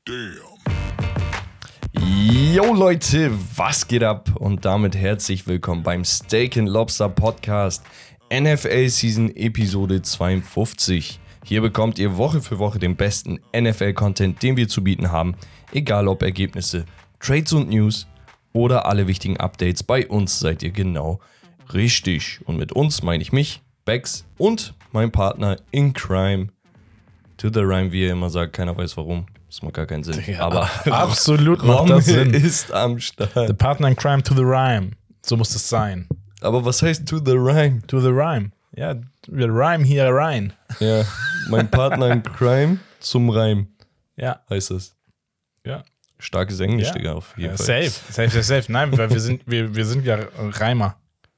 Yo Leute, was geht ab? Und damit herzlich willkommen beim Steak & Lobster Podcast NFL Season Episode 52. Hier bekommt ihr Woche für Woche den besten NFL-Content, den wir zu bieten haben. Egal ob Ergebnisse, Trades und News oder alle wichtigen Updates, bei uns seid ihr genau richtig. Und mit uns meine ich mich, Bex und mein Partner in Crime. To the Rhyme, wie er immer sagt, keiner weiß warum. Das macht gar keinen Sinn. Ja, aber absolut macht Rommel das Sinn. ist am Start. The Partner in Crime to the Rhyme. So muss es sein. Aber was heißt to the Rhyme? To the Rhyme. Ja, wir rhyme hier rein. Ja, mein Partner in Crime zum Reim Ja, heißt es. ja. Starkes Englisch, Ja. Digga, auf jeden Fall. Safe. Nein, weil wir sind ja Reimer.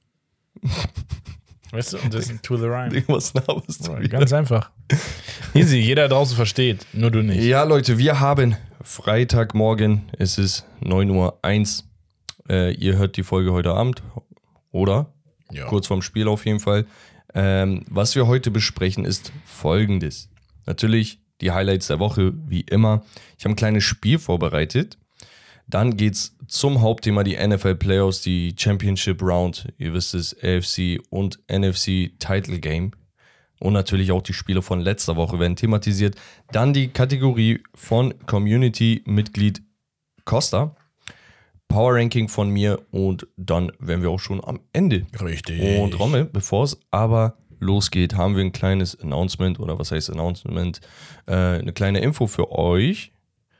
Weißt du, und das ist to the Rhyme. Digga, was laberst du wieder? Ganz einfach. Easy, jeder draußen versteht, nur du nicht. Ja, Leute, wir haben Freitagmorgen, es ist 9:01 Uhr. Ihr hört die Folge heute Abend, oder? Ja. Kurz vorm Spiel auf jeden Fall. Was wir heute besprechen, ist Folgendes. Natürlich die Highlights der Woche, wie immer. Ich habe ein kleines Spiel vorbereitet. Dann geht's zum Hauptthema, die NFL Playoffs, die Championship Round. Ihr wisst es, AFC und NFC Title Game. Und natürlich auch die Spiele von letzter Woche werden thematisiert. Dann die Kategorie von Community-Mitglied Costa. Power Ranking von mir und dann wären wir auch schon am Ende. Richtig. Und Rommel, bevor es aber losgeht, haben wir ein kleines Announcement, oder was heißt Announcement? Eine kleine Info für euch.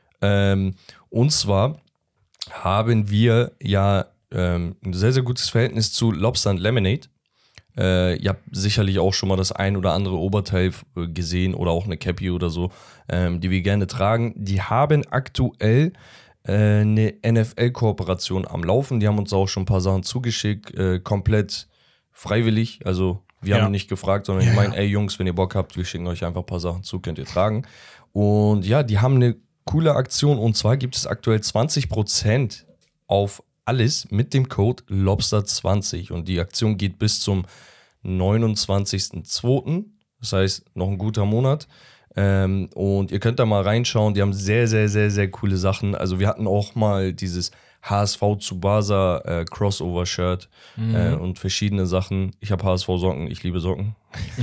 Und zwar haben wir ja ein sehr, sehr gutes Verhältnis zu Lobster and Lemonade. Ihr habt sicherlich auch schon mal das ein oder andere Oberteil gesehen oder auch eine Cappy oder so, die wir gerne tragen. Die haben aktuell eine NFL-Kooperation am Laufen. Die haben uns auch schon ein paar Sachen zugeschickt, komplett freiwillig. Also wir haben nicht gefragt, sondern ich meine, ey Jungs, wenn ihr Bock habt, wir schicken euch einfach ein paar Sachen zu, könnt ihr tragen. Und ja, die haben eine coole Aktion und zwar gibt es aktuell 20% auf alles mit dem Code Lobster20 und die Aktion geht bis zum 29.02. Das heißt, noch ein guter Monat. Und ihr könnt da mal reinschauen, die haben sehr, sehr, sehr, sehr coole Sachen. Also wir hatten auch mal dieses HSV Tsubasa Crossover-Shirt und verschiedene Sachen. Ich habe HSV-Socken, ich liebe Socken.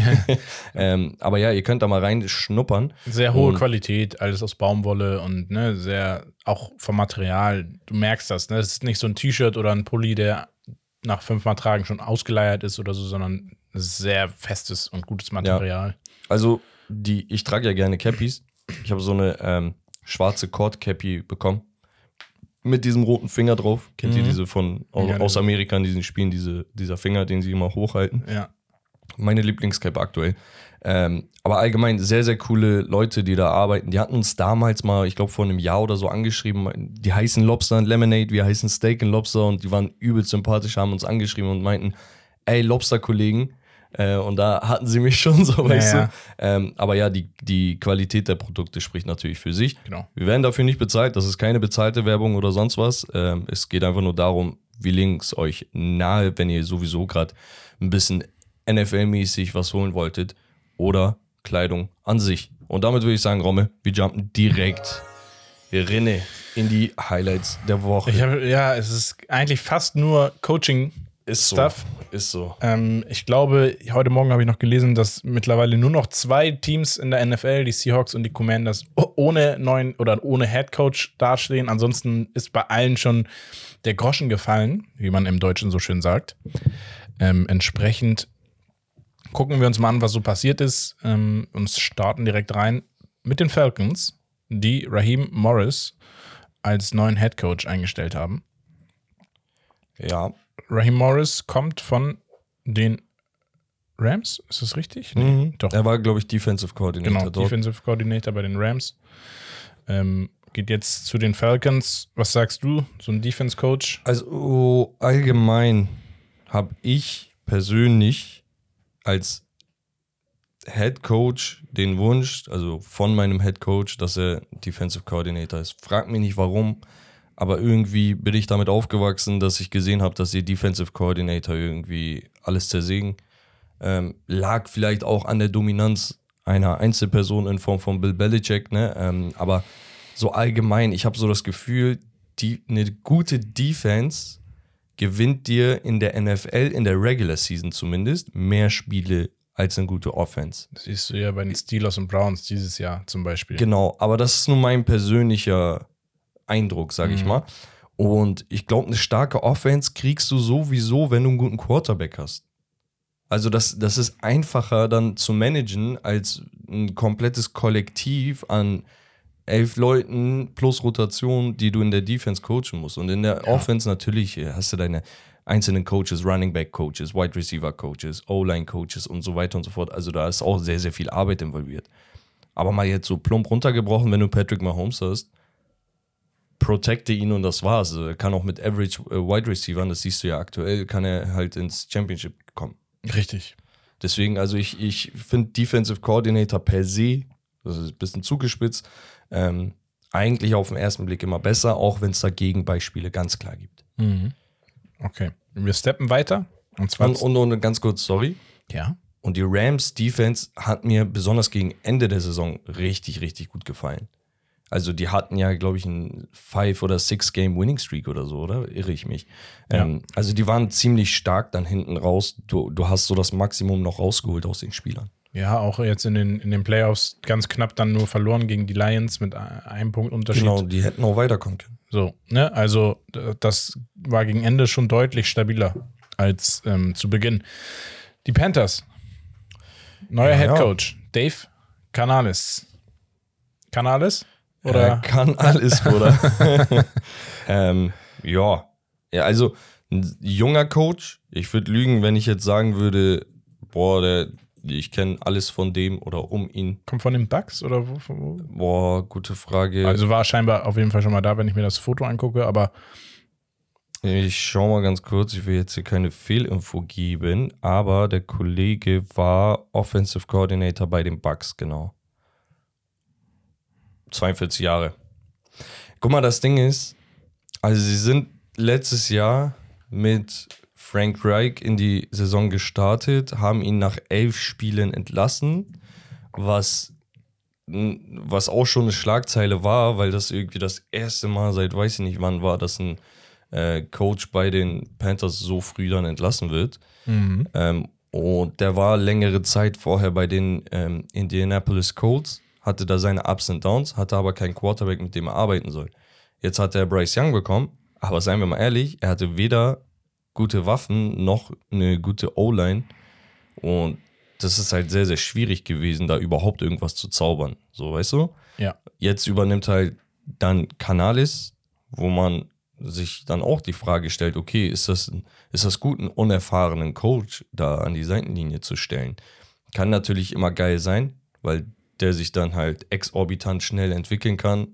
Aber ja, ihr könnt da mal reinschnuppern. Sehr hohe Qualität, alles aus Baumwolle und ne, sehr, auch vom Material, du merkst das, ne? Es ist nicht so ein T-Shirt oder ein Pulli, der nach 5 Mal tragen schon ausgeleiert ist oder so, sondern es ist sehr festes und gutes Material. Ja. Also ich trage ja gerne Cappies. Ich habe so eine schwarze Cord-Cappy bekommen. Mit diesem roten Finger drauf. Kennt ihr diese aus Amerika in diesen Spielen, dieser Finger, den sie immer hochhalten? Ja. Meine Lieblingscape aktuell. Aber allgemein sehr, sehr coole Leute, die da arbeiten. Die hatten uns damals mal, ich glaube vor einem Jahr oder so angeschrieben, die heißen Lobster and Lemonade, wir heißen Steak & Lobster und die waren übelst sympathisch, haben uns angeschrieben und meinten, ey, Lobster-Kollegen. Und da hatten sie mich schon so, weißt du. Aber ja, die Qualität der Produkte spricht natürlich für sich. Genau. Wir werden dafür nicht bezahlt, das ist keine bezahlte Werbung oder sonst was. Es geht einfach nur darum, wir legen es euch nahe, wenn ihr sowieso gerade ein bisschen NFL-mäßig was holen wolltet oder Kleidung an sich. Und damit würde ich sagen, Romme, wir jumpen direkt rinne in die Highlights der Woche. Es ist eigentlich fast nur Coaching. Stuff. Ist so. Ich glaube, heute Morgen habe ich noch gelesen, dass mittlerweile nur noch 2 Teams in der NFL, die Seahawks und die Commanders, ohne neuen oder ohne Headcoach dastehen. Ansonsten ist bei allen schon der Groschen gefallen, wie man im Deutschen so schön sagt. Entsprechend gucken wir uns mal an, was so passiert ist und starten direkt rein mit den Falcons, die Raheem Morris als neuen Headcoach eingestellt haben. Ja. Raheem Morris kommt von den Rams, ist das richtig? Nee, doch. Er war, glaube ich, Defensive Coordinator. Genau, Defensive Coordinator bei den Rams. Geht jetzt zu den Falcons. Was sagst du, so ein Defense-Coach? Also allgemein habe ich persönlich als Head Coach den Wunsch, also von meinem Head Coach, dass er Defensive Coordinator ist. Frag mich nicht warum, aber irgendwie bin ich damit aufgewachsen, dass ich gesehen habe, dass die Defensive Coordinator irgendwie alles zersägen. Lag vielleicht auch an der Dominanz einer Einzelperson in Form von Bill Belichick, ne? Aber so allgemein, ich habe so das Gefühl, eine gute Defense gewinnt dir in der NFL, in der Regular Season zumindest, mehr Spiele als eine gute Offense. Das siehst du ja bei den Steelers und Browns dieses Jahr zum Beispiel. Genau, aber das ist nur mein persönlicher Eindruck, sage ich mal. Und ich glaube, eine starke Offense kriegst du sowieso, wenn du einen guten Quarterback hast. Also das ist einfacher dann zu managen als ein komplettes Kollektiv an 11 Leuten plus Rotation, die du in der Defense coachen musst. Und in der Offense natürlich hast du deine einzelnen Coaches, Running Back Coaches, Wide Receiver Coaches, O-Line Coaches und so weiter und so fort. Also da ist auch sehr, sehr viel Arbeit involviert. Aber mal jetzt so plump runtergebrochen, wenn du Patrick Mahomes hast, protecte ihn und das war's. Also er kann auch mit Average Wide Receivern, das siehst du ja aktuell, kann er halt ins Championship kommen. Richtig. Deswegen, also ich finde Defensive Coordinator per se, das ist ein bisschen zugespitzt, eigentlich auf den ersten Blick immer besser, auch wenn es da Gegenbeispiele ganz klar gibt. Okay, wir steppen weiter. Und zwar und ganz kurz, sorry. Ja. Und die Rams Defense hat mir besonders gegen Ende der Saison richtig, richtig gut gefallen. Also die hatten ja, glaube ich, einen 5- oder 6-Game-Winning Streak oder so, oder? Irre ich mich. Ja. Also die waren ziemlich stark dann hinten raus. Du hast so das Maximum noch rausgeholt aus den Spielern. Ja, auch jetzt in den Playoffs ganz knapp dann nur verloren gegen die Lions mit einem Punkt Unterschied. Genau, die hätten auch weiterkommen können. So, ne? Also das war gegen Ende schon deutlich stabiler als zu Beginn. Die Panthers. Neuer Headcoach. Dave Canales. Canales? Oder? Kann alles, Bruder. Ja, also ein junger Coach. Ich würde lügen, wenn ich jetzt sagen würde, boah, ich kenne alles von dem oder um ihn. Kommt von den Bucks oder wo? Boah, gute Frage. Also war scheinbar auf jeden Fall schon mal da, wenn ich mir das Foto angucke, aber ich schau mal ganz kurz, ich will jetzt hier keine Fehlinfo geben, aber der Kollege war Offensive Coordinator bei den Bucks, genau. 42 Jahre. Guck mal, das Ding ist, also sie sind letztes Jahr mit Frank Reich in die Saison gestartet, haben ihn nach 11 Spielen entlassen, was auch schon eine Schlagzeile war, weil das irgendwie das erste Mal seit weiß ich nicht wann war, dass ein Coach bei den Panthers so früh dann entlassen wird. Und der war längere Zeit vorher bei den Indianapolis Colts, hatte da seine Ups und Downs, hatte aber keinen Quarterback, mit dem er arbeiten soll. Jetzt hat er Bryce Young bekommen, aber seien wir mal ehrlich, er hatte weder gute Waffen noch eine gute O-Line und das ist halt sehr, sehr schwierig gewesen, da überhaupt irgendwas zu zaubern. So, weißt du? ja. Jetzt übernimmt halt dann Canales, wo man sich dann auch die Frage stellt, okay, ist das gut, einen unerfahrenen Coach da an die Seitenlinie zu stellen? Kann natürlich immer geil sein, weil der sich dann halt exorbitant schnell entwickeln kann.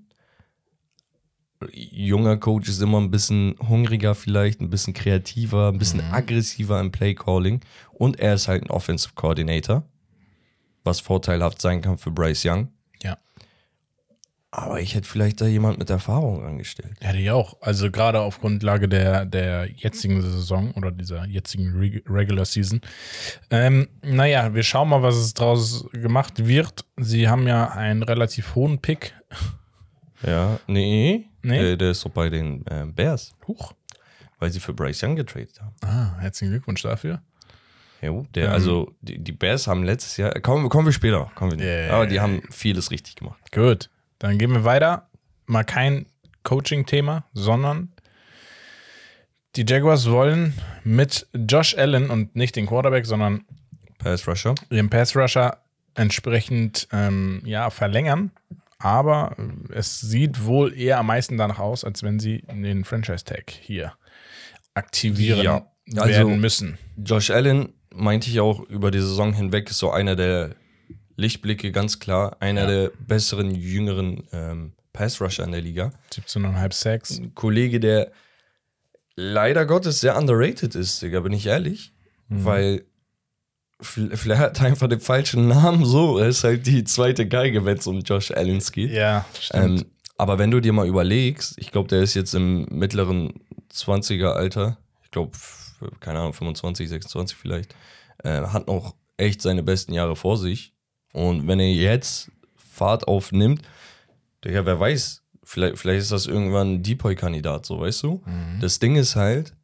Junger Coach ist immer ein bisschen hungriger vielleicht, ein bisschen kreativer, ein bisschen aggressiver im Playcalling und er ist halt ein Offensive Coordinator, was vorteilhaft sein kann für Bryce Young. Ja. Aber ich hätte vielleicht da jemand mit Erfahrung angestellt. Hätte ich auch. Also gerade auf Grundlage der jetzigen Saison oder dieser jetzigen Regular Season. Naja, wir schauen mal, was es draus gemacht wird. Sie haben ja einen relativ hohen Pick. Ja, nee. Der ist doch bei den Bears. Huch. Weil sie für Bryce Young getradet haben. Herzlichen Glückwunsch dafür. Jo, also die Bears haben letztes Jahr, kommen wir später, aber die haben vieles richtig gemacht. Gut, dann gehen wir weiter. Mal kein Coaching-Thema, sondern die Jaguars wollen mit Josh Allen und nicht den Quarterback, sondern Pass Rusher. Den Pass Rusher entsprechend verlängern. Aber es sieht wohl eher am meisten danach aus, als wenn sie den Franchise-Tag hier aktivieren werden müssen. Josh Allen, meinte ich auch, über die Saison hinweg ist so einer der Lichtblicke, ganz klar. Einer der besseren, jüngeren Pass-Rusher in der Liga. 17,5 Sacks. Ein Kollege, der leider Gottes sehr underrated ist, Digga, bin ich ehrlich. Weil vielleicht hat er einfach den falschen Namen so. Er ist halt die zweite Geige, wenn es um Josh Allen geht. Ja, stimmt. Aber wenn du dir mal überlegst, ich glaube, der ist jetzt im mittleren 20er-Alter. Ich glaube, keine Ahnung, 25, 26 vielleicht. Hat noch echt seine besten Jahre vor sich. Und wenn er jetzt Fahrt aufnimmt, Digga, wer weiß, vielleicht ist das irgendwann ein Depoy-Kandidat, so, weißt du? Das Ding ist halt,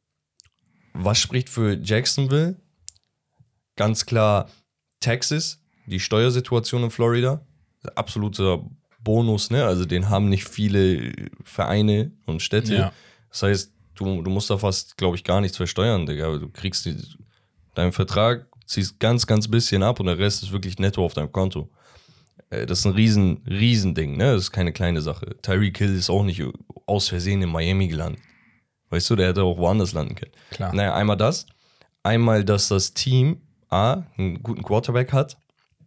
was spricht für Jacksonville? Ganz klar Texas, die Steuersituation in Florida, absoluter Bonus, ne? Also den haben nicht viele Vereine und Städte. Ja. Das heißt, du musst da fast, glaube ich, gar nichts versteuern, Digga. Du kriegst deinen Vertrag, ziehst ganz, ganz bisschen ab und der Rest ist wirklich netto auf deinem Konto. Das ist ein riesen Ding, ne? Das ist keine kleine Sache. Tyreek Hill ist auch nicht aus Versehen in Miami gelandet. Weißt du, der hätte auch woanders landen können. Klar. Naja, einmal das. Einmal, dass das Team A, einen guten Quarterback hat,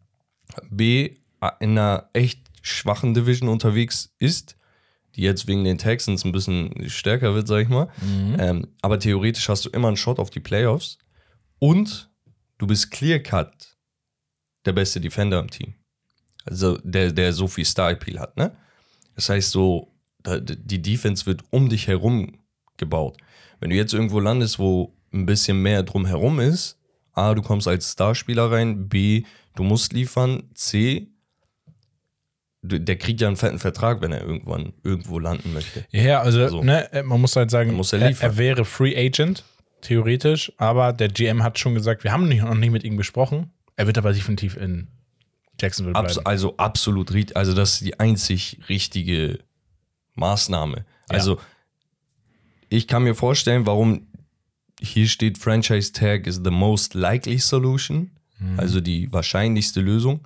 B, in einer echt schwachen Division unterwegs ist, die jetzt wegen den Texans ein bisschen stärker wird, sag ich mal. Aber theoretisch hast du immer einen Shot auf die Playoffs und du bist clear-cut der beste Defender im Team. Also der so viel Star-Appeal hat, ne? Das heißt so, die Defense wird um dich herum gebaut. Wenn du jetzt irgendwo landest, wo ein bisschen mehr drumherum ist, A, du kommst als Starspieler rein, B, du musst liefern, C, der kriegt ja einen fetten Vertrag, wenn er irgendwo landen möchte. Ja, also So. ne, man muss halt sagen, muss er liefern. er wäre Free Agent, theoretisch, aber der GM hat schon gesagt, wir haben noch nicht mit ihm gesprochen, er wird aber definitiv in Jacksonville bleiben. Also absolut, also das ist die einzig richtige Maßnahme. Also ich kann mir vorstellen, warum hier steht Franchise Tag is the most likely solution, also die wahrscheinlichste Lösung.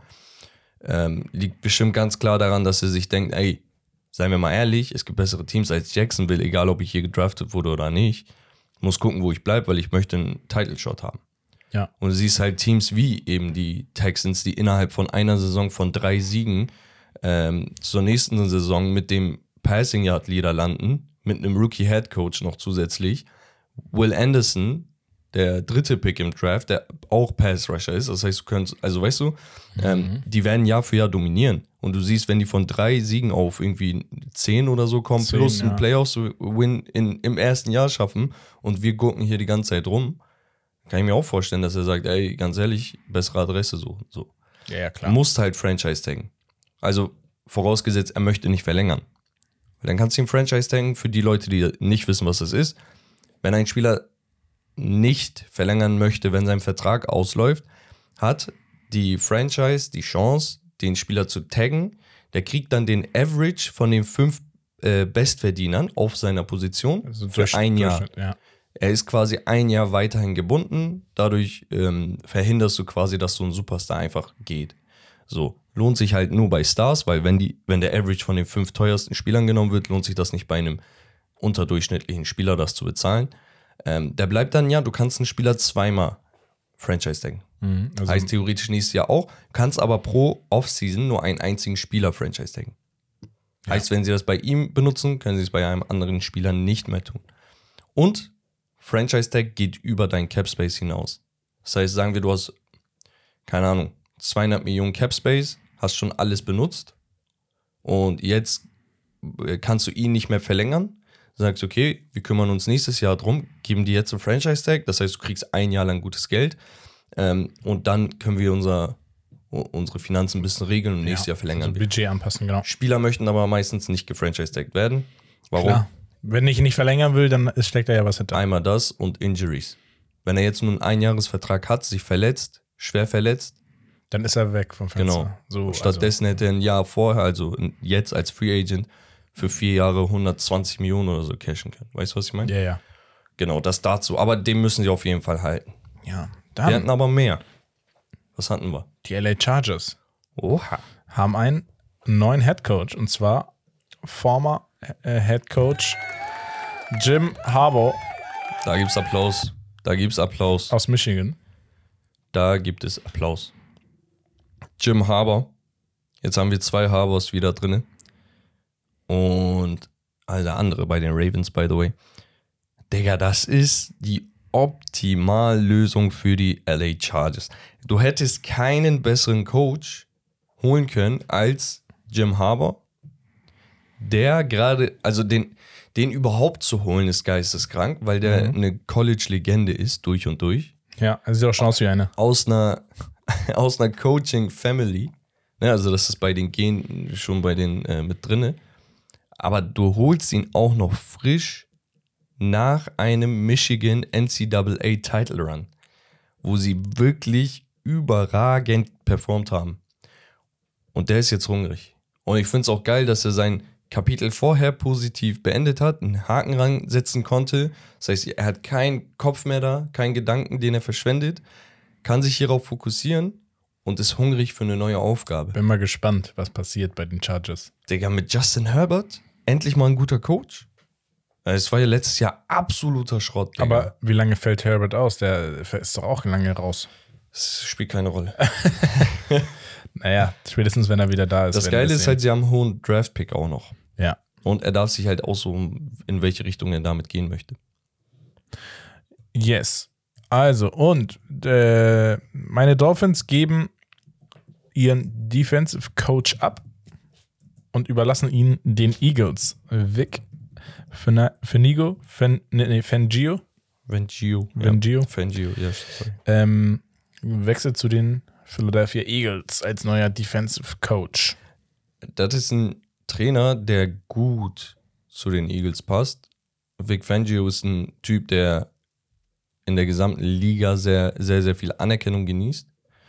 Liegt bestimmt ganz klar daran, dass er sich denkt, ey, seien wir mal ehrlich, es gibt bessere Teams als Jacksonville, egal ob ich hier gedraftet wurde oder nicht. Muss gucken, wo ich bleibe, weil ich möchte einen Title-Shot haben. Ja. Und du siehst halt Teams wie eben die Texans, die innerhalb von einer Saison von 3 Siegen zur nächsten Saison mit dem Passing Yard Leader landen, mit einem Rookie Head Coach noch zusätzlich. Will Anderson, der 3. Pick im Draft, der auch Pass Rusher ist. Das heißt, du könntest, also weißt du, die werden Jahr für Jahr dominieren. Und du siehst, wenn die von 3 Siegen auf irgendwie 10 oder so kommen, 10, plus ja. einen Playoffs-Win im ersten Jahr schaffen und wir gucken hier die ganze Zeit rum, kann ich mir auch vorstellen, dass er sagt, ey, ganz ehrlich, bessere Adresse suchen. So. Ja, klar. Du musst halt Franchise taggen. Also vorausgesetzt, er möchte nicht verlängern. Dann kannst du ihn Franchise taggen für die Leute, die nicht wissen, was das ist. Wenn ein Spieler nicht verlängern möchte, wenn sein Vertrag ausläuft, hat die Franchise die Chance, den Spieler zu taggen. Der kriegt dann den Average von den 5 Bestverdienern auf seiner Position Also für ein Jahr. Ja. Er ist quasi ein Jahr weiterhin gebunden. Dadurch verhinderst du quasi, dass so ein Superstar einfach geht. So, lohnt sich halt nur bei Stars, weil wenn der Average von den 5 teuersten Spielern genommen wird, lohnt sich das nicht bei einem unterdurchschnittlichen Spieler, das zu bezahlen. Der bleibt dann, ja, du kannst einen Spieler zweimal Franchise taggen. Also, Heißt theoretisch nächstes Jahr auch, kannst aber pro Offseason nur einen einzigen Spieler Franchise taggen. Heißt, wenn sie das bei ihm benutzen, können sie es bei einem anderen Spieler nicht mehr tun. Und Franchise Tag geht über dein Cap Space hinaus. Das heißt, sagen wir, du hast, keine Ahnung, 200 Millionen Cap Space, hast schon alles benutzt und jetzt kannst du ihn nicht mehr verlängern. Sagst, okay, wir kümmern uns nächstes Jahr drum, geben dir jetzt einen Franchise Tag, das heißt, du kriegst ein Jahr lang gutes Geld und dann können wir unsere Finanzen ein bisschen regeln und nächstes Jahr verlängern. also Budget anpassen, genau. Spieler möchten aber meistens nicht gefranchise-tagged werden. Warum? Klar. Wenn ich nicht verlängern will, dann steckt da ja was hinter. Einmal das und Injuries. Wenn er jetzt nur einen Einjahresvertrag hat, sich verletzt, schwer verletzt, Dann ist er weg vom Fenster. genau. So, Und stattdessen hätte er ein Jahr vorher, also jetzt als Free Agent, für 4 Jahre 120 Millionen oder so cashen können. Weißt du, was ich meine? Ja. Genau, das dazu. Aber den müssen sie auf jeden Fall halten. Ja. Wir hatten Dann aber mehr. Was hatten wir? die LA Chargers Oha. haben einen neuen Head Coach und zwar former Head Coach Jim Harbaugh Da gibt's Applaus. Da gibt's Applaus. aus Michigan. Da gibt es Applaus. Jim Harbaugh. Jetzt haben wir 2 Harbaughs wieder drin. Und der andere bei den Ravens, by the way. Digga, das ist die Optimallösung für die LA Chargers. Du hättest keinen besseren Coach holen können als Jim Harbaugh. Der gerade, also den überhaupt zu holen, ist geisteskrank, weil der eine College-Legende ist, durch und durch. Ja, er sieht auch schon aus wie eine. Aus einer Coaching-Family. Ne, also das ist bei den Genen schon bei den mit drinne. Aber du holst ihn auch noch frisch nach einem Michigan NCAA Title Run, wo sie wirklich überragend performt haben. Und der ist jetzt hungrig. Und ich finde es auch geil, dass er sein Kapitel vorher positiv beendet hat, einen Haken ransetzen konnte. Das heißt, er hat keinen Kopf mehr da, keinen Gedanken, den er verschwendet, kann sich hierauf fokussieren und ist hungrig für eine neue Aufgabe. Bin mal gespannt, was passiert bei den Chargers. Digga, mit Justin Herbert endlich mal ein guter Coach. Es war ja letztes Jahr absoluter Schrott, Digga. Aber wie lange fällt Herbert aus? Der ist doch auch lange raus. Das spielt keine Rolle. Naja, spätestens wenn er wieder da ist. Das Geile ist halt, sie haben einen hohen Draft-Pick auch noch. Ja. Und er darf sich halt aussuchen, in welche Richtung er damit gehen möchte. Yes. Also, und meine Dolphins geben ihren Defensive Coach ab und überlassen ihn den Eagles. Vic Fangio. Fangio. Fangio, ja, sorry. Wechselt zu den Philadelphia Eagles als neuer Defensive Coach. Das ist ein Trainer, der gut zu den Eagles passt. Vic Fangio ist ein Typ, der in der gesamten Liga sehr, sehr, sehr viel Anerkennung genießt.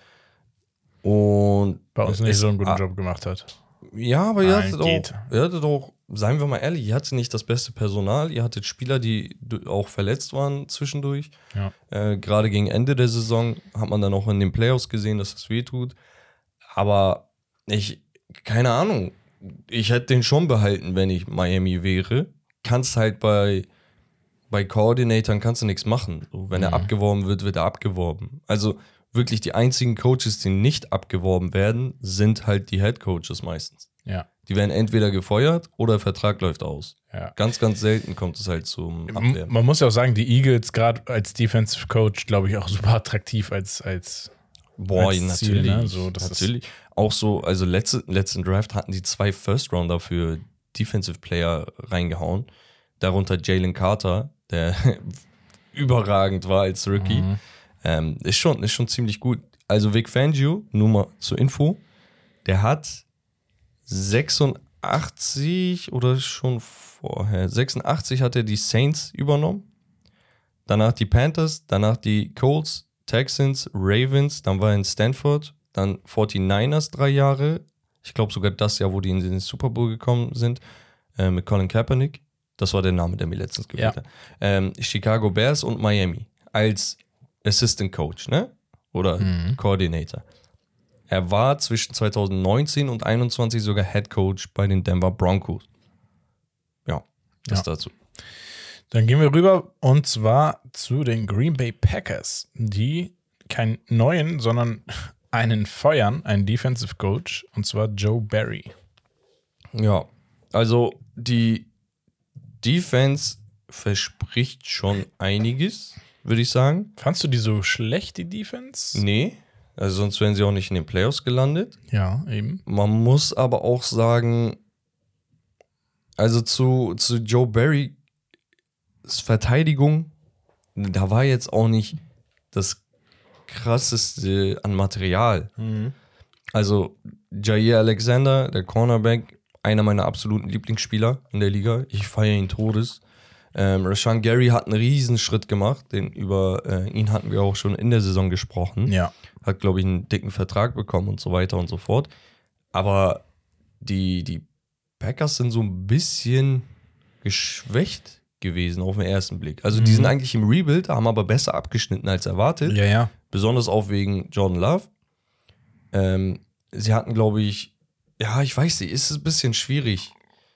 Und bei uns nicht so einen guten Job gemacht hat. Ja, aber ihr hattet auch, seien wir mal ehrlich, ihr hattet nicht das beste Personal, ihr hattet Spieler, die auch verletzt waren zwischendurch. Ja. Gerade gegen Ende der Saison hat man dann auch in den Playoffs gesehen, dass das wehtut. Aber keine Ahnung, ich hätte den schon behalten, wenn ich Miami wäre. Kannst halt bei Coordinatoren kannst du nichts machen. So, wenn er abgeworben wird, wird er abgeworben. Also wirklich die einzigen Coaches, die nicht abgeworben werden, sind halt die Head Coaches meistens. Ja. Die werden entweder gefeuert oder der Vertrag läuft aus. Ja. Ganz, ganz selten kommt es halt zum Abwerben. Man muss ja auch sagen, die Eagles gerade als Defensive Coach, glaube ich, auch super attraktiv als natürlich. Ziel, ne? So, natürlich. Auch so, also letzten Draft hatten die 2 First-Rounder für Defensive Player reingehauen. Darunter Jalen Carter, der überragend war als Rookie. Ist schon ziemlich gut. Also Vic Fangio, nur mal zur Info, der hat 86 oder schon vorher, 86 hat er die Saints übernommen, danach die Panthers, danach die Colts, Texans, Ravens, dann war er in Stanford, dann 49ers 3 Jahre, ich glaube sogar das Jahr, wo die in den Super Bowl gekommen sind, mit Colin Kaepernick, das war der Name, der mir letztens gewählt hat, Chicago Bears und Miami als Assistant Coach, ne? Oder Coordinator. Er war zwischen 2019 und 2021 sogar Head Coach bei den Denver Broncos. Ja, das dazu. Dann gehen wir rüber und zwar zu den Green Bay Packers, die keinen neuen, sondern einen feuern, einen Defensive Coach, und zwar Joe Barry. Ja, also die Defense verspricht schon einiges, würde ich sagen. Fandst du die so schlecht, die Defense? Nee, also sonst wären sie auch nicht in den Playoffs gelandet. Ja, eben. Man muss aber auch sagen, also zu Joe Barrys Verteidigung, da war jetzt auch nicht das krasseste an Material. Also Jair Alexander, der Cornerback, einer meiner absoluten Lieblingsspieler in der Liga. Ich feiere ihn todes. Rashan Gary hat einen Riesenschritt gemacht, über ihn hatten wir auch schon in der Saison gesprochen. Ja. Hat, glaube ich, einen dicken Vertrag bekommen und so weiter und so fort. Aber die Packers sind so ein bisschen geschwächt gewesen auf den ersten Blick. Also die sind eigentlich im Rebuild, haben aber besser abgeschnitten als erwartet. Ja. Besonders auch wegen Jordan Love. Sie hatten, glaube ich, ich weiß nicht, ist es ein bisschen schwierig.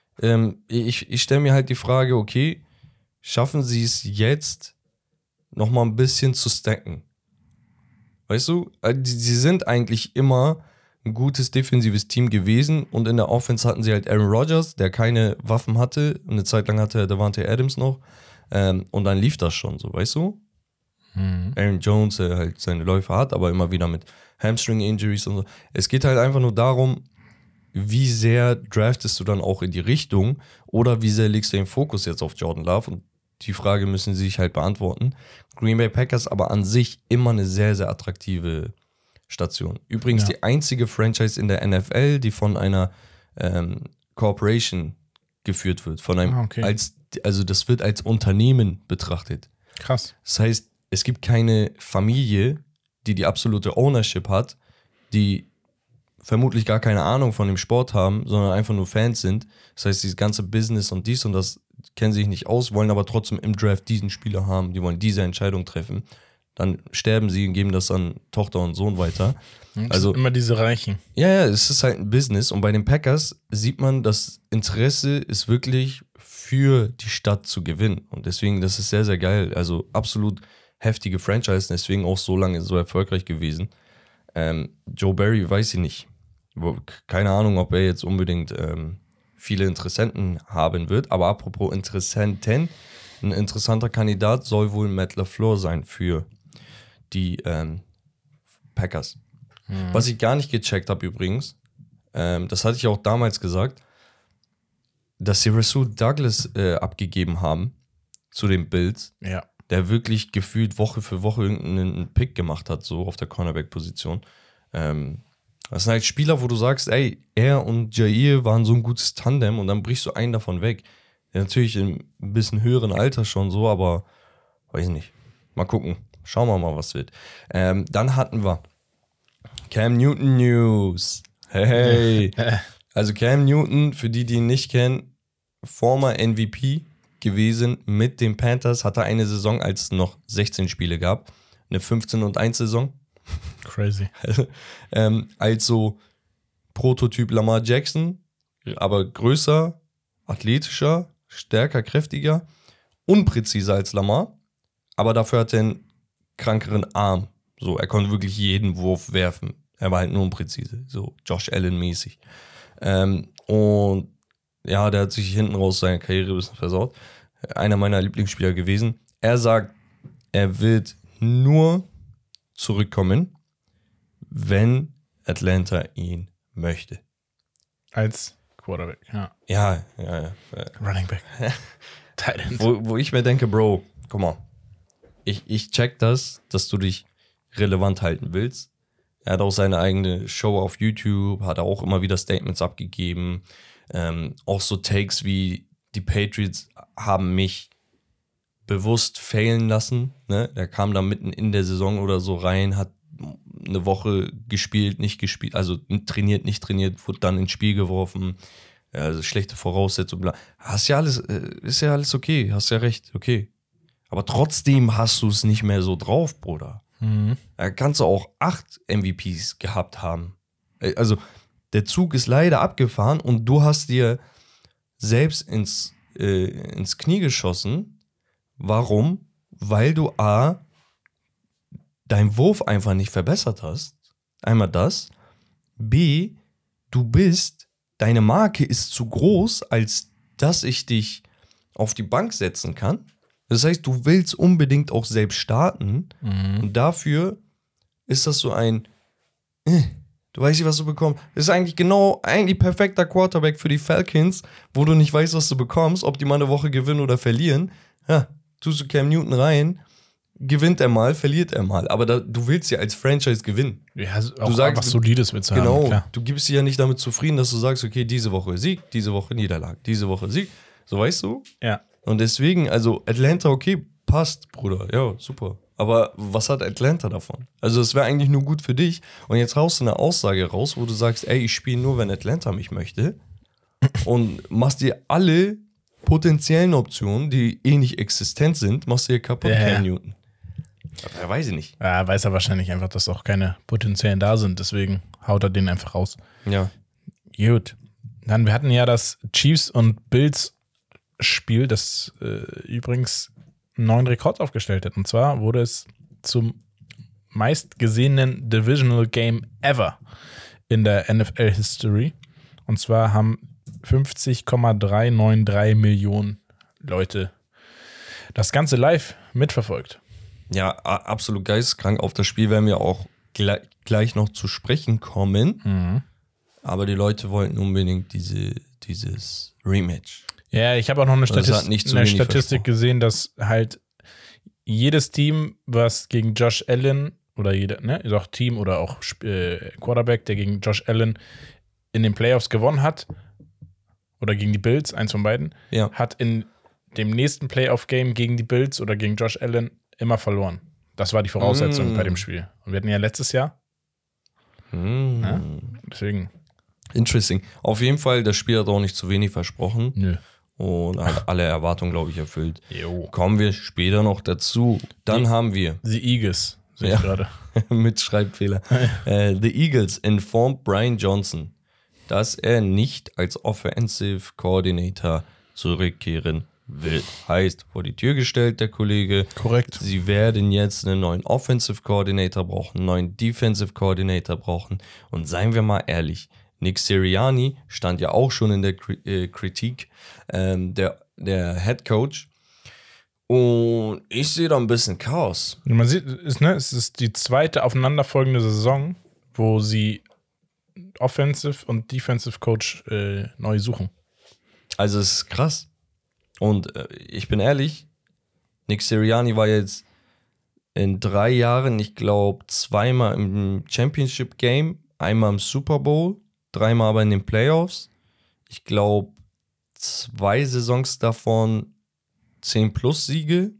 Ich stelle mir halt die Frage, okay, schaffen sie es jetzt nochmal ein bisschen zu stacken? Weißt du, sie sind eigentlich immer ein gutes defensives Team gewesen und in der Offense hatten sie halt Aaron Rodgers, der keine Waffen hatte. Eine Zeit lang hatte er Davante Adams noch und dann lief das schon so, weißt du? Aaron Jones, der halt seine Läufe hat, aber immer wieder mit Hamstring-Injuries und so. Es geht halt einfach nur darum, wie sehr draftest du dann auch in die Richtung oder wie sehr legst du den Fokus jetzt auf Jordan Love? Und die Frage müssen sie sich halt beantworten. Green Bay Packers aber an sich immer eine sehr, sehr attraktive Station. Übrigens die einzige Franchise in der NFL, die von einer Corporation geführt wird. Von einem, okay. also das wird als Unternehmen betrachtet. Krass. Das heißt, es gibt keine Familie, die absolute Ownership hat, die vermutlich gar keine Ahnung von dem Sport haben, sondern einfach nur Fans sind. Das heißt, dieses ganze Business und dies und das kennen sich nicht aus, wollen aber trotzdem im Draft diesen Spieler haben, die wollen diese Entscheidung treffen. Dann sterben sie und geben das an Tochter und Sohn weiter. Also immer diese Reichen. Ja, es ist halt ein Business. Und bei den Packers sieht man, das Interesse ist wirklich für die Stadt zu gewinnen. Und deswegen, das ist sehr, sehr geil. Also absolut heftige Franchise, deswegen auch so lange so erfolgreich gewesen. Joe Barry weiß ich nicht. Keine Ahnung, ob er jetzt unbedingt viele Interessenten haben wird. Aber apropos Interessenten, ein interessanter Kandidat soll wohl Matt LaFleur sein für die Packers. Was ich gar nicht gecheckt habe übrigens, das hatte ich auch damals gesagt, dass sie Rasul Douglas abgegeben haben zu den Bills, der wirklich gefühlt Woche für Woche irgendeinen Pick gemacht hat, so auf der Cornerback-Position. Das sind halt Spieler, wo du sagst, ey, er und Jair waren so ein gutes Tandem und dann brichst du einen davon weg. Ja, natürlich in ein bisschen höheren Alter schon so, aber weiß ich nicht. Mal gucken. Schauen wir mal, was wird. Dann hatten wir Cam Newton News. Hey. Also Cam Newton, für die ihn nicht kennen, former MVP gewesen mit den Panthers, hatte eine Saison, als es noch 16 Spiele gab. Eine 15-1-Saison. Crazy. Also Prototyp Lamar Jackson, aber größer, athletischer, stärker, kräftiger, unpräziser als Lamar, aber dafür hat er einen krankeren Arm. So, er konnte wirklich jeden Wurf werfen. Er war halt nur unpräzise, so Josh Allen-mäßig. Und ja, der hat sich hinten raus seine Karriere ein bisschen versaut. Einer meiner Lieblingsspieler gewesen. Er sagt, er wird nur zurückkommen, wenn Atlanta ihn möchte. Als Quarterback, ja. Ja. Running Back. Tight End. Wo ich mir denke, Bro, guck mal, ich check das, dass du dich relevant halten willst. Er hat auch seine eigene Show auf YouTube, hat auch immer wieder Statements abgegeben. Auch so Takes wie, die Patriots haben mich bewusst failen lassen. Ne? Der kam da mitten in der Saison oder so rein, hat eine Woche gespielt, nicht gespielt, also trainiert, nicht trainiert, wurde dann ins Spiel geworfen. Also schlechte Voraussetzungen. Hast ja alles, ist ja alles okay, hast ja recht, okay. Aber trotzdem hast du es nicht mehr so drauf, Bruder. Da kannst du auch 8 MVPs gehabt haben. Also der Zug ist leider abgefahren und du hast dir selbst ins Knie geschossen. Warum? Weil du A, deinen Wurf einfach nicht verbessert hast. Einmal das. B, deine Marke ist zu groß, als dass ich dich auf die Bank setzen kann. Das heißt, du willst unbedingt auch selbst starten. Und dafür ist das so ein, du weißt nicht, was du bekommst. Das ist eigentlich perfekter Quarterback für die Falcons, wo du nicht weißt, was du bekommst, ob die mal eine Woche gewinnen oder verlieren. Ja, tust du Cam Newton rein, gewinnt er mal, verliert er mal. Aber du willst ja als Franchise gewinnen. Ja, auch du sagst, was Solides willst du haben. Genau, klar. Du gibst dich ja nicht damit zufrieden, dass du sagst, okay, diese Woche Sieg, diese Woche Niederlage, diese Woche Sieg. So, weißt du? Ja. Und deswegen, also Atlanta, okay, passt, Bruder, ja, super. Aber was hat Atlanta davon? Also es wäre eigentlich nur gut für dich. Und jetzt haust du eine Aussage raus, wo du sagst, ey, ich spiele nur, wenn Atlanta mich möchte. Und machst dir alle potenziellen Optionen, die eh nicht existent sind, machst du dir kaputt, Cam Newton. Aber weiß ich nicht. Ja, weiß er wahrscheinlich einfach, dass auch keine potenziellen da sind. Deswegen haut er den einfach raus. Ja. Gut. Dann, wir hatten ja das Chiefs und Bills Spiel, das übrigens einen neuen Rekord aufgestellt hat. Und zwar wurde es zum meistgesehenen Divisional Game ever in der NFL History. Und zwar haben 50,393 Millionen Leute das Ganze live mitverfolgt. Ja, absolut geisteskrank. Auf das Spiel werden wir auch gleich noch zu sprechen kommen. Aber die Leute wollten unbedingt dieses Rematch. Ja, ich habe auch noch eine Statistik gesehen, dass halt jedes Team, was gegen Josh Allen oder ist auch Team oder auch Quarterback, der gegen Josh Allen in den Playoffs gewonnen hat, oder gegen die Bills, eins von beiden, Ja. hat in dem nächsten Playoff-Game gegen die Bills oder gegen Josh Allen immer verloren. Das war die Voraussetzung bei dem Spiel. Und wir hatten ja letztes Jahr. Ja? Deswegen. Interesting. Auf jeden Fall, das Spiel hat auch nicht zu wenig versprochen. Nö. Und hat alle Erwartungen, glaube ich, erfüllt. Jo. Kommen wir später noch dazu. Dann haben wir The Eagles, sehe ich gerade. mit Schreibfehler. The Eagles informed Brian Johnson, dass er nicht als Offensive Coordinator zurückkehren will. Heißt, vor die Tür gestellt, der Kollege. Korrekt. Sie werden jetzt einen neuen Offensive Coordinator brauchen, einen neuen Defensive Coordinator brauchen. Und seien wir mal ehrlich, Nick Sirianni stand ja auch schon in der Kritik, der Head Coach. Und ich sehe da ein bisschen Chaos. Man sieht, es ist die zweite aufeinanderfolgende Saison, wo sie Offensive und Defensive Coach neu suchen. Also es ist krass. Und ich bin ehrlich, Nick Sirianni war jetzt in 3 Jahren, ich glaube, 2-mal im Championship Game, einmal im Super Bowl, 3-mal aber in den Playoffs. Ich glaube, 2 Saisons davon 10+ Siege.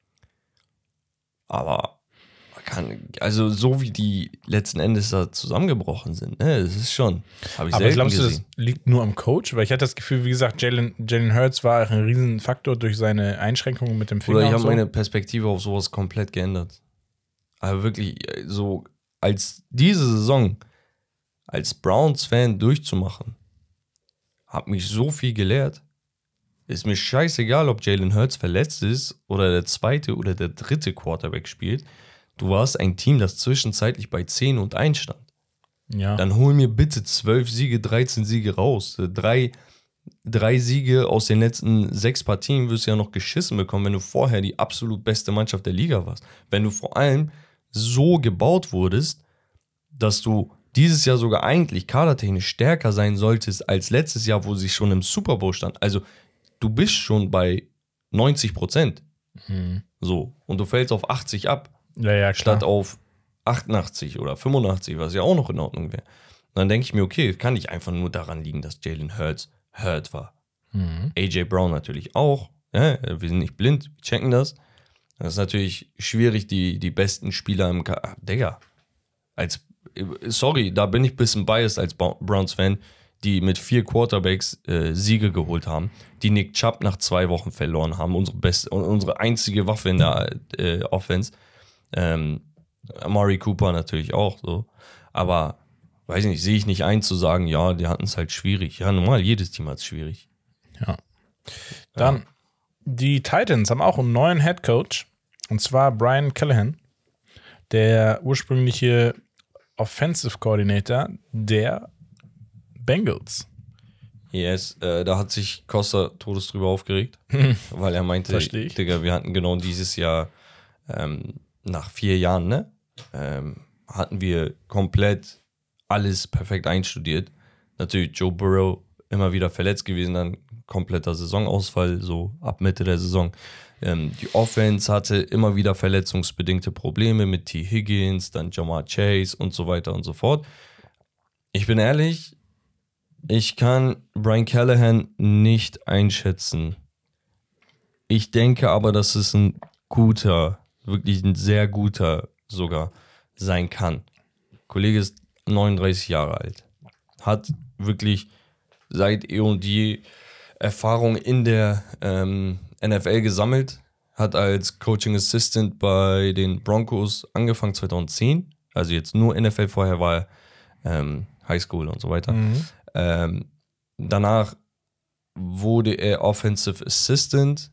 Aber man kann, also so wie die letzten Endes da zusammengebrochen sind, ne, das ist schon, habe ich Aber selten glaubst du, gesehen. das liegt nur am Coach? Weil ich hatte das Gefühl, wie gesagt, Jalen Hurts war ein Riesenfaktor durch seine Einschränkungen mit dem Finger. Oder ich und habe so. meine Perspektive auf sowas komplett geändert. Aber wirklich, so als diese Saison als Browns-Fan durchzumachen, hat mich so viel gelehrt. Ist mir scheißegal, ob Jalen Hurts verletzt ist oder der zweite oder der dritte Quarterback spielt. Du warst ein Team, das zwischenzeitlich bei 10-1 stand. Ja. Dann hol mir bitte 12 Siege, 13 Siege raus. 3 Siege aus den letzten 6 Partien wirst du ja noch geschissen bekommen, wenn du vorher die absolut beste Mannschaft der Liga warst. Wenn du vor allem so gebaut wurdest, dass du dieses Jahr sogar eigentlich kadertechnisch stärker sein solltest als letztes Jahr, wo sie schon im Super Bowl stand. Also du bist schon bei 90%. So. Und du fällst auf 80 ab, Ja, klar. statt auf 88 oder 85, was ja auch noch in Ordnung wäre. Dann denke ich mir, okay, kann nicht einfach nur daran liegen, dass Jalen Hurts hurt war. AJ Brown natürlich auch. Ja, wir sind nicht blind, wir checken das. Das ist natürlich schwierig, die besten Spieler im Digga. Sorry, da bin ich ein bisschen biased als Browns-Fan, die mit 4 Quarterbacks Siege geholt haben, die Nick Chubb nach 2 Wochen verloren haben, unsere einzige Waffe in der Offense. Amari Cooper natürlich auch so. Aber, weiß ich nicht, sehe ich nicht ein zu sagen, ja, die hatten es halt schwierig. Ja, normal, jedes Team hat es schwierig. Ja. Dann, die Titans haben auch einen neuen Head Coach, und zwar Brian Callahan, der ursprüngliche Offensive Coordinator der Bengals. Yes, da hat sich Costa todes drüber aufgeregt, weil er meinte, Versteh ich. Digga, wir hatten genau dieses Jahr, nach 4 Jahren, ne, hatten wir komplett alles perfekt einstudiert. Natürlich Joe Burrow immer wieder verletzt gewesen, dann kompletter Saisonausfall, so ab Mitte der Saison. Die Offense hatte immer wieder verletzungsbedingte Probleme mit T. Higgins, dann Jamar Chase und so weiter und so fort. Ich bin ehrlich, ich kann Brian Callahan nicht einschätzen. Ich denke aber, dass es ein guter, wirklich ein sehr guter sogar sein kann. Der Kollege ist 39 Jahre alt. Hat wirklich seit eh und je Erfahrung in der NFL gesammelt. Hat als Coaching Assistant bei den Broncos angefangen 2010. Also jetzt nur NFL, vorher war er Highschool und so weiter. Danach wurde er Offensive Assistant,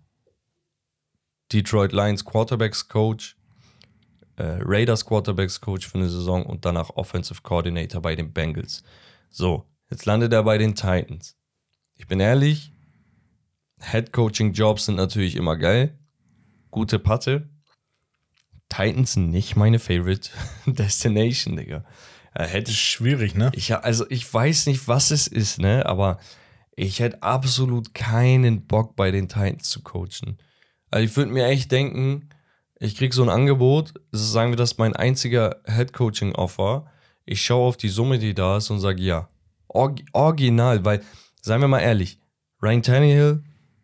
Detroit Lions Quarterbacks Coach, Raiders Quarterbacks Coach für eine Saison und danach Offensive Coordinator bei den Bengals. So, jetzt landet er bei den Titans. Ich bin ehrlich, Head Coaching Jobs sind natürlich immer geil. Gute Patte. Titans sind nicht meine Favorite Destination, Digga. Das ist schwierig, ne? Ich weiß nicht, was es ist, ne? Aber ich hätte absolut keinen Bock, bei den Titans zu coachen. Also ich würde mir echt denken, ich krieg so ein Angebot, sagen wir, das ist mein einziger Head-Coaching-Offer. Ich schaue auf die Summe, die da ist und sage ja. Original, weil, seien wir mal ehrlich, Ryan Tannehill,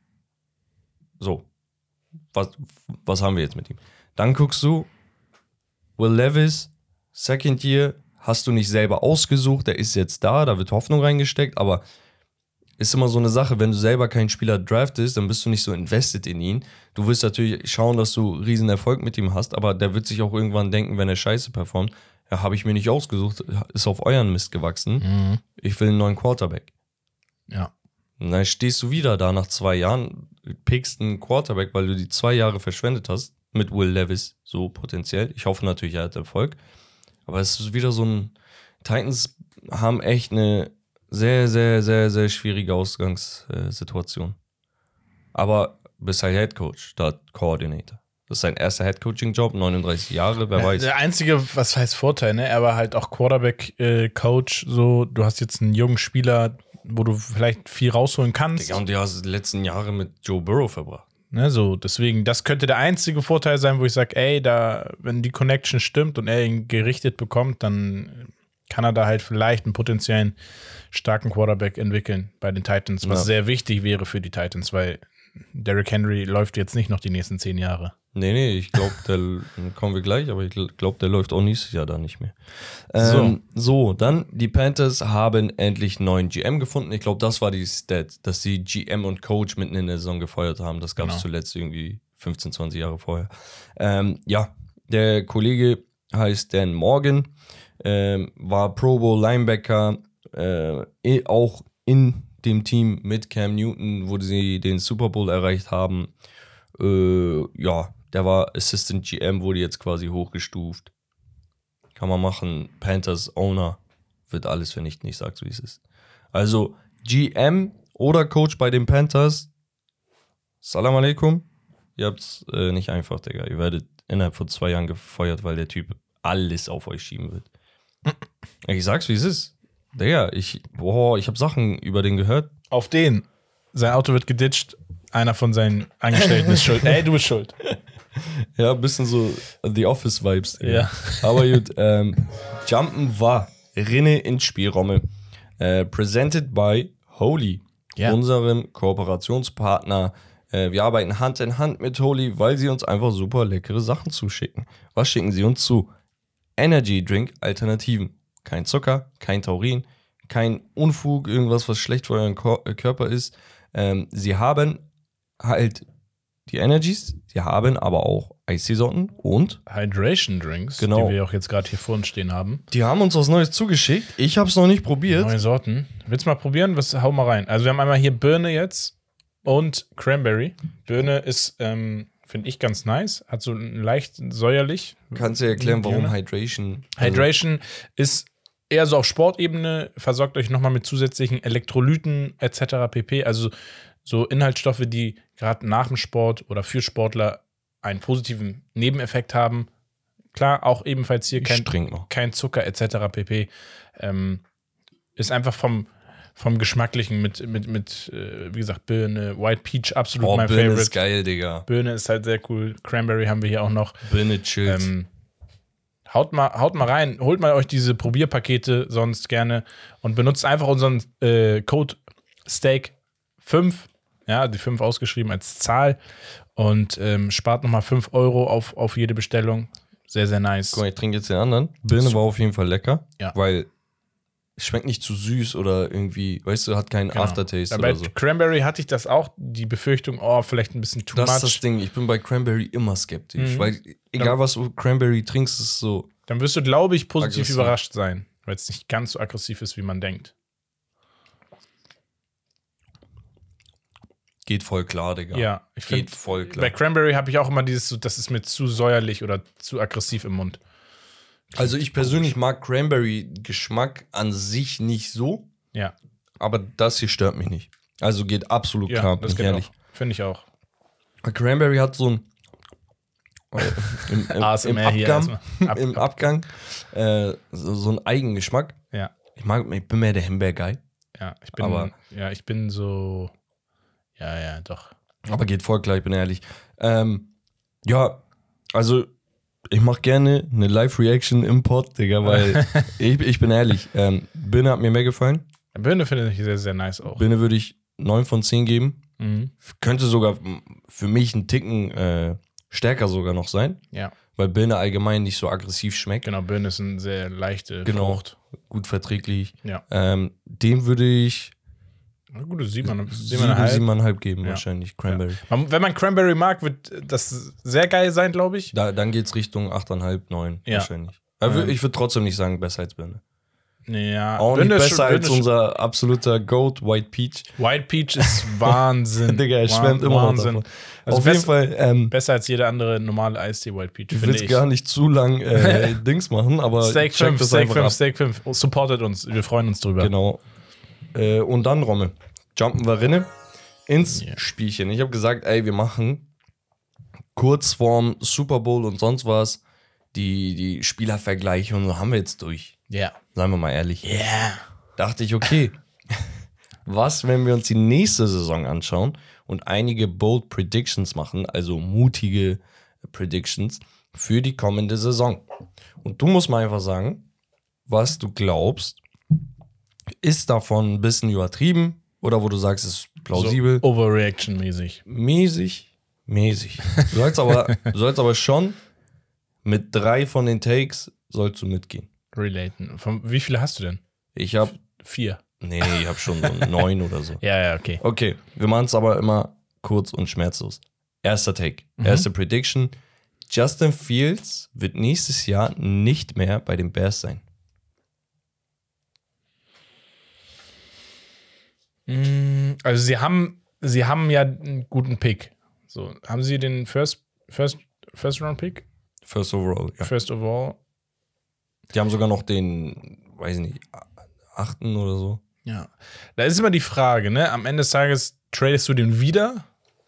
so, was haben wir jetzt mit ihm? Dann guckst du, Will Levis, Second Year, hast du nicht selber ausgesucht, der ist jetzt da wird Hoffnung reingesteckt, aber ist immer so eine Sache, wenn du selber keinen Spieler draftest, dann bist du nicht so invested in ihn. Du willst natürlich schauen, dass du riesen Erfolg mit ihm hast, aber der wird sich auch irgendwann denken, wenn er scheiße performt, ja, habe ich mir nicht ausgesucht, ist auf euren Mist gewachsen. Ich will einen neuen Quarterback. Ja. Und dann stehst du wieder da nach 2 Jahren, pickst einen Quarterback, weil du die 2 Jahre verschwendet hast, mit Will Levis, so potenziell. Ich hoffe natürlich, er hat Erfolg. Aber es ist wieder so ein, Titans haben echt eine sehr, sehr, sehr, sehr schwierige Ausgangssituation. Aber bist halt Headcoach, statt Coordinator. Das ist sein erster Headcoaching-Job, 39 Jahre, wer weiß. Der einzige, was heißt Vorteil, ne? Er war halt auch Quarterback-Coach, so, du hast jetzt einen jungen Spieler, wo du vielleicht viel rausholen kannst. Ja, und du hast die letzten Jahre mit Joe Burrow verbracht. Ne, so, deswegen, das könnte der einzige Vorteil sein, wo ich sage, ey, wenn die Connection stimmt und er ihn gerichtet bekommt, dann kann er da halt vielleicht einen potenziellen starken Quarterback entwickeln bei den Titans, was sehr wichtig wäre für die Titans, weil Derrick Henry läuft jetzt nicht noch die nächsten 10 Jahre. Nee, ich glaube, kommen wir gleich, aber ich glaube, der läuft auch nächstes Jahr da nicht mehr. So, dann, die Panthers haben endlich einen neuen GM gefunden. Ich glaube, das war die Stat, dass sie GM und Coach mitten in der Saison gefeuert haben. Das gab es zuletzt irgendwie 15, 20 Jahre vorher. Ja, der Kollege heißt Dan Morgan, war Pro Bowl Linebacker, auch in dem Team mit Cam Newton, wo sie den Super Bowl erreicht haben. Ja, der war Assistant GM, wurde jetzt quasi hochgestuft. Kann man machen. Panthers Owner wird alles vernichten, ich sag's wie es ist. Also GM oder Coach bei den Panthers, Salam alaikum. Ihr habt's nicht einfach, Digga. Ihr werdet innerhalb von 2 Jahren gefeuert, weil der Typ alles auf euch schieben wird. Ich sag's wie es ist. Digga, ich hab Sachen über den gehört. Auf den. Sein Auto wird geditcht. Einer von seinen Angestellten ist schuld. Ey, du bist schuld. Ja, ein bisschen so The Office-Vibes. Ja. Aber gut, Jumpen war Rinne ins Spielraum. Presented by Holy, unserem Kooperationspartner. Wir arbeiten Hand in Hand mit Holy, weil sie uns einfach super leckere Sachen zuschicken. Was schicken sie uns zu? Energy Drink Alternativen. Kein Zucker, kein Taurin, kein Unfug, irgendwas, was schlecht für euren Körper ist. Sie haben halt die Energies, sie haben aber auch Eissorten und Hydration Drinks, genau, die wir auch jetzt gerade hier vor uns stehen haben. Die haben uns was Neues zugeschickt. Ich habe es noch nicht probiert. Neue Sorten. Willst du mal probieren? Hau mal rein. Also wir haben einmal hier Birne jetzt und Cranberry. Birne ist, finde ich, ganz nice. Hat so ein leicht säuerlich. Kannst du erklären, warum Hydration? Hydration ist eher so auf Sportebene, versorgt euch nochmal mit zusätzlichen Elektrolyten etc. pp. Also so Inhaltsstoffe, die gerade nach dem Sport oder für Sportler einen positiven Nebeneffekt haben. Klar, auch ebenfalls hier kein Zucker etc. pp. Ist einfach vom Geschmacklichen mit wie gesagt, Birne, White Peach, absolut mein Birne Favorite. Ist geil, Digga. Birne ist halt sehr cool. Cranberry haben wir hier auch noch. Birne chillt. Haut mal rein, holt mal euch diese Probierpakete sonst gerne und benutzt einfach unseren Code STEAK5, ja, die 5 ausgeschrieben als Zahl und spart nochmal 5 Euro auf jede Bestellung. Sehr, sehr nice. Guck mal, ich trinke jetzt den anderen. Birne war auf jeden Fall lecker, ja, weil es schmeckt nicht zu süß oder irgendwie, weißt du, hat keinen Aftertaste bei oder so. Cranberry hatte ich das auch, die Befürchtung, vielleicht ein bisschen too much. Das ist das Ding, ich bin bei Cranberry immer skeptisch, weil egal was du Cranberry trinkst, ist so. Dann wirst du, glaube ich, positiv aggressiv überrascht sein, weil es nicht ganz so aggressiv ist, wie man denkt. Geht voll klar, Digga. Ja, ich finde, voll klar. Bei Cranberry habe ich auch immer dieses, das ist mir zu säuerlich oder zu aggressiv im Mund. Also ich persönlich mag Cranberry-Geschmack an sich nicht so. Ja. Aber das hier stört mich nicht. Also geht absolut klar, das geht ehrlich. Finde ich auch. Cranberry hat so ein im Abgang, im Abgang so einen Eigengeschmack. Ja. Ich bin mehr der Himbeer-Guy. Ja, ich bin so. Ja, doch. Aber geht voll klar, ich bin ehrlich. Ja, also ich mache gerne eine Live-Reaction im Pod, Digga, weil ich bin ehrlich, Birne hat mir mehr gefallen. Birne finde ich sehr, sehr nice auch. Birne würde ich 9 von 10 geben. Könnte sogar für mich einen Ticken stärker sogar noch sein. Ja. Weil Birne allgemein nicht so aggressiv schmeckt. Genau, Birne ist eine sehr leichte Frucht. Gut verträglich. Ja. Dem würde ich eine gute 7,5. 7,5 geben wahrscheinlich. Cranberry. Ja. Wenn man Cranberry mag, wird das sehr geil sein, glaube ich. Dann geht es Richtung 8,5, 9 wahrscheinlich. Aber ich würde trotzdem nicht sagen, besser als Birne. Ja, auch nicht besser als unser absoluter Goat, White Peach. White Peach ist Wahnsinn. Digga, er schwärmt immer noch davon. Also auf jeden Fall besser als jede andere normale Eistee White Peach, finde ich. Ich will gar nicht zu lang Dings machen, aber Steak 5. Supportet uns, wir freuen uns drüber. Genau. Und dann, Rommel, jumpen wir rein ins Spielchen. Ich habe gesagt, wir machen kurz vorm Super Bowl und sonst was die Spielervergleiche und so haben wir jetzt durch. Ja. Seien wir mal ehrlich. Ja. Yeah. Dachte ich, okay, was, wenn wir uns die nächste Saison anschauen und einige bold Predictions machen, also mutige Predictions für die kommende Saison. Und du musst mal einfach sagen, was du glaubst, ist davon ein bisschen übertrieben oder wo du sagst, es ist plausibel. So Overreaction-mäßig. Mäßig. Du sollst aber schon mit 3 von den Takes sollst du mitgehen. Relaten. Wie viele hast du denn? Ich habe 4. Nee, ich habe schon so 9 oder so. Ja, okay. Okay, wir machen es aber immer kurz und schmerzlos. Erster Take, erste Prediction. Justin Fields wird nächstes Jahr nicht mehr bei den Bears sein. Also sie haben ja einen guten Pick. So, haben sie den First Round Pick? First overall, ja. First overall. Die haben sogar noch den, weiß ich nicht, 8. oder so. Ja. Da ist immer die Frage, ne? Am Ende des Tages tradest du den wieder.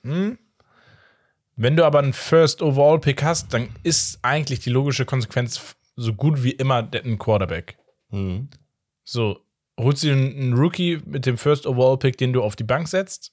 Wenn du aber einen First Overall Pick hast, dann ist eigentlich die logische Konsequenz so gut wie immer ein Quarterback. So, holst du einen Rookie mit dem First Overall Pick, den du auf die Bank setzt?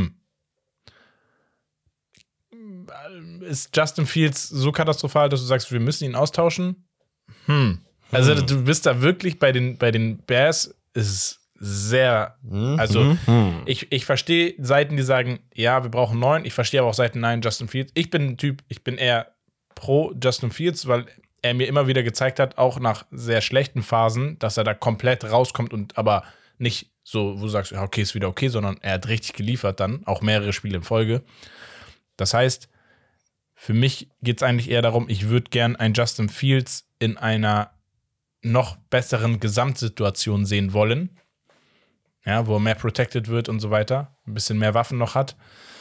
Ist Justin Fields so katastrophal, dass du sagst, wir müssen ihn austauschen? Also du bist da wirklich bei den Bears, ist es sehr, also ich verstehe Seiten, die sagen, ja, wir brauchen 9, ich verstehe aber auch Seiten, nein, Justin Fields. Ich bin ein Typ, ich bin eher pro Justin Fields, weil er mir immer wieder gezeigt hat, auch nach sehr schlechten Phasen, dass er da komplett rauskommt und aber nicht so, wo du sagst, ja, okay, ist wieder okay, sondern er hat richtig geliefert dann, auch mehrere Spiele in Folge. Das heißt, für mich geht es eigentlich eher darum, ich würde gern einen Justin Fields in einer noch besseren Gesamtsituation sehen wollen. Ja, wo er mehr protected wird und so weiter. Ein bisschen mehr Waffen noch hat.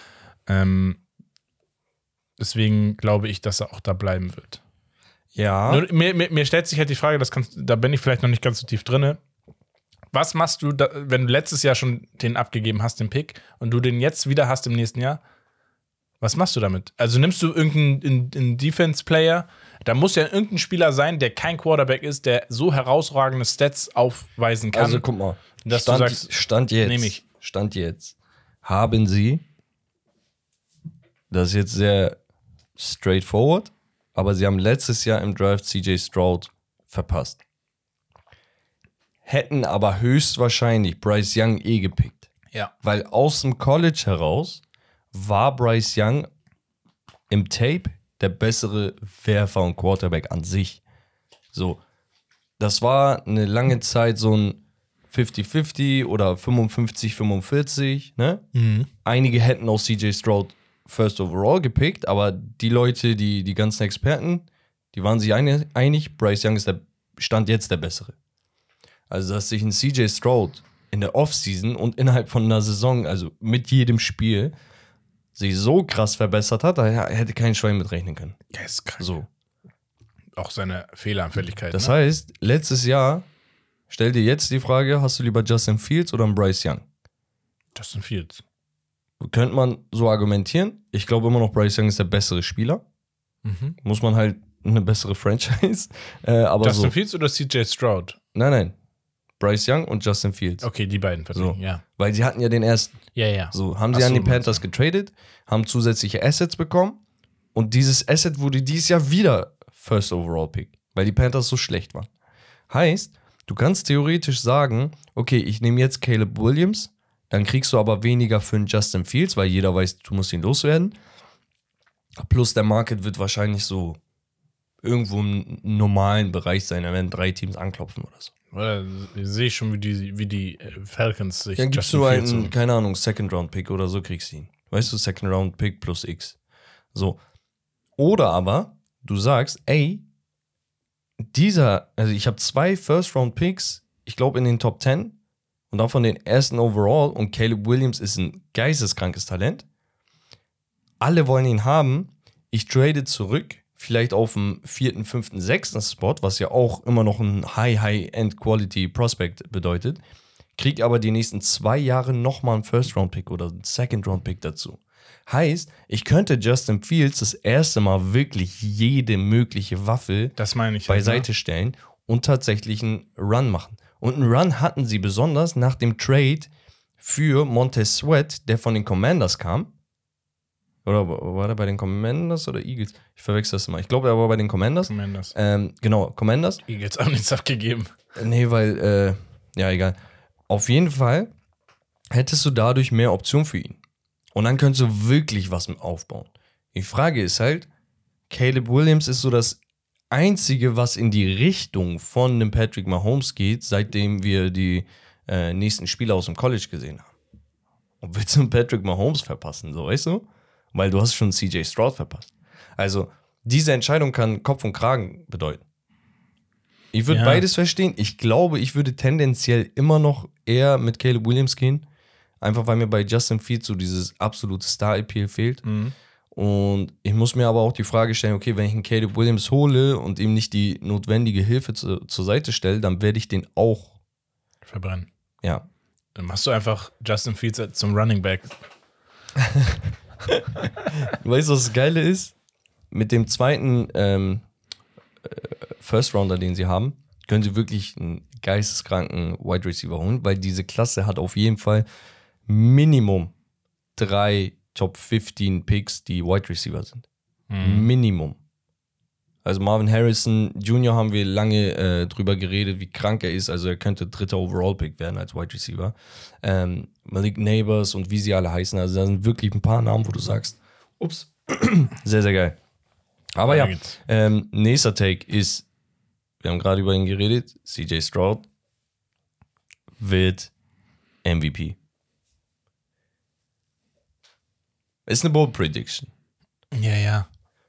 Deswegen glaube ich, dass er auch da bleiben wird. Ja. Nur, mir stellt sich halt die Frage, da bin ich vielleicht noch nicht ganz so tief drin. Was machst du, wenn du letztes Jahr schon den abgegeben hast, den Pick, und du den jetzt wieder hast im nächsten Jahr? Was machst du damit? Also nimmst du irgendeinen Defense-Player? Da muss ja irgendein Spieler sein, der kein Quarterback ist, der so herausragende Stats aufweisen kann. Also guck mal, dass du sagst, Stand jetzt haben sie, das ist jetzt sehr straightforward, aber sie haben letztes Jahr im Draft CJ Stroud verpasst. Hätten aber höchstwahrscheinlich Bryce Young gepickt. Ja. Weil aus dem College heraus war Bryce Young im Tape der bessere Werfer und Quarterback an sich. So, das war eine lange Zeit so ein 50-50 oder 55-45, ne? Einige hätten auch CJ Stroud First Overall gepickt, aber die Leute, die ganzen Experten, die waren sich einig, Bryce Young ist Stand jetzt der Bessere. Also, dass sich ein CJ Stroud in der Offseason und innerhalb von einer Saison, also mit jedem Spiel, sich so krass verbessert hat, da hätte kein Schwein mitrechnen können. Ja, ist krank. So. Auch seine Fehleranfälligkeit. Das heißt, letztes Jahr, stell dir jetzt die Frage, hast du lieber Justin Fields oder einen Bryce Young? Justin Fields. Könnte man so argumentieren. Ich glaube immer noch, Bryce Young ist der bessere Spieler. Muss man halt eine bessere Franchise. Aber Justin Fields oder CJ Stroud? Nein. Bryce Young und Justin Fields. Okay, die beiden versuchen, ja. Weil sie hatten ja den ersten. Ja. So, haben sie an die Panthers getradet, haben zusätzliche Assets bekommen und dieses Asset wurde dieses Jahr wieder First Overall Pick, weil die Panthers so schlecht waren. Heißt, du kannst theoretisch sagen, okay, ich nehme jetzt Caleb Williams, Dann kriegst du aber weniger für einen Justin Fields, weil jeder weiß, du musst ihn loswerden. Plus der Market wird wahrscheinlich so irgendwo im normalen Bereich sein. Da werden 3 Teams anklopfen oder so. Sehe ich schon, wie die Falcons sich Dann gibst du einen, keine Ahnung, Second-Round-Pick oder so kriegst du ihn. Weißt du, Second-Round-Pick plus X. So. Oder aber, du sagst, ey, also ich habe 2 First-Round-Picks, ich glaube in den Top 10 und davon den ersten Overall und Caleb Williams ist ein geisteskrankes Talent. Alle wollen ihn haben. Ich trade zurück, vielleicht auf dem 4., 5., 6. Spot, was ja auch immer noch ein High-End-Quality-Prospect bedeutet. Krieg aber die nächsten 2 Jahre nochmal einen First-Round-Pick oder einen Second-Round-Pick dazu. Heißt, ich könnte Justin Fields das erste Mal wirklich jede mögliche Waffe beiseite stellen und tatsächlich einen Run machen. Und einen Run hatten sie besonders nach dem Trade für Montez Sweat, der von den Commanders kam. Oder war der bei den Commanders oder Eagles? Ich verwechsel das immer. Ich glaube, er war bei den Commanders. Genau, Commanders. Eagles haben nichts abgegeben. Nee, weil, ja, egal. Auf jeden Fall hättest du dadurch mehr Optionen für ihn. Und dann könntest du wirklich was aufbauen. Die Frage ist halt, Caleb Williams ist so das Einzige, was in die Richtung von einem Patrick Mahomes geht, seitdem wir die nächsten Spiele aus dem College gesehen haben. Und willst du einen Patrick Mahomes verpassen, so, weißt du? Weil du hast schon CJ Stroud verpasst. Also, diese Entscheidung kann Kopf und Kragen bedeuten. Ich würde beides verstehen. Ich glaube, ich würde tendenziell immer noch eher mit Caleb Williams gehen. Einfach weil mir bei Justin Fields so dieses absolute Star-Appeal fehlt. Mhm. Und ich muss mir aber auch die Frage stellen, okay, wenn ich einen Caleb Williams hole und ihm nicht die notwendige Hilfe zur Seite stelle, dann werde ich den auch verbrennen. Ja. Dann machst du einfach Justin Fields zum Running Back. Weißt du, was das Geile ist? Mit dem zweiten First Rounder, den sie haben, können sie wirklich einen geisteskranken Wide Receiver holen, weil diese Klasse hat auf jeden Fall Minimum 3 Top 15 Picks, die Wide Receiver sind. Minimum. Also Marvin Harrison Jr. haben wir lange drüber geredet, wie krank er ist. Also er könnte 3. Overall-Pick werden als Wide Receiver. Malik Neighbors und wie sie alle heißen. Also da sind wirklich ein paar Namen, wo du sagst, ups, sehr, sehr geil. Aber ja, nächster Take ist, wir haben gerade über ihn geredet, CJ Stroud wird MVP. Ist eine Bold Prediction. Ja.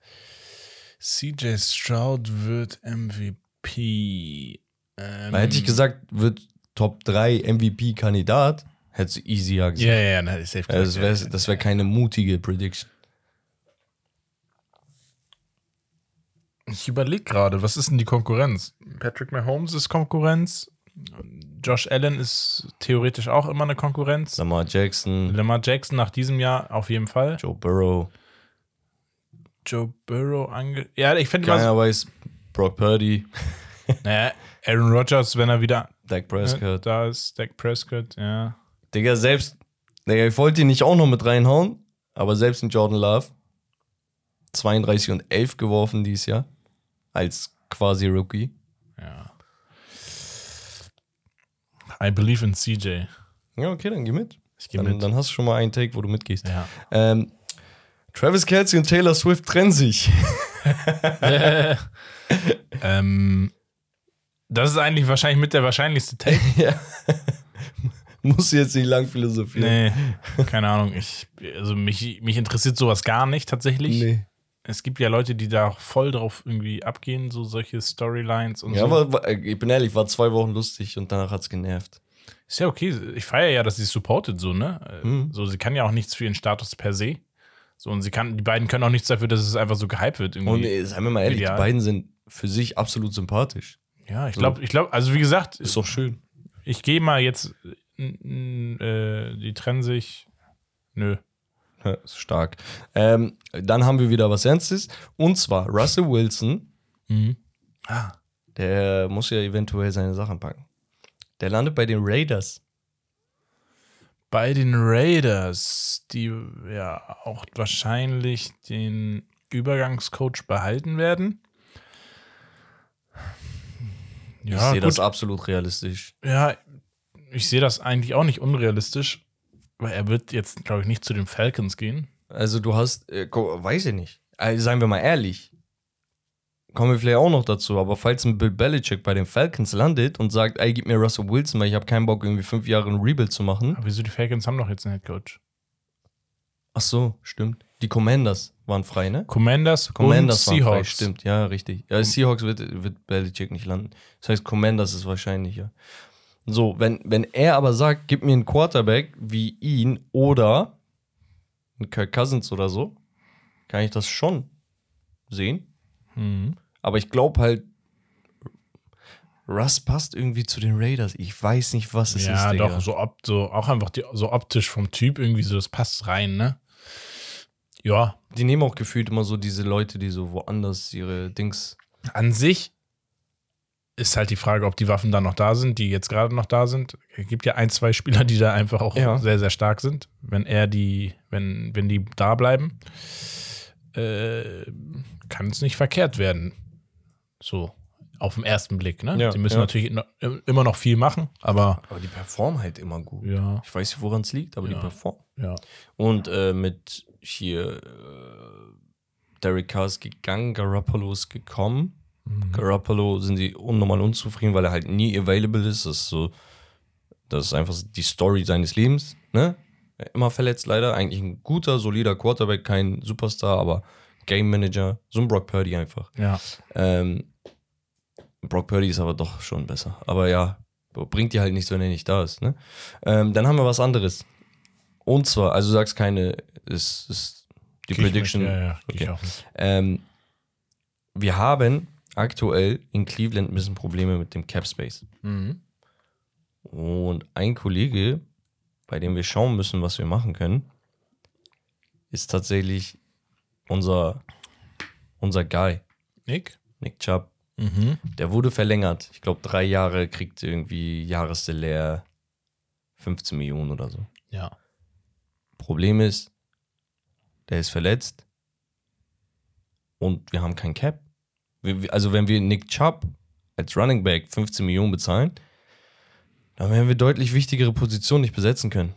CJ Stroud wird MVP. Hätte ich gesagt, wird Top 3 MVP-Kandidat, hättest du easy gesagt. Ja, das ist safe. Das wäre keine mutige Prediction. Ich überlege gerade, was ist denn die Konkurrenz? Patrick Mahomes ist Konkurrenz. Josh Allen ist theoretisch auch immer eine Konkurrenz. Lamar Jackson nach diesem Jahr auf jeden Fall. Joe Burrow. Ja, ich finde keiner weiß, Brock Purdy. Naja, Aaron Rodgers, wenn er wieder Dak Prescott. Da ist Dak Prescott, ja. Digga, ich wollte ihn nicht auch noch mit reinhauen, aber selbst in Jordan Love 32 und 11 geworfen dieses Jahr als quasi Rookie. Ja. I believe in CJ. Ja, okay, dann geh mit. Ich gehe mit. Dann hast du schon mal einen Take, wo du mitgehst. Ja. Travis Kelce und Taylor Swift trennen sich. Das ist eigentlich wahrscheinlich mit der wahrscheinlichste Take. Ja. Muss jetzt nicht lang philosophieren. Nee, keine Ahnung. Mich interessiert sowas gar nicht tatsächlich. Nee. Es gibt ja Leute, die da voll drauf irgendwie abgehen, so solche Storylines und ja, so. Aber ich bin ehrlich, war 2 Wochen lustig und danach hat's genervt. Ist ja okay. Ich feiere ja, dass sie es supportet, so, ne? So, sie kann ja auch nichts für ihren Status per se. So, und die beiden können auch nichts dafür, dass es einfach so gehypt wird. Irgendwie. Und seien wir mal ehrlich, die beiden sind für sich absolut sympathisch. Ja, ich glaube, also wie gesagt. Ist doch schön. Ich gehe mal jetzt, die trennen sich. Nö. Ja, ist stark. Dann haben wir wieder was Ernstes. Und zwar Russell Wilson. Der muss ja eventuell seine Sachen packen. Der landet bei den Raiders. Bei den Raiders, die ja auch wahrscheinlich den Übergangscoach behalten werden. Ja, ich sehe das absolut realistisch. Ja, ich sehe das eigentlich auch nicht unrealistisch. Aber er wird jetzt, glaube ich, nicht zu den Falcons gehen. Also du hast, weiß ich nicht. Also, seien wir mal ehrlich. Kommen wir vielleicht auch noch dazu, aber falls ein Bill Belichick bei den Falcons landet und sagt, ey, gib mir Russell Wilson, weil ich habe keinen Bock, irgendwie 5 Jahre ein Rebuild zu machen. Aber wieso, die Falcons haben doch jetzt einen Headcoach? Ach so, stimmt. Die Commanders waren frei, ne? Commanders und Waren frei, Seahawks. stimmt, ja, richtig. Ja, Seahawks wird Belichick nicht landen. Das heißt, Commanders ist wahrscheinlicher. So, wenn er aber sagt, gib mir einen Quarterback wie ihn oder einen Kirk Cousins oder so, kann ich das schon sehen. Mhm. Aber ich glaube halt, Russ passt irgendwie zu den Raiders. Ich weiß nicht, was es ist, Ja, Digga. doch, so auch einfach so optisch vom Typ irgendwie so, das passt rein, ne? Ja, Die nehmen auch gefühlt immer so diese Leute, die so woanders ihre Dings. an sich ist halt die Frage, ob die Waffen da noch da sind, die jetzt gerade noch da sind. Es gibt ja 1, 2 Spieler, die da einfach auch Ja. sehr, sehr stark sind. Wenn die da bleiben, kann es nicht verkehrt werden. So, auf den ersten Blick, ne? Ja, Die müssen ja. natürlich immer noch viel machen, aber Aber die performen halt immer gut. ja, Ich weiß nicht, woran es liegt, aber Ja. die performen. ja. Und mit hier Derek Carr ist gegangen, Garoppolo ist gekommen. Garoppolo sind sie unnormal unzufrieden, weil er halt nie available ist. Das ist einfach die Story seines Lebens, ne? Immer verletzt leider. Eigentlich ein guter, solider Quarterback, kein Superstar, aber Game Manager, so ein Brock Purdy einfach. Ja. Brock Purdy ist aber doch schon besser. Aber ja, bringt dir halt nichts, wenn er nicht da ist, ne? Dann haben wir was anderes. Und zwar, also du sagst keine, ist die Prediction. Ja, geh ich Okay. auch mit. Wir haben aktuell in Cleveland ein bisschen Probleme mit dem Cap Space. Mhm. Und ein Kollege, bei dem wir schauen müssen, was wir machen können, ist tatsächlich unser Guy, Nick? Nick Chubb. Mhm. Der wurde verlängert. Ich glaube, 3 Jahre, kriegt irgendwie Jahressalär 15 Millionen oder so. Ja. Problem ist, der ist verletzt und wir haben kein Cap. Also wenn wir Nick Chubb als Running Back 15 Millionen bezahlen, dann werden wir deutlich wichtigere Positionen nicht besetzen können.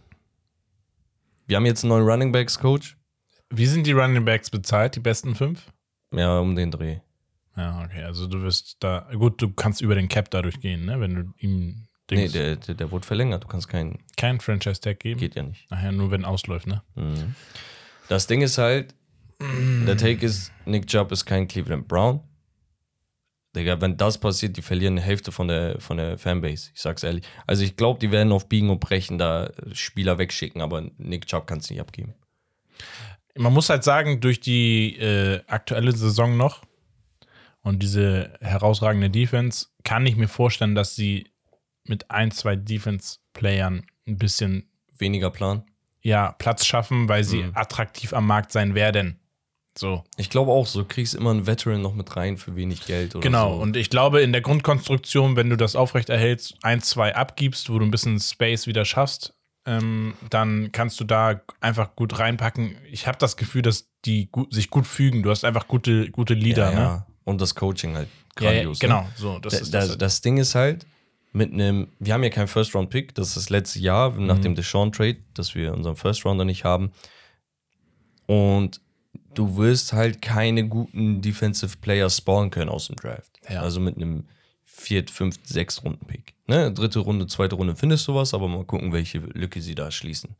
Wir haben jetzt einen neuen Running Backs Coach. Wie sind die Running Backs bezahlt, die besten 5? Ja, um den Dreh. Ja, okay. Also du wirst da, gut, du kannst über den Cap dadurch gehen, ne? Wenn du ihm Nee, der wurde verlängert. Du kannst kein Franchise-Tag geben. geht ja nicht. Nachher nur, wenn ausläuft, ne? Mhm. Das Ding ist halt, der Take ist, Nick Chubb ist kein Cleveland Brown. Digga, wenn das passiert, die verlieren die Hälfte von der Fanbase. Ich sag's ehrlich. Also ich glaube, die werden auf Biegen und Brechen da Spieler wegschicken, aber Nick Chubb kann es nicht abgeben. Man muss halt sagen, durch die aktuelle Saison noch und diese herausragende Defense kann ich mir vorstellen, dass sie mit 1, 2 Defense-Playern ein bisschen Weniger Plan. Platz schaffen, weil sie attraktiv am Markt sein werden. So. Ich glaube auch, so kriegst immer einen Veteran noch mit rein für wenig Geld oder Genau, so. und ich glaube, in der Grundkonstruktion, wenn du das aufrechterhältst, 1, 2 abgibst, wo du ein bisschen Space wieder schaffst, dann kannst du da einfach gut reinpacken. Ich habe das Gefühl, dass die sich gut fügen. Du hast einfach gute Leader, ja. ne? Und das Coaching halt Ja, grandios. genau, Ne? so. Das Das Ding ist halt, wir haben ja keinen First-Round-Pick, das ist das letzte Jahr nach dem Deshaun-Trade, dass wir unseren First-Rounder nicht haben. Und du wirst halt keine guten Defensive Player spawnen können aus dem Draft. Ja. Also mit einem 4., 5., 6. Runden-Pick. Ne? 3. Runde, 2. Runde findest du was, aber mal gucken, welche Lücke sie da schließen.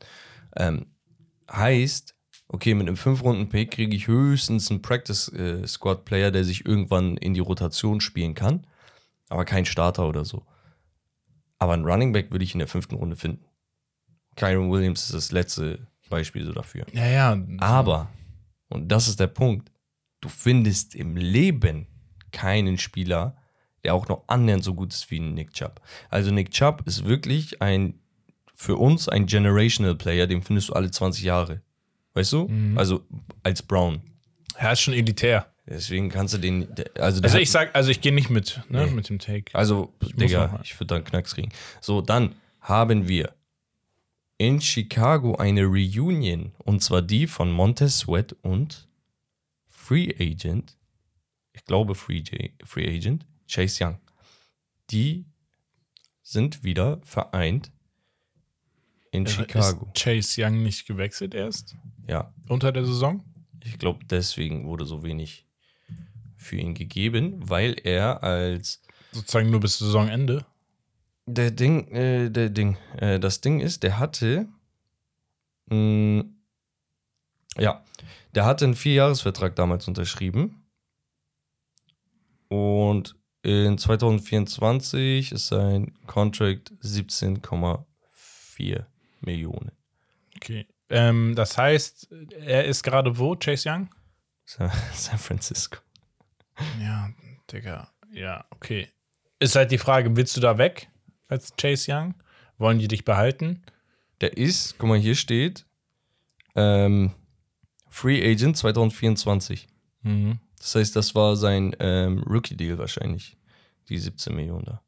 Heißt, okay, mit einem 5-Runden-Pick kriege ich höchstens einen Practice-Squad-Player, der sich irgendwann in die Rotation spielen kann, aber kein Starter oder so. Aber einen Running Back würde ich in der 5. Runde finden. Kyron Williams ist das letzte Beispiel so dafür. ja. Aber, und das ist der Punkt, du findest im Leben keinen Spieler, der auch noch annähernd so gut ist wie Nick Chubb. Also Nick Chubb ist wirklich für uns ein Generational Player, den findest du alle 20 Jahre. Weißt du? Also als Brown. Er ist schon elitär. Deswegen kannst du den, Ich gehe nicht mit, ne, mit dem Take. also, muss Digga, noch mal. ich würde da einen Knacks kriegen. So, dann haben wir in Chicago eine Reunion. Und zwar die von Montez Sweat und Free Agent, ich glaube Free Agent, Chase Young. Die sind wieder vereint in Chicago. Ist Chase Young nicht gewechselt erst? Ja. Unter der Saison? Ich glaube, deswegen wurde so wenig für ihn gegeben, weil er als Sozusagen nur bis Saisonende? das Ding ist, der hatte der hatte einen 4-Jahres-Vertrag damals unterschrieben und in 2024 ist sein Contract 17,4 Millionen. Okay. Das heißt, er ist gerade wo, Chase Young? San Francisco. Ja, Digga. Ja, okay. Ist halt die Frage, willst du da weg als Chase Young? Wollen die dich behalten? Der ist, guck mal, hier steht Free Agent 2024. Mhm. Das heißt, das war sein Rookie-Deal wahrscheinlich. Die 17 Millionen da.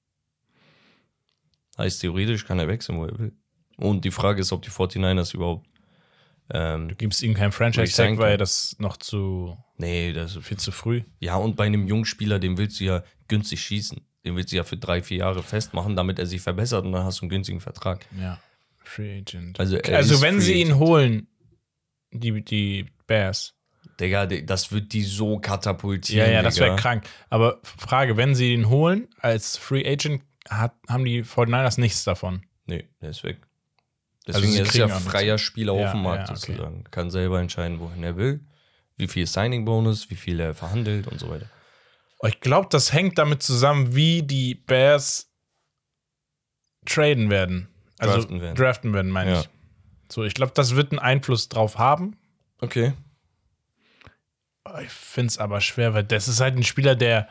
Heißt, theoretisch kann er wechseln, wo er will. Und die Frage ist, ob die 49ers überhaupt Du gibst ihm keinen Franchise-Tag, weil das noch nee, das viel zu früh. Ja, und bei einem jungen Spieler, den willst du ja günstig schießen. Den willst du ja für 3-4 Jahre festmachen, damit er sich verbessert und dann hast du einen günstigen Vertrag. Ja, Free Agent. Also wenn sie ihn holen, die Bears. Digga, das wird die so katapultieren. Ja, das wäre krank. Aber Frage, wenn sie ihn holen als Free Agent, haben die 49ers nichts davon. Nee, der ist weg. Also Deswegen sie ist er kriegen auch freier Spieler auf dem Markt okay. sozusagen. Kann selber entscheiden, wohin er will, wie viel Signing-Bonus, wie viel er verhandelt und so weiter. Ich glaube, das hängt damit zusammen, wie die Bears traden werden. Also draften werden, meine ich. So, ich glaube, das wird einen Einfluss drauf haben. Okay. Ich finde es aber schwer, weil das ist halt ein Spieler, der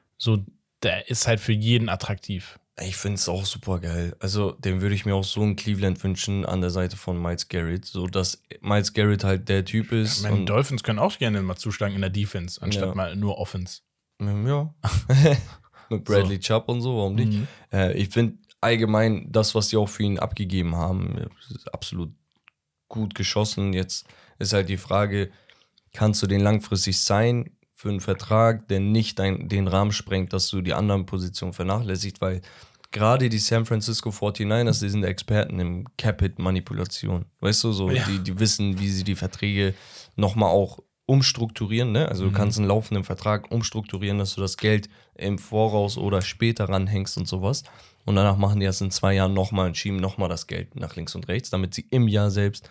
ist halt für jeden attraktiv. Ich finde es auch super geil. Also, den würde ich mir auch so in Cleveland wünschen, an der Seite von Myles Garrett. So, dass Myles Garrett halt der Typ ist. Die Dolphins können auch gerne mal zuschlagen in der Defense, anstatt mal nur Offense. Ja. Mit Bradley Chubb und so, warum nicht? Ich finde allgemein das, was die auch für ihn abgegeben haben, ist absolut gut geschossen. Jetzt ist halt die Frage, kannst du den langfristig sein für einen Vertrag, der nicht den Rahmen sprengt, dass du die anderen Positionen vernachlässigt, weil gerade die San Francisco 49ers, die sind Experten im Cap-Hit-Manipulation. Weißt du, so die wissen, wie sie die Verträge nochmal auch umstrukturieren, ne? Also du kannst einen laufenden Vertrag umstrukturieren, dass du das Geld im Voraus oder später ranhängst und sowas. Und danach machen die das in 2 Jahren nochmal und schieben nochmal das Geld nach links und rechts, damit sie im Jahr selbst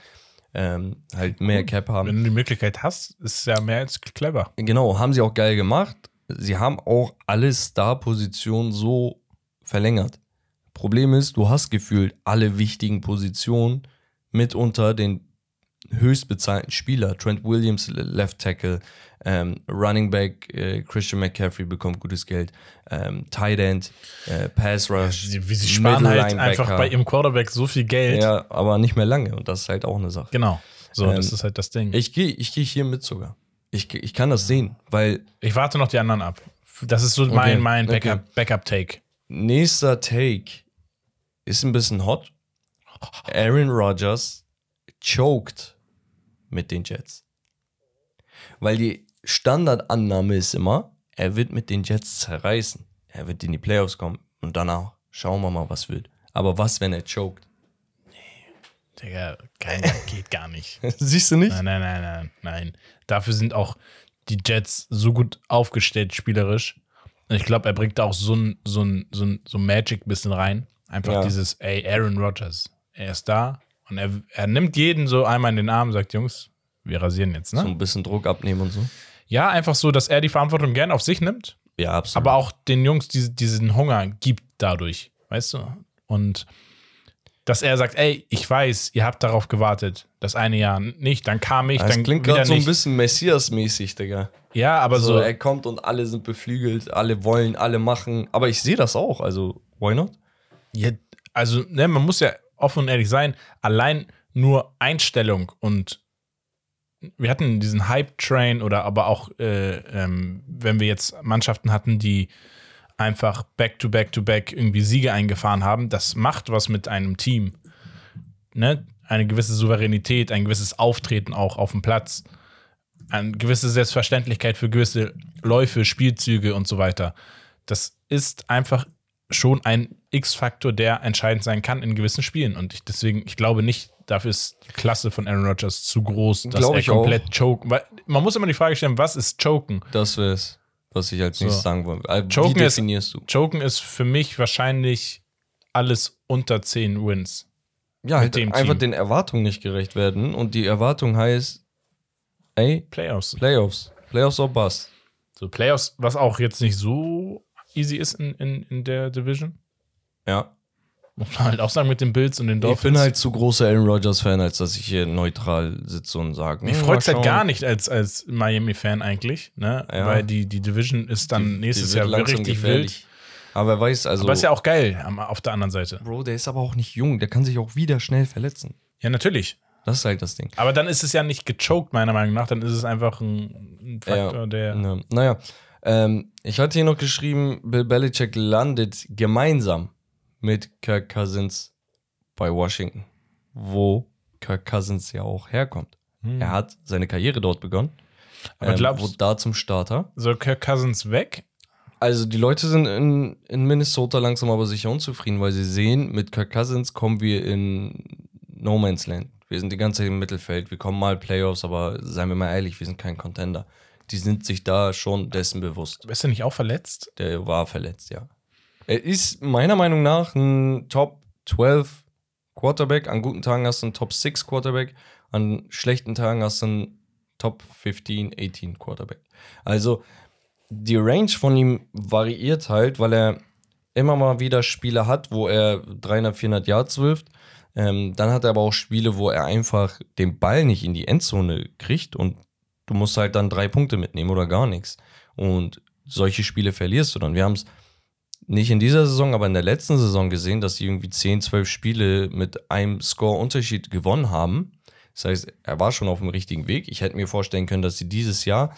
halt mehr Cap haben. Wenn du die Möglichkeit hast, ist es ja mehr als clever. Genau, haben sie auch geil gemacht. Sie haben auch alle Star-Positionen so verlängert. Problem ist, du hast gefühlt alle wichtigen Positionen mitunter den höchstbezahlten Spieler. Trent Williams, Left Tackle, Running Back, Christian McCaffrey bekommt gutes Geld, Tight End, Pass Rush, wie sie sparen halt einfach bei ihrem Quarterback so viel Geld. Ja, aber nicht mehr lange und das ist halt auch eine Sache. Genau, so, das ist halt das Ding. Ich geh hier mit sogar. Ich kann das sehen, weil ich warte noch die anderen ab. Das ist so mein Backup-Take. Nächster Take ist ein bisschen hot. Aaron Rodgers choked mit den Jets. Weil die Standardannahme ist immer, er wird mit den Jets zerreißen. Er wird in die Playoffs kommen und danach schauen wir mal, was wird. Aber was, wenn er choked? Nee, Digga, geht gar nicht. Siehst du nicht? Nein. Dafür sind auch die Jets so gut aufgestellt, spielerisch. Und ich glaube, er bringt da auch so Magic ein bisschen rein. Einfach dieses, Aaron Rodgers, er ist da und er nimmt jeden so einmal in den Arm und sagt, Jungs, wir rasieren jetzt, ne? So ein bisschen Druck abnehmen und so. Ja, einfach so, dass er die Verantwortung gerne auf sich nimmt. Ja, absolut. Aber auch den Jungs diesen Hunger gibt dadurch, weißt du? Und dass er sagt, ich weiß, ihr habt darauf gewartet, das eine Jahr nicht, dann kam ich, das dann klingt wieder gerade so ein nicht. bisschen Messias-mäßig, Digga. Ja, aber so. Er kommt und alle sind beflügelt, alle wollen, alle machen. Aber ich sehe das auch, also why not? Ja, also, ne, man muss ja offen und ehrlich sein, allein nur Einstellung und wir hatten diesen Hype-Train oder aber auch, wenn wir jetzt Mannschaften hatten, die einfach back-to-back-to-back irgendwie Siege eingefahren haben, das macht was mit einem Team. Ne? Eine gewisse Souveränität, ein gewisses Auftreten auch auf dem Platz, eine gewisse Selbstverständlichkeit für gewisse Läufe, Spielzüge und so weiter. Das ist einfach schon ein X-Faktor, der entscheidend sein kann in gewissen Spielen. Und ich glaube nicht, dafür ist die Klasse von Aaron Rodgers zu groß, dass er komplett choken. Weil man muss immer die Frage stellen, was ist choken? Das wäre es, was ich als nächstes sagen wollte. Choken Wie definierst du? Choken ist für mich wahrscheinlich alles unter 10 Wins. Ja, halt einfach den Erwartungen nicht gerecht werden. Und die Erwartung heißt, Playoffs or bust. So Playoffs, was auch jetzt nicht so easy ist in der Division. Ja. Muss man halt auch sagen mit den Bills und den Dolphins. Ich bin halt zu großer Aaron Rodgers-Fan, als dass ich hier neutral sitze und sage. Mich freut es halt gar nicht als Miami-Fan eigentlich, ne? Ja. Weil die Division ist dann nächstes Jahr richtig gefährlich. Wild. Aber wer weiß, also. Aber ist ja auch geil auf der anderen Seite. Bro, der ist aber auch nicht jung, der kann sich auch wieder schnell verletzen. Ja, natürlich. Das ist halt das Ding. Aber dann ist es ja nicht gechoked, meiner Meinung nach. Dann ist es einfach ein Faktor, der. Naja, ich hatte hier noch geschrieben, Bill Belichick landet gemeinsam mit Kirk Cousins bei Washington, wo Kirk Cousins ja auch herkommt. Er hat seine Karriere dort begonnen. Aber wurde da zum Starter. Soll Kirk Cousins weg? Also die Leute sind in Minnesota langsam aber sicher unzufrieden, weil sie sehen, mit Kirk Cousins kommen wir in No Man's Land. Wir sind die ganze Zeit im Mittelfeld, wir kommen mal Playoffs, aber seien wir mal ehrlich, wir sind kein Contender. Die sind sich da schon dessen bewusst. Ist er nicht auch verletzt? Der war verletzt, ja. Er ist meiner Meinung nach ein Top 12 Quarterback. An guten Tagen hast du einen Top 6 Quarterback. An schlechten Tagen hast du einen Top 15, 18 Quarterback. Also die Range von ihm variiert halt, weil er immer mal wieder Spiele hat, wo er 300, 400 Yards wirft. Dann hat er aber auch Spiele, wo er einfach den Ball nicht in die Endzone kriegt und du musst halt dann 3 Punkte mitnehmen oder gar nichts. Und solche Spiele verlierst du dann. Wir haben es nicht in dieser Saison, aber in der letzten Saison gesehen, dass sie irgendwie 10, 12 Spiele mit einem Score-Unterschied gewonnen haben. Das heißt, er war schon auf dem richtigen Weg. Ich hätte mir vorstellen können, dass sie dieses Jahr,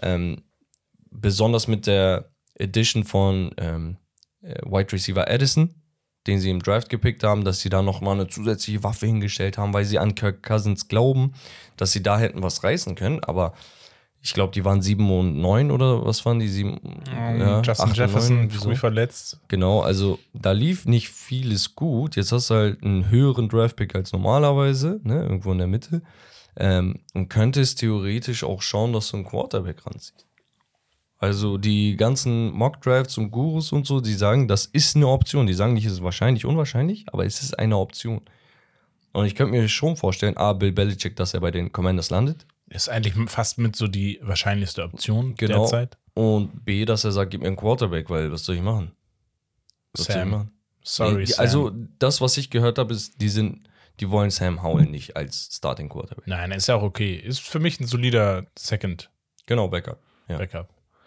besonders mit der Edition von Wide Receiver Addison, den sie im Draft gepickt haben, dass sie da nochmal eine zusätzliche Waffe hingestellt haben, weil sie an Kirk Cousins glauben, dass sie da hätten was reißen können. Aber ich glaube, die waren 7 und 9 oder was waren die? 7? Ja, Justin Jefferson früh verletzt. Genau, also da lief nicht vieles gut. Jetzt hast du halt einen höheren Draftpick als normalerweise, ne, irgendwo in der Mitte. Und könntest theoretisch auch schauen, dass du einen Quarterback ranziehst. Also die ganzen Mock-Drafts und Gurus und so, die sagen, das ist eine Option. Die sagen nicht, es ist wahrscheinlich, unwahrscheinlich, aber es ist eine Option. Und ich könnte mir schon vorstellen, Bill Belichick, dass er bei den Commanders landet. Ist eigentlich fast mit so die wahrscheinlichste Option derzeit. Und B, dass er sagt, gib mir einen Quarterback, weil was soll ich machen? Sam. Sam. Also das, was ich gehört habe, ist, die wollen Sam Howell nicht als Starting Quarterback. Nein, ist ja auch okay. Ist für mich ein solider Second. Genau, Backup. Ja. Backup.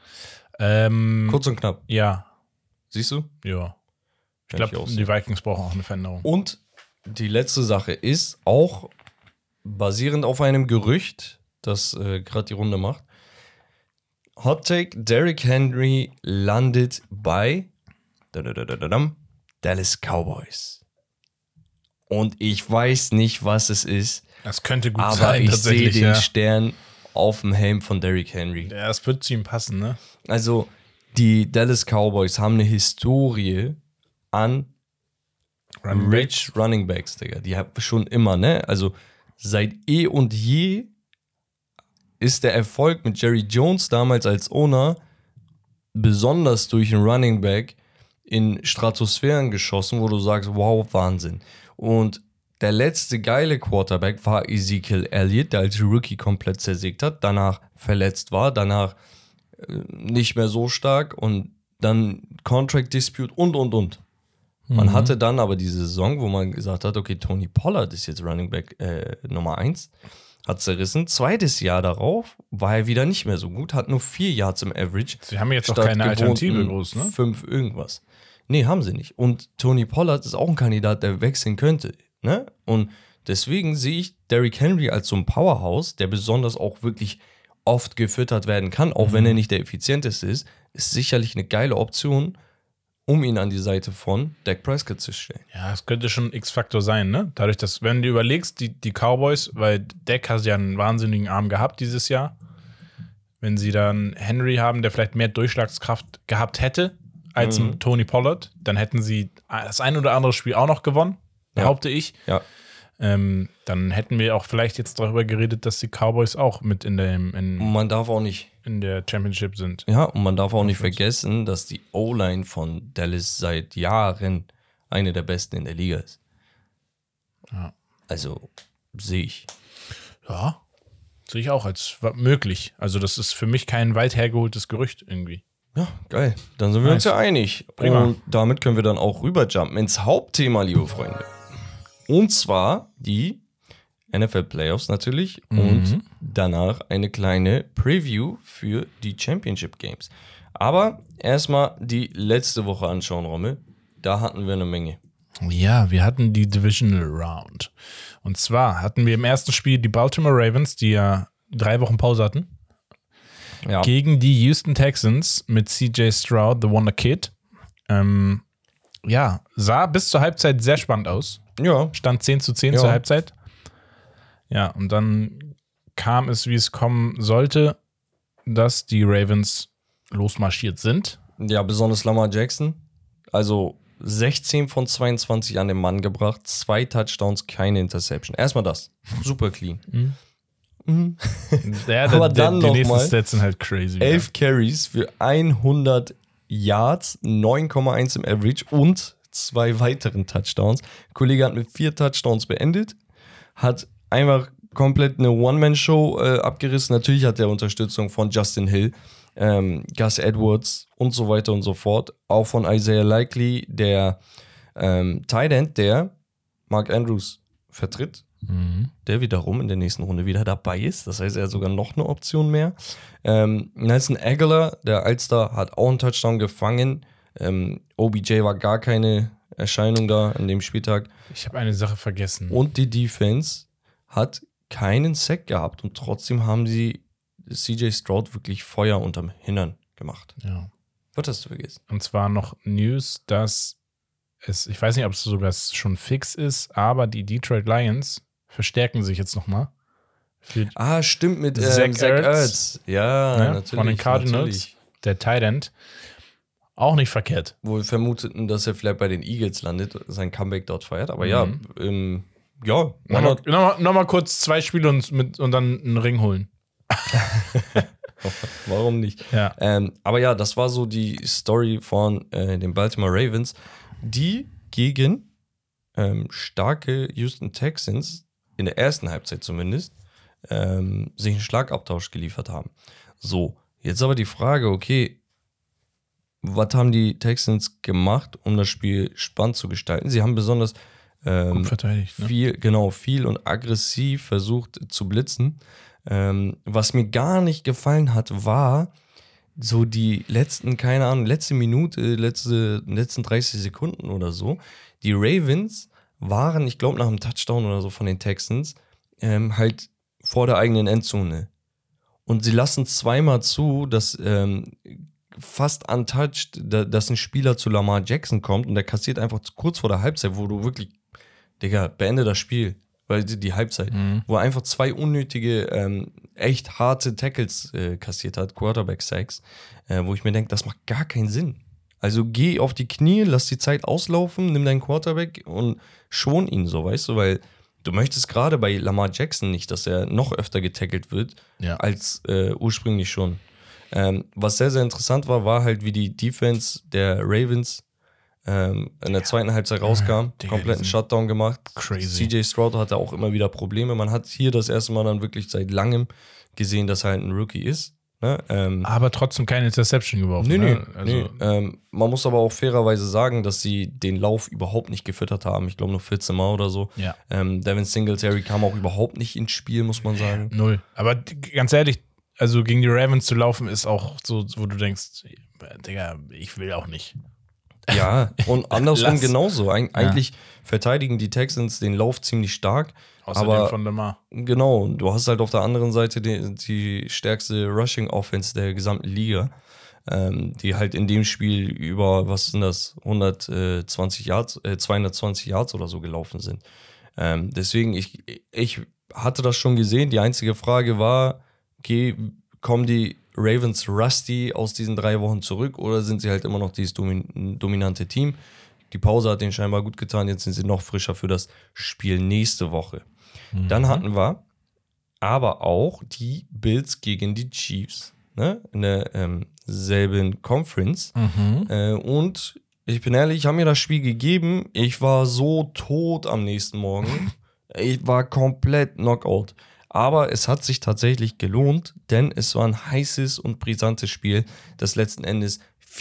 Kurz und knapp. Ja. Siehst du? Ja. Ich glaube, die Vikings brauchen auch eine Veränderung. Und die letzte Sache ist auch basierend auf einem Gerücht, das gerade die Runde macht. Hot Take, Derrick Henry landet bei Dallas Cowboys. Und ich weiß nicht, was es ist. Das könnte gut aber sein, aber ich sehe den ja. Stern auf dem Helm von Derrick Henry. Ja, das wird zu ihm passen, ne? Also, die Dallas Cowboys haben eine Historie an Rich Running Backs, Digga. Die haben schon immer, ne? Also, seit eh und je ist der Erfolg mit Jerry Jones damals als Owner besonders durch einen Running Back in Stratosphären geschossen, wo du sagst, wow, Wahnsinn. Und der letzte geile Quarterback war Ezekiel Elliott, der als Rookie komplett zersägt hat, danach verletzt war, danach nicht mehr so stark und dann Contract Dispute und. Man hatte dann aber diese Saison, wo man gesagt hat, okay, Tony Pollard ist jetzt Running Back Nummer 1, hat zerrissen. Zweites Jahr darauf war er wieder nicht mehr so gut, hat nur 4 Yards im Average. Sie haben jetzt auch keine Alternative groß, ne? 5 irgendwas. Nee, haben sie nicht. Und Tony Pollard ist auch ein Kandidat, der wechseln könnte. Ne? Und deswegen sehe ich Derrick Henry als so ein Powerhouse, der besonders auch wirklich oft gefüttert werden kann, auch wenn er nicht der effizienteste ist sicherlich eine geile Option, um ihn an die Seite von Dak Prescott zu stellen. Ja, es könnte schon ein X-Faktor sein, ne? Dadurch, dass, wenn du überlegst, die Cowboys, weil Dak hat ja einen wahnsinnigen Arm gehabt dieses Jahr, wenn sie dann Henry haben, der vielleicht mehr Durchschlagskraft gehabt hätte, als Tony Pollard. Dann hätten sie das ein oder andere Spiel auch noch gewonnen, behaupte ich. Ja. Dann hätten wir auch vielleicht jetzt darüber geredet, dass die Cowboys auch mit Und man darf auch nicht. in der Championship sind. Ja, und man darf auch nicht vergessen, dass die O-Line von Dallas seit Jahren eine der besten in der Liga ist. Ja. Also sehe ich. Ja, sehe ich auch als möglich. Also das ist für mich kein weit hergeholtes Gerücht irgendwie. Ja, geil. Dann sind wir uns ja einig. Prima. Und damit können wir dann auch rüberjumpen ins Hauptthema, liebe Freunde. Und zwar die NFL Playoffs natürlich und danach eine kleine Preview für die Championship Games. Aber erstmal die letzte Woche anschauen, Rommel. Da hatten wir eine Menge. Ja, wir hatten die Divisional Round. Und zwar hatten wir im ersten Spiel die Baltimore Ravens, die ja 3 Wochen Pause hatten, gegen die Houston Texans mit CJ Stroud, the Wonder Kid. Sah bis zur Halbzeit sehr spannend aus. Ja. Stand 10-10 zur Halbzeit. Ja, und dann kam es, wie es kommen sollte, dass die Ravens losmarschiert sind. Ja, besonders Lamar Jackson. Also 16 von 22 an den Mann gebracht, 2 Touchdowns, keine Interception. Erstmal das. Super clean. Aber dann die nächsten mal Stats sind halt crazy. 11 Carries für 100 Yards, 9,1 im Average und 2 weiteren Touchdowns. Der Kollege hat mit 4 Touchdowns beendet, hat einfach komplett eine One-Man-Show abgerissen. Natürlich hat er Unterstützung von Justin Hill, Gus Edwards und so weiter und so fort. Auch von Isaiah Likely, der Tight End, der Mark Andrews vertritt, der wiederum in der nächsten Runde wieder dabei ist. Das heißt, er hat sogar noch eine Option mehr. Nelson Aguilar, der Allstar, hat auch einen Touchdown gefangen. OBJ war gar keine Erscheinung da an dem Spieltag. Ich habe eine Sache vergessen. Und die Defense hat keinen Sack gehabt und trotzdem haben sie CJ Stroud wirklich Feuer unterm Hintern gemacht. Ja. Was hast du vergessen? Und zwar noch News, dass ich weiß nicht, ob es sogar schon fix ist, aber die Detroit Lions verstärken sich jetzt nochmal. Stimmt, mit Zach Ertz. Ja, natürlich. Von den Cardinals, natürlich. der Tight End. Auch nicht verkehrt. Wo wir vermuteten, dass er vielleicht bei den Eagles landet, sein Comeback dort feiert. Aber Nochmal kurz 2 Spiele und dann einen Ring holen. Warum nicht? Ja. Aber ja, das war so die Story von den Baltimore Ravens, die gegen starke Houston Texans, in der ersten Halbzeit zumindest, sich einen Schlagabtausch geliefert haben. So, jetzt aber die Frage, okay, was haben die Texans gemacht, um das Spiel spannend zu gestalten? Sie haben besonders gut verteidigt, ne? viel und aggressiv versucht zu blitzen. Was mir gar nicht gefallen hat, war so die letzten 30 Sekunden oder so. Die Ravens waren, ich glaube, nach einem Touchdown oder so von den Texans, halt vor der eigenen Endzone. Und sie lassen zweimal zu, dass fast untouched, dass ein Spieler zu Lamar Jackson kommt und der kassiert einfach kurz vor der Halbzeit, wo du wirklich, Digga, beende das Spiel, weil die Halbzeit, wo er einfach 2 unnötige, echt harte Tackles kassiert hat, Quarterback-Sacks, wo ich mir denke, das macht gar keinen Sinn. Also geh auf die Knie, lass die Zeit auslaufen, nimm deinen Quarterback und schon ihn so, weißt du, weil du möchtest gerade bei Lamar Jackson nicht, dass er noch öfter getackelt wird, als ursprünglich schon. Was sehr, sehr interessant war halt, wie die Defense der Ravens in der zweiten Halbzeit rauskam, kompletten Shutdown gemacht. Crazy. CJ Stroud hatte auch immer wieder Probleme. Man hat hier das erste Mal dann wirklich seit langem gesehen, dass er halt ein Rookie ist. Ne? Aber trotzdem keine Interception geworfen. Man muss aber auch fairerweise sagen, dass sie den Lauf überhaupt nicht gefüttert haben. Ich glaube nur 14 Mal oder so. Ja. Devin Singletary kam auch überhaupt nicht ins Spiel, muss man sagen. 0. Aber ganz ehrlich, also gegen die Ravens zu laufen ist auch so, wo du denkst, Digga, ich will auch nicht. Ja, und andersrum genauso. Eigentlich verteidigen die Texans den Lauf ziemlich stark. Außerdem von Lamar. Genau, du hast halt auf der anderen Seite die stärkste Rushing-Offense der gesamten Liga, die halt in dem Spiel über, 220 Yards oder so gelaufen sind. Deswegen, ich hatte das schon gesehen. Die einzige Frage war, okay, kommen die Ravens rusty aus diesen 3 Wochen zurück oder sind sie halt immer noch dieses dominante Team? Die Pause hat denen scheinbar gut getan, jetzt sind sie noch frischer für das Spiel nächste Woche. Dann hatten wir aber auch die Bills gegen die Chiefs, ne? In der selben Conference. Und ich bin ehrlich, ich habe mir das Spiel gegeben. Ich war so tot am nächsten Morgen. Ich war komplett Knockout. Aber es hat sich tatsächlich gelohnt, denn es war ein heißes und brisantes Spiel, das letzten Endes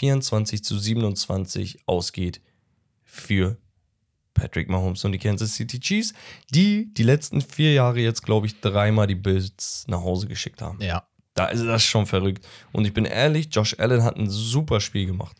24-27 ausgeht für Patrick Mahomes und die Kansas City Chiefs, die letzten 4 Jahre jetzt, glaube ich, 3-mal die Bills nach Hause geschickt haben. Ja. Da ist das schon verrückt. Und ich bin ehrlich, Josh Allen hat ein super Spiel gemacht.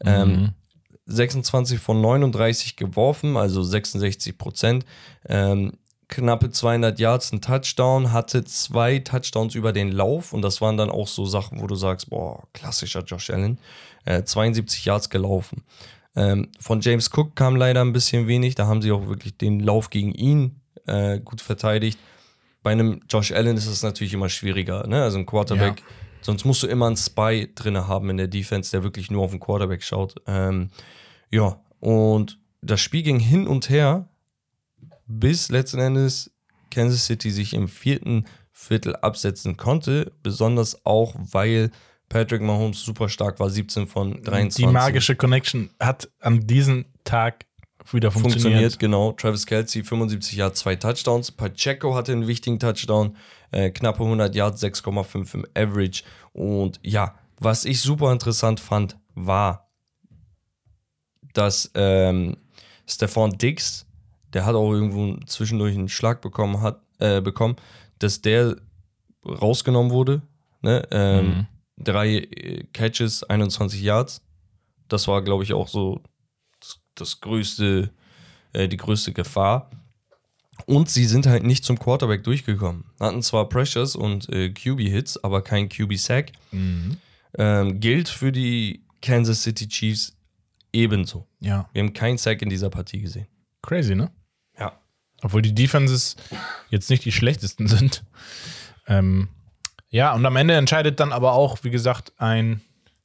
26 von 39 geworfen, also 66%. Knappe 200 Yards, ein Touchdown, hatte 2 Touchdowns über den Lauf und das waren dann auch so Sachen, wo du sagst, boah, klassischer Josh Allen. 72 Yards gelaufen. Von James Cook kam leider ein bisschen wenig, da haben sie auch wirklich den Lauf gegen ihn gut verteidigt. Bei einem Josh Allen ist es natürlich immer schwieriger, ne? Also ein Quarterback, sonst musst du immer einen Spy drin haben in der Defense, der wirklich nur auf den Quarterback schaut. Ja, und das Spiel ging hin und her, bis letzten Endes Kansas City sich im 4. Viertel absetzen konnte, besonders auch, weil Patrick Mahomes super stark war, 17 von 23. Die magische Connection hat an diesem Tag wieder funktioniert. Genau. Travis Kelce, 75 Yards, 2 Touchdowns. Pacheco hatte einen wichtigen Touchdown, knappe 100 Yards, 6,5 im Average. Und ja, was ich super interessant fand, war, dass Stephon Diggs, der hat auch irgendwo zwischendurch einen Schlag bekommen, dass der rausgenommen wurde. Ne? 3 Catches, 21 Yards. Das war, glaube ich, auch so die größte Gefahr. Und sie sind halt nicht zum Quarterback durchgekommen. Hatten zwar Pressures und QB-Hits, aber kein QB-Sack. Gilt für die Kansas City Chiefs ebenso. Ja. Wir haben keinen Sack in dieser Partie gesehen. Crazy, ne? Ja. Obwohl die Defenses jetzt nicht die schlechtesten sind. Ja, und am Ende entscheidet dann aber auch, wie gesagt, ein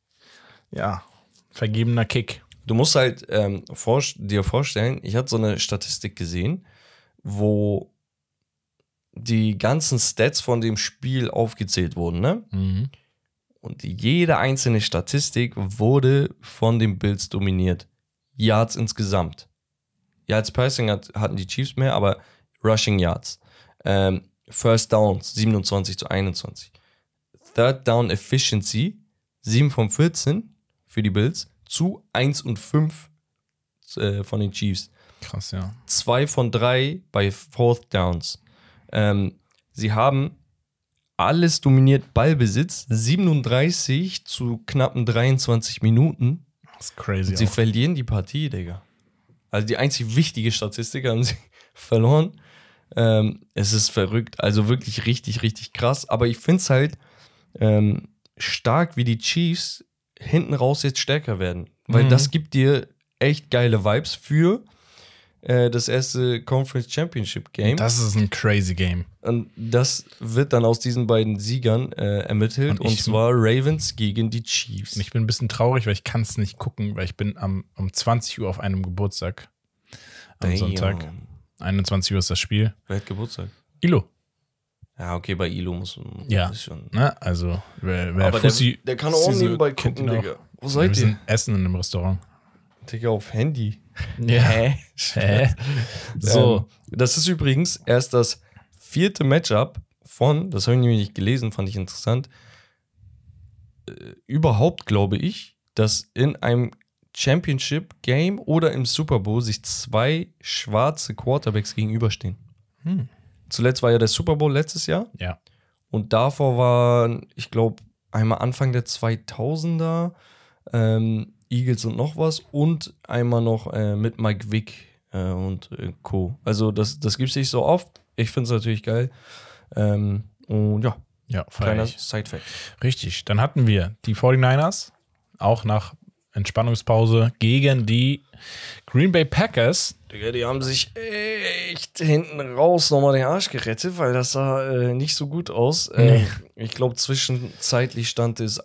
vergebener Kick. Du musst halt dir vorstellen, ich hatte so eine Statistik gesehen, wo die ganzen Stats von dem Spiel aufgezählt wurden, ne? Und jede einzelne Statistik wurde von den Bills dominiert. Yards insgesamt. Yards Passing hatten die Chiefs mehr, aber Rushing Yards. First Downs 27-21. Third Down Efficiency 7 von 14 für die Bills zu 1 und 5 von den Chiefs. Krass, ja. 2 von 3 bei Fourth Downs. Sie haben alles dominiert, Ballbesitz 37 zu knappen 23 Minuten. Das ist crazy. Sie verlieren die Partie, Digga. Also die einzig wichtige Statistik haben sie verloren. Es ist verrückt. Also wirklich richtig, richtig krass. Aber ich finde es halt stark, wie die Chiefs hinten raus jetzt stärker werden. Weil das gibt dir echt geile Vibes für das erste Conference Championship Game. Das ist ein crazy Game. Und das wird dann aus diesen beiden Siegern ermittelt. Und zwar Ravens gegen die Chiefs. Ich bin ein bisschen traurig, weil ich kann es nicht gucken, weil ich bin um 20 Uhr auf einem Geburtstag. Am Sonntag. 21 Uhr ist das Spiel. Wer hat Geburtstag? Ilo. Ja, okay, bei Ilo muss man schon. Ne? Also, wer aber Fussi, der kann auch nebenbei gucken, Digga. Wo seid ihr? Wir sind essen in einem Restaurant. Digga, auf Handy. Ja. Hä? So. Das ist übrigens erst das 4. Matchup von, das habe ich nämlich nicht gelesen, fand ich interessant, überhaupt glaube ich, dass in einem Championship-Game oder im Super Bowl sich 2 schwarze Quarterbacks gegenüberstehen. Zuletzt war ja der Super Bowl letztes Jahr. Ja. Und davor waren, ich glaube, einmal Anfang der 2000er Eagles und noch was und einmal noch mit Mike Vick und Co. Also das gibt es nicht so oft. Ich finde es natürlich geil. Und ja, kleiner Side-Fact. Richtig. Dann hatten wir die 49ers, auch nach Entspannungspause gegen die Green Bay Packers. Digga, die haben sich echt hinten raus nochmal den Arsch gerettet, weil das sah nicht so gut aus. Nee. Ich glaube, zwischenzeitlich stand es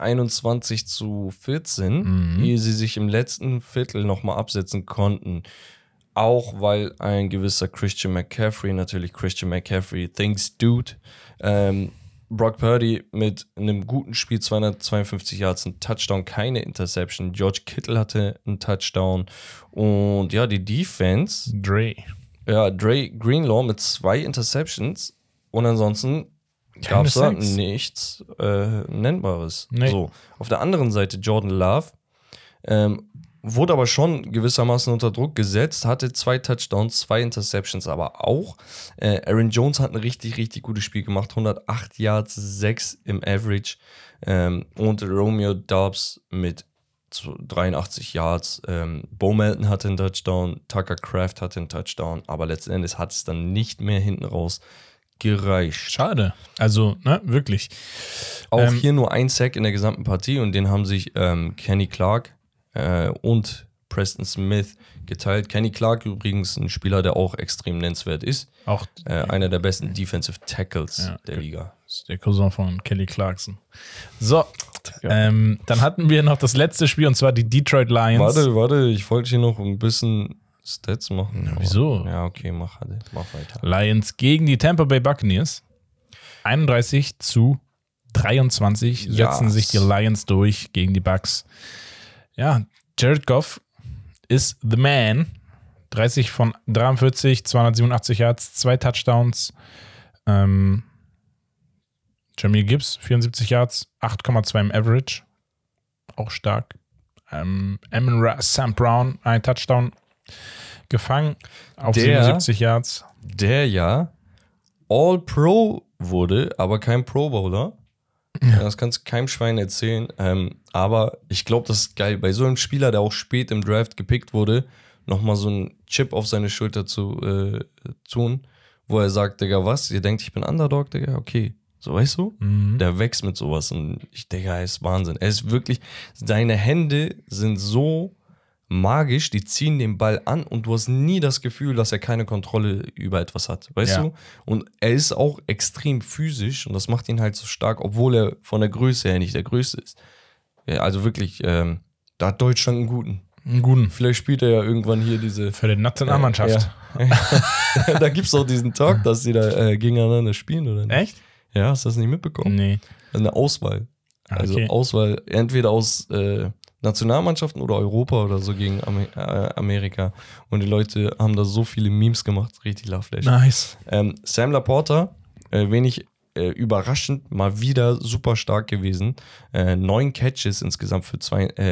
21-14, ehe sie sich im letzten Viertel nochmal absetzen konnten. Auch weil ein gewisser Christian McCaffrey, thanks dude, Brock Purdy mit einem guten Spiel, 252 Yards, ein Touchdown, keine Interception. George Kittle hatte einen Touchdown. Und ja, die Defense. Dre Greenlaw mit 2 Interceptions. Und ansonsten gab es da nichts Nennbares. Nee. So, auf der anderen Seite Jordan Love. Wurde aber schon gewissermaßen unter Druck gesetzt, hatte 2 Touchdowns, 2 Interceptions, aber auch. Aaron Jones hat ein richtig, richtig gutes Spiel gemacht, 108 Yards, 6 im Average. Und Romeo Doubs mit 83 Yards. Bo Melton hatte einen Touchdown, Tucker Kraft hatte einen Touchdown, aber letzten Endes hat es dann nicht mehr hinten raus gereicht. Schade. Also, ne, wirklich. Auch hier nur ein Sack in der gesamten Partie und den haben sich Kenny Clark und Preston Smith geteilt. Kenny Clark übrigens ein Spieler, der auch extrem nennenswert ist. Auch einer der besten Defensive Tackles der Liga. Das ist der Cousin von Kelly Clarkson. So, dann hatten wir noch das letzte Spiel und zwar die Detroit Lions. Warte, ich wollte hier noch ein bisschen Stats machen. Ja, wieso? Ja, okay, mach weiter. Lions gegen die Tampa Bay Buccaneers. 31-23 setzen sich die Lions durch gegen die Bucs. Ja, Jared Goff ist the man. 30 von 43, 287 Yards, 2 Touchdowns. Jameer Gibbs, 74 Yards, 8,2 im Average. Auch stark. Amon-Ra St. Brown, ein Touchdown gefangen auf 77 Yards. Der ja All-Pro wurde, aber kein Pro Bowler. Ja. Das kannst du keinem Schwein erzählen. Aber ich glaube, das ist geil. Bei so einem Spieler, der auch spät im Draft gepickt wurde, nochmal so einen Chip auf seine Schulter zu tun, wo er sagt, Digga, was? Ihr denkt, ich bin Underdog, Digga? Okay. So, weißt du? Der wächst mit sowas. Und Digga, er ist Wahnsinn. Er ist wirklich, seine Hände sind so magisch, die ziehen den Ball an und du hast nie das Gefühl, dass er keine Kontrolle über etwas hat, weißt du? Und er ist auch extrem physisch und das macht ihn halt so stark, obwohl er von der Größe her nicht der Größte ist. Ja, also wirklich, da hat Deutschland einen guten. Vielleicht spielt er ja irgendwann hier diese... Für die Nationalmannschaft. Da gibt es auch diesen Talk, dass sie da gegeneinander spielen, oder nicht? Echt? Ja, hast du das nicht mitbekommen? Nee. Eine Auswahl. Also okay. Auswahl entweder aus... Nationalmannschaften oder Europa oder so gegen Amerika. Und die Leute haben da so viele Memes gemacht. Richtig Love-Flash. Nice. Sam Laporta, wenig überraschend, mal wieder super stark gewesen. 9 Catches insgesamt für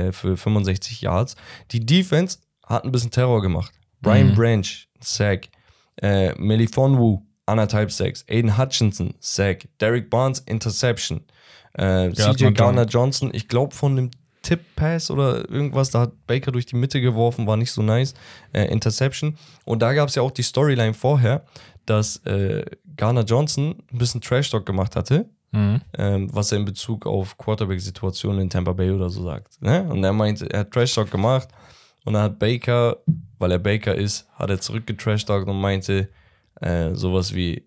65 Yards. Die Defense hat ein bisschen Terror gemacht. Brian Branch, Sack. Melifonwu, 1,5 Sacks. Aiden Hutchinson, Sack. Derek Barnes, Interception. CJ Gardner-Johnson, ich glaube von dem Tip-Pass oder irgendwas, da hat Baker durch die Mitte geworfen, war nicht so nice. Interception. Und da gab es ja auch die Storyline vorher, dass Gardner-Johnson ein bisschen Trash-Talk gemacht hatte, was er in Bezug auf Quarterback-Situationen in Tampa Bay oder so sagt. Ne? Und er meinte, er hat Trash-Talk gemacht und dann hat Baker, weil er Baker ist, hat er zurückgetrash-talkt und meinte sowas wie,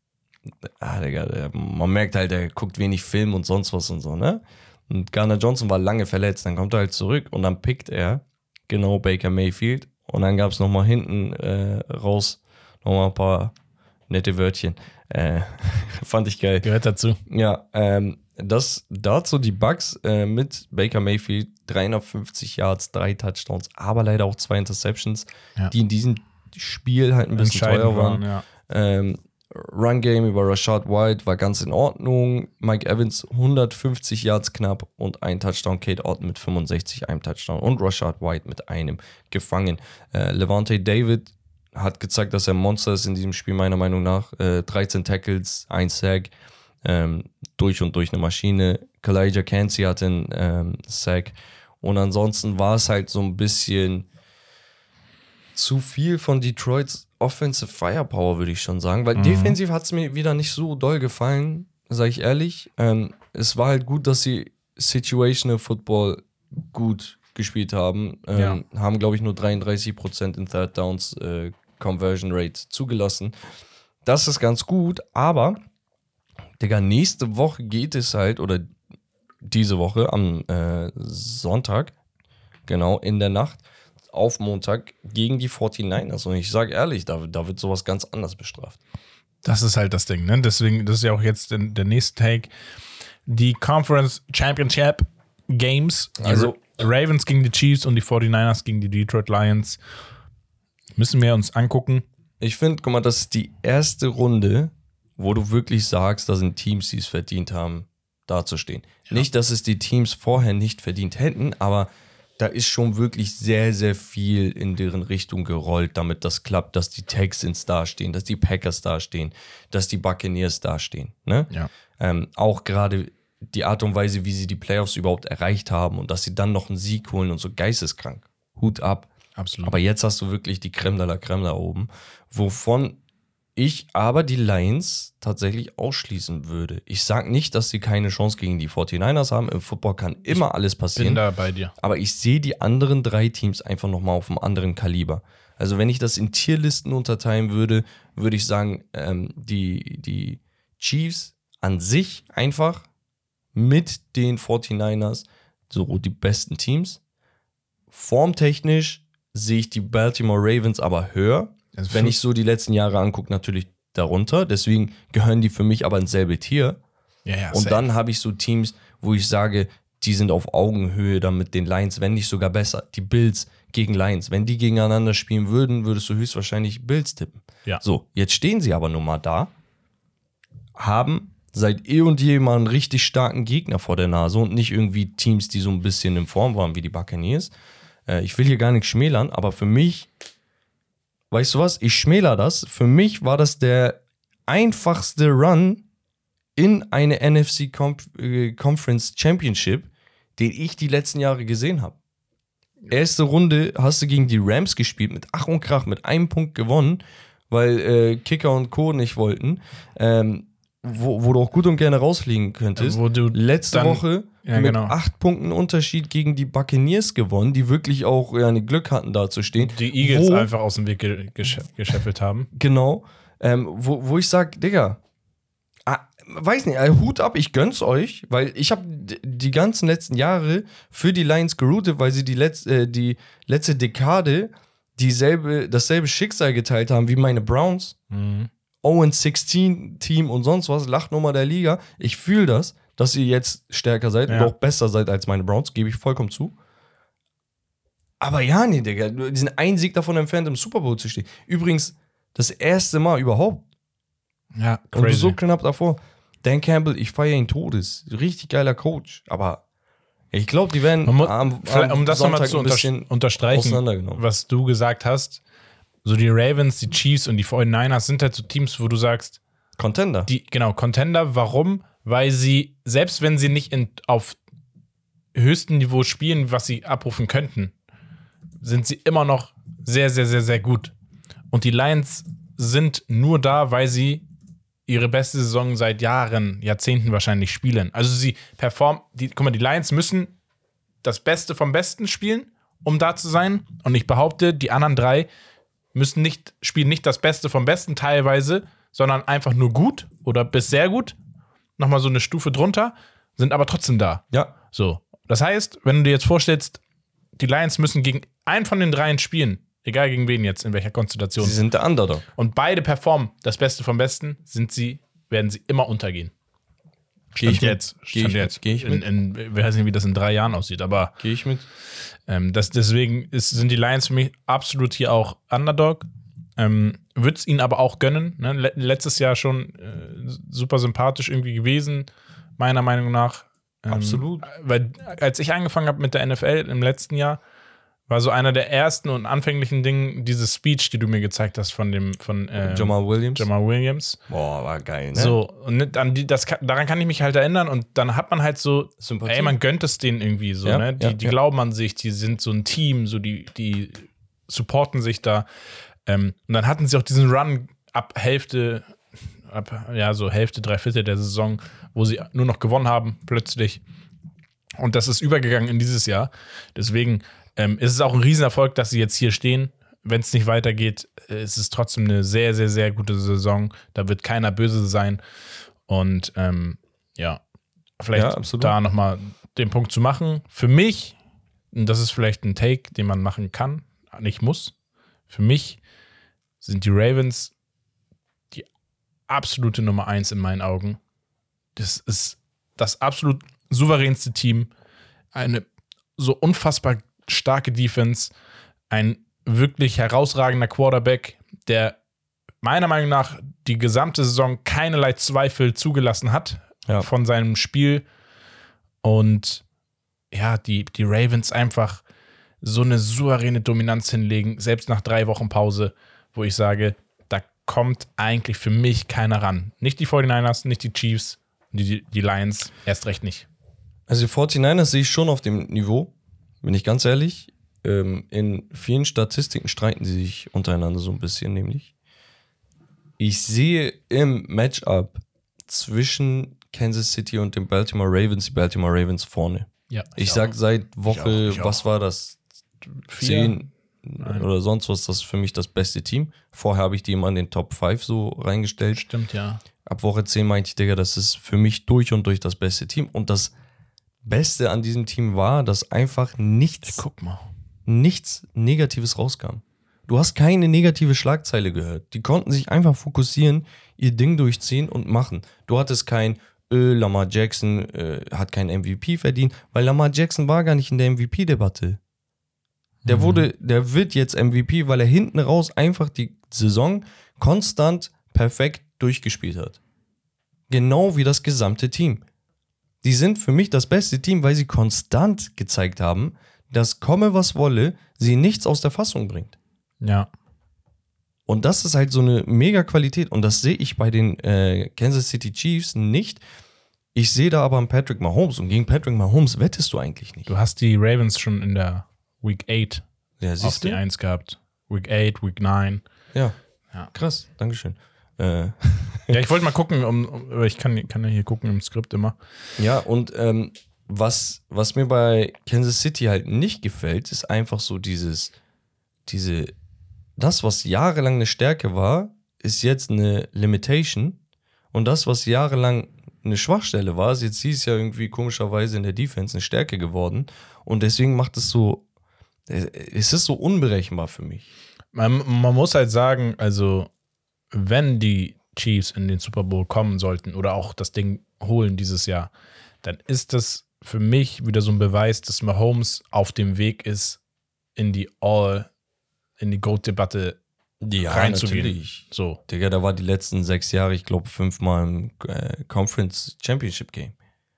Digga, man merkt halt, er guckt wenig Film und sonst was und so, ne? Und Gardner-Johnson war lange verletzt, dann kommt er halt zurück und dann pickt er genau Baker Mayfield und dann gab es nochmal hinten raus nochmal ein paar nette Wörtchen. Fand ich geil. Gehört dazu. Ja, dazu die Bucks mit Baker Mayfield, 350 Yards, 3 Touchdowns, aber leider auch 2 Interceptions, die in diesem Spiel halt ein bisschen teuer waren. Ja. Run-Game über Rashad White war ganz in Ordnung. Mike Evans 150 Yards knapp und ein Touchdown. Kate Otten mit 65, einem Touchdown und Rashad White mit einem gefangen. Levante David hat gezeigt, dass er ein Monster ist in diesem Spiel, meiner Meinung nach. 13 Tackles, 1 Sack, durch und durch eine Maschine. Kalijah Kancey hatte einen Sack und ansonsten war es halt so ein bisschen zu viel von Detroits Offensive Firepower, würde ich schon sagen, weil defensiv hat es mir wieder nicht so doll gefallen, sage ich ehrlich. Es war halt gut, dass sie Situational Football gut gespielt haben, haben, glaube ich, nur 33% in Third Downs Conversion Rate zugelassen. Das ist ganz gut, aber Digga, nächste Woche geht es halt, oder diese Woche am Sonntag, genau, in der Nacht auf Montag gegen die 49ers. Und ich sage ehrlich, da wird sowas ganz anders bestraft. Das ist halt das Ding, ne? Deswegen, das ist ja auch jetzt der nächste Take. Die Conference Championship Games, also Ravens gegen die Chiefs und die 49ers gegen die Detroit Lions, müssen wir uns angucken. Ich finde, guck mal, das ist die erste Runde, wo du wirklich sagst, da sind Teams, die es verdient haben, dazustehen. Ja. Nicht, dass es die Teams vorher nicht verdient hätten, aber da ist schon wirklich sehr, sehr viel in deren Richtung gerollt, damit das klappt, dass die Texans dastehen, dass die Packers dastehen, dass die Buccaneers dastehen. Ne? Ja. Auch gerade die Art und Weise, wie sie die Playoffs überhaupt erreicht haben und dass sie dann noch einen Sieg holen und so geisteskrank. Hut ab. Absolut. Aber jetzt hast du wirklich die Crème de la Crème da oben, wovon ich aber die Lions tatsächlich ausschließen würde. Ich sage nicht, dass sie keine Chance gegen die 49ers haben. Im Football kann immer alles passieren. Bin da bei dir. Aber ich sehe die anderen 3 Teams einfach nochmal auf einem anderen Kaliber. Also wenn ich das in Tierlisten unterteilen würde, würde ich sagen, die Chiefs an sich einfach mit den 49ers so die besten Teams. Formtechnisch sehe ich die Baltimore Ravens aber höher. Also wenn ich so die letzten Jahre angucke, natürlich darunter. Deswegen gehören die für mich aber ins selbe Tier. Ja, und dann habe ich so Teams, wo ich sage, die sind auf Augenhöhe dann mit den Lions, wenn nicht sogar besser. Die Bills gegen Lions. Wenn die gegeneinander spielen würden, würdest du höchstwahrscheinlich Bills tippen. Ja. So, jetzt stehen sie aber nun mal da, haben seit eh und je mal einen richtig starken Gegner vor der Nase und nicht irgendwie Teams, die so ein bisschen in Form waren wie die Buccaneers. Ich will hier gar nichts schmälern, aber für mich, weißt du was, ich schmäler das. Für mich war das der einfachste Run in eine NFC Conference Championship, den ich die letzten Jahre gesehen habe. Erste Runde hast du gegen die Rams gespielt, mit Ach und Krach, mit einem Punkt gewonnen, weil Kicker und Co. nicht wollten, wo du auch gut und gerne rausfliegen könntest. Letzte Woche mit 8 Punkten Unterschied gegen die Buccaneers gewonnen, die wirklich auch ein Glück hatten, da zu stehen. Die Eagles einfach aus dem Weg gescheffelt haben. Genau. Wo ich sage, Digga, weiß nicht, Hut ab, ich gönn's euch, weil ich habe die ganzen letzten Jahre für die Lions geroutet, weil sie die letzte Dekade dasselbe Schicksal geteilt haben wie meine Browns. 0-16-Team und sonst was, Lachnummer der Liga. Ich fühle das, dass ihr jetzt stärker seid und auch besser seid als meine Browns, gebe ich vollkommen zu. Aber ja, nee, Digga, die sind ein Sieg davon entfernt, im Super Bowl zu stehen. Übrigens, das erste Mal überhaupt. Ja, crazy. Und du so knapp davor. Dan Campbell, ich feiere ihn Todes. Richtig geiler Coach. Aber ich glaube, die werden um das nochmal zu unterstreichen, was du gesagt hast, so die Ravens, die Chiefs und die 49ers sind halt so Teams, wo du sagst, Contender. Contender. Warum? Weil sie, selbst wenn sie nicht auf höchstem Niveau spielen, was sie abrufen könnten, sind sie immer noch sehr, sehr, sehr, sehr gut. Und die Lions sind nur da, weil sie ihre beste Saison seit Jahren, Jahrzehnten wahrscheinlich spielen. Also sie performen, die Lions müssen das Beste vom Besten spielen, um da zu sein. Und ich behaupte, die anderen 3 spielen nicht das Beste vom Besten teilweise, sondern einfach nur gut oder bis sehr gut. Nochmal so eine Stufe drunter, sind aber trotzdem da. Ja. So. Das heißt, wenn du dir jetzt vorstellst, die Lions müssen gegen einen von den 3 spielen, egal gegen wen jetzt, in welcher Konstellation. Sie sind der Underdog. Und beide performen das Beste vom Besten, werden sie immer untergehen. Stand jetzt. Gehe ich mit? Wir wissen nicht, wie das in 3 Jahren aussieht, aber gehe ich mit. Deswegen sind die Lions für mich absolut hier auch Underdog. Würde es ihnen aber auch gönnen. Ne? Letztes Jahr schon super sympathisch irgendwie gewesen, meiner Meinung nach. Absolut. Weil als ich angefangen habe mit der NFL im letzten Jahr, war so einer der ersten und anfänglichen Dinge diese Speech, die du mir gezeigt hast von Jamal Williams. Boah, war geil, ne? So, und daran kann ich mich halt erinnern und dann hat man halt so, Sympathie. man gönnt es denen irgendwie so, ja, ne? Die glauben an sich, die sind so ein Team, so die supporten sich da. Und dann hatten sie auch diesen Run ab Hälfte, so Hälfte, 3/4 der Saison, wo sie nur noch gewonnen haben, plötzlich. Und das ist übergegangen in dieses Jahr. Deswegen ist es auch ein Riesenerfolg, dass sie jetzt hier stehen. Wenn es nicht weitergeht, ist es trotzdem eine sehr, sehr, sehr gute Saison. Da wird keiner böse sein. Und vielleicht da nochmal den Punkt zu machen. Für mich, und das ist vielleicht ein Take, den man machen kann, nicht muss, für mich sind die Ravens die absolute Nummer 1 in meinen Augen. Das ist das absolut souveränste Team. Eine so unfassbar starke Defense. Ein wirklich herausragender Quarterback, der meiner Meinung nach die gesamte Saison keinerlei Zweifel zugelassen hat von seinem Spiel. Und ja, die Ravens einfach so eine souveräne Dominanz hinlegen, selbst nach 3 Wochen Pause, wo ich sage, da kommt eigentlich für mich keiner ran. Nicht die 49ers, nicht die Chiefs, die Lions, erst recht nicht. Also die 49ers sehe ich schon auf dem Niveau, bin ich ganz ehrlich. In vielen Statistiken streiten sie sich untereinander so ein bisschen, nämlich. Ich sehe im Matchup zwischen Kansas City und den Baltimore Ravens die Baltimore Ravens vorne. Ja, ich sag seit Woche, was war das? 10 oder sonst was, das ist für mich das beste Team. Vorher habe ich die immer in den Top 5 so reingestellt. Stimmt, ja. Ab Woche 10 meinte ich, Digga, das ist für mich durch und durch das beste Team. Und das Beste an diesem Team war, dass einfach nichts Negatives rauskam. Du hast keine negative Schlagzeile gehört. Die konnten sich einfach fokussieren, ihr Ding durchziehen und machen. Du hattest kein Lamar Jackson hat kein MVP verdient, weil Lamar Jackson war gar nicht in der MVP-Debatte. Der wird jetzt MVP, weil er hinten raus einfach die Saison konstant perfekt durchgespielt hat. Genau wie das gesamte Team. Die sind für mich das beste Team, weil sie konstant gezeigt haben, dass komme was wolle, sie nichts aus der Fassung bringt. Ja. Und das ist halt so eine mega Qualität. Und das sehe ich bei den Kansas City Chiefs nicht. Ich sehe da aber einen Patrick Mahomes. Und gegen Patrick Mahomes wettest du eigentlich nicht. Du hast die Ravens schon in der Week 8 auf die 1 gehabt. Week 8, Week 9. Ja. Krass. Dankeschön. Ja, ich wollte mal gucken, ich kann ja hier gucken im Skript immer. Ja, und was mir bei Kansas City halt nicht gefällt, ist einfach so das, was jahrelang eine Stärke war, ist jetzt eine Limitation. Und das, was jahrelang eine Schwachstelle war, ist jetzt dieses Jahr irgendwie komischerweise in der Defense eine Stärke geworden. Und deswegen es ist so unberechenbar für mich. Man muss halt sagen, also wenn die Chiefs in den Super Bowl kommen sollten oder auch das Ding holen dieses Jahr, dann ist das für mich wieder so ein Beweis, dass Mahomes auf dem Weg ist, in die GOAT-Debatte reinzugehen. Natürlich. So. Digga, da war die letzten 6 Jahre, ich glaube, 5-mal im Conference Championship Game.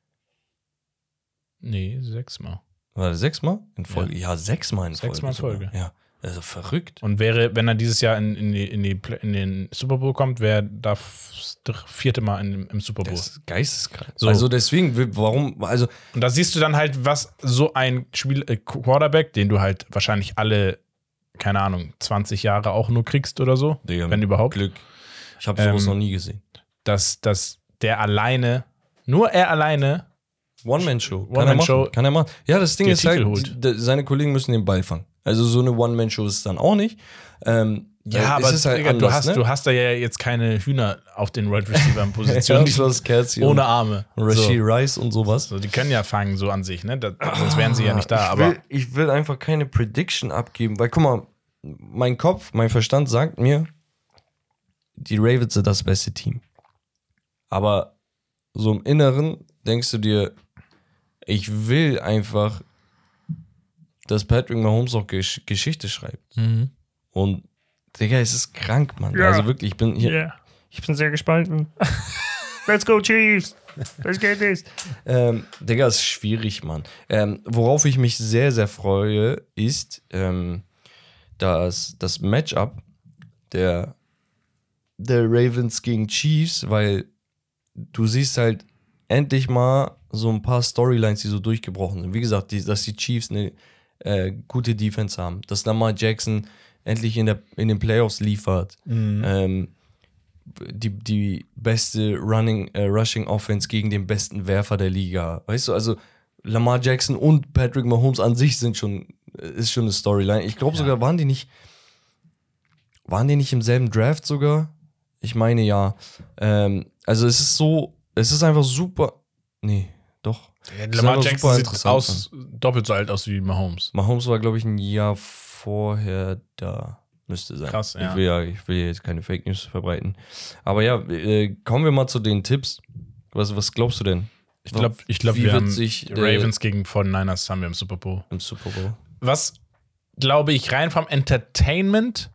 Nee, 6-mal. War das 6-mal in Folge? Ja, 6-mal in Folge. 6-mal in Folge. Ja, also verrückt. Und wenn er dieses Jahr in den Super Bowl kommt, wäre da 4. Mal im Super Bowl. Das ist geisteskrank. So. Also deswegen, warum, also. Und da siehst du dann halt, was so ein Quarterback, den du halt wahrscheinlich alle, keine Ahnung, 20 Jahre auch nur kriegst oder so, Digga, wenn überhaupt. Glück. Ich habe sowas noch nie gesehen. Dass der alleine, nur er alleine One-Man-Show. One-Man-Show. Kann er machen. Ja, das Ding ist Titel halt, seine Kollegen müssen den Ball fangen. Also so eine One-Man-Show ist es dann auch nicht. Ja, aber ist halt Digga, anders, du hast da ja jetzt keine Hühner auf den Wide Receiver-Positionen. Ohne Arme. Rashee Rice und sowas. So, die können ja fangen so an sich, ne? Sonst wären sie ja nicht da. Ich will einfach keine Prediction abgeben, weil guck mal, mein Verstand sagt mir, die Ravens sind das beste Team. Aber so im Inneren denkst du dir, ich will einfach, dass Patrick Mahomes auch Geschichte schreibt. Mhm. Und Digga, es ist krank, Mann. Ja. Also wirklich, ich bin sehr gespalten. Let's go Chiefs! Let's get this! Digga, es ist schwierig, Mann. Worauf ich mich sehr, sehr freue, ist das Matchup der Ravens gegen Chiefs, weil du siehst halt endlich mal so ein paar Storylines, die so durchgebrochen sind. Wie gesagt, dass die Chiefs eine gute Defense haben, dass Lamar Jackson endlich in den Playoffs liefert. Mhm. Die beste Rushing Offense gegen den besten Werfer der Liga. Weißt du, also Lamar Jackson und Patrick Mahomes an sich ist schon eine Storyline. Ich glaube sogar, waren die nicht im selben Draft sogar? Ich meine, ja. Also es ist einfach super. Nee, doch. Lamar Jackson sieht doppelt so alt aus wie Mahomes. Mahomes war, glaube ich, ein Jahr vorher da. Müsste sein. Krass, ja. Ich will jetzt keine Fake News verbreiten. Aber ja, kommen wir mal zu den Tipps. Was glaubst du denn? Ich glaube, wir haben Ravens gegen 49ers haben wir im Super Bowl. Im Super Bowl. Was, glaube ich, rein vom Entertainment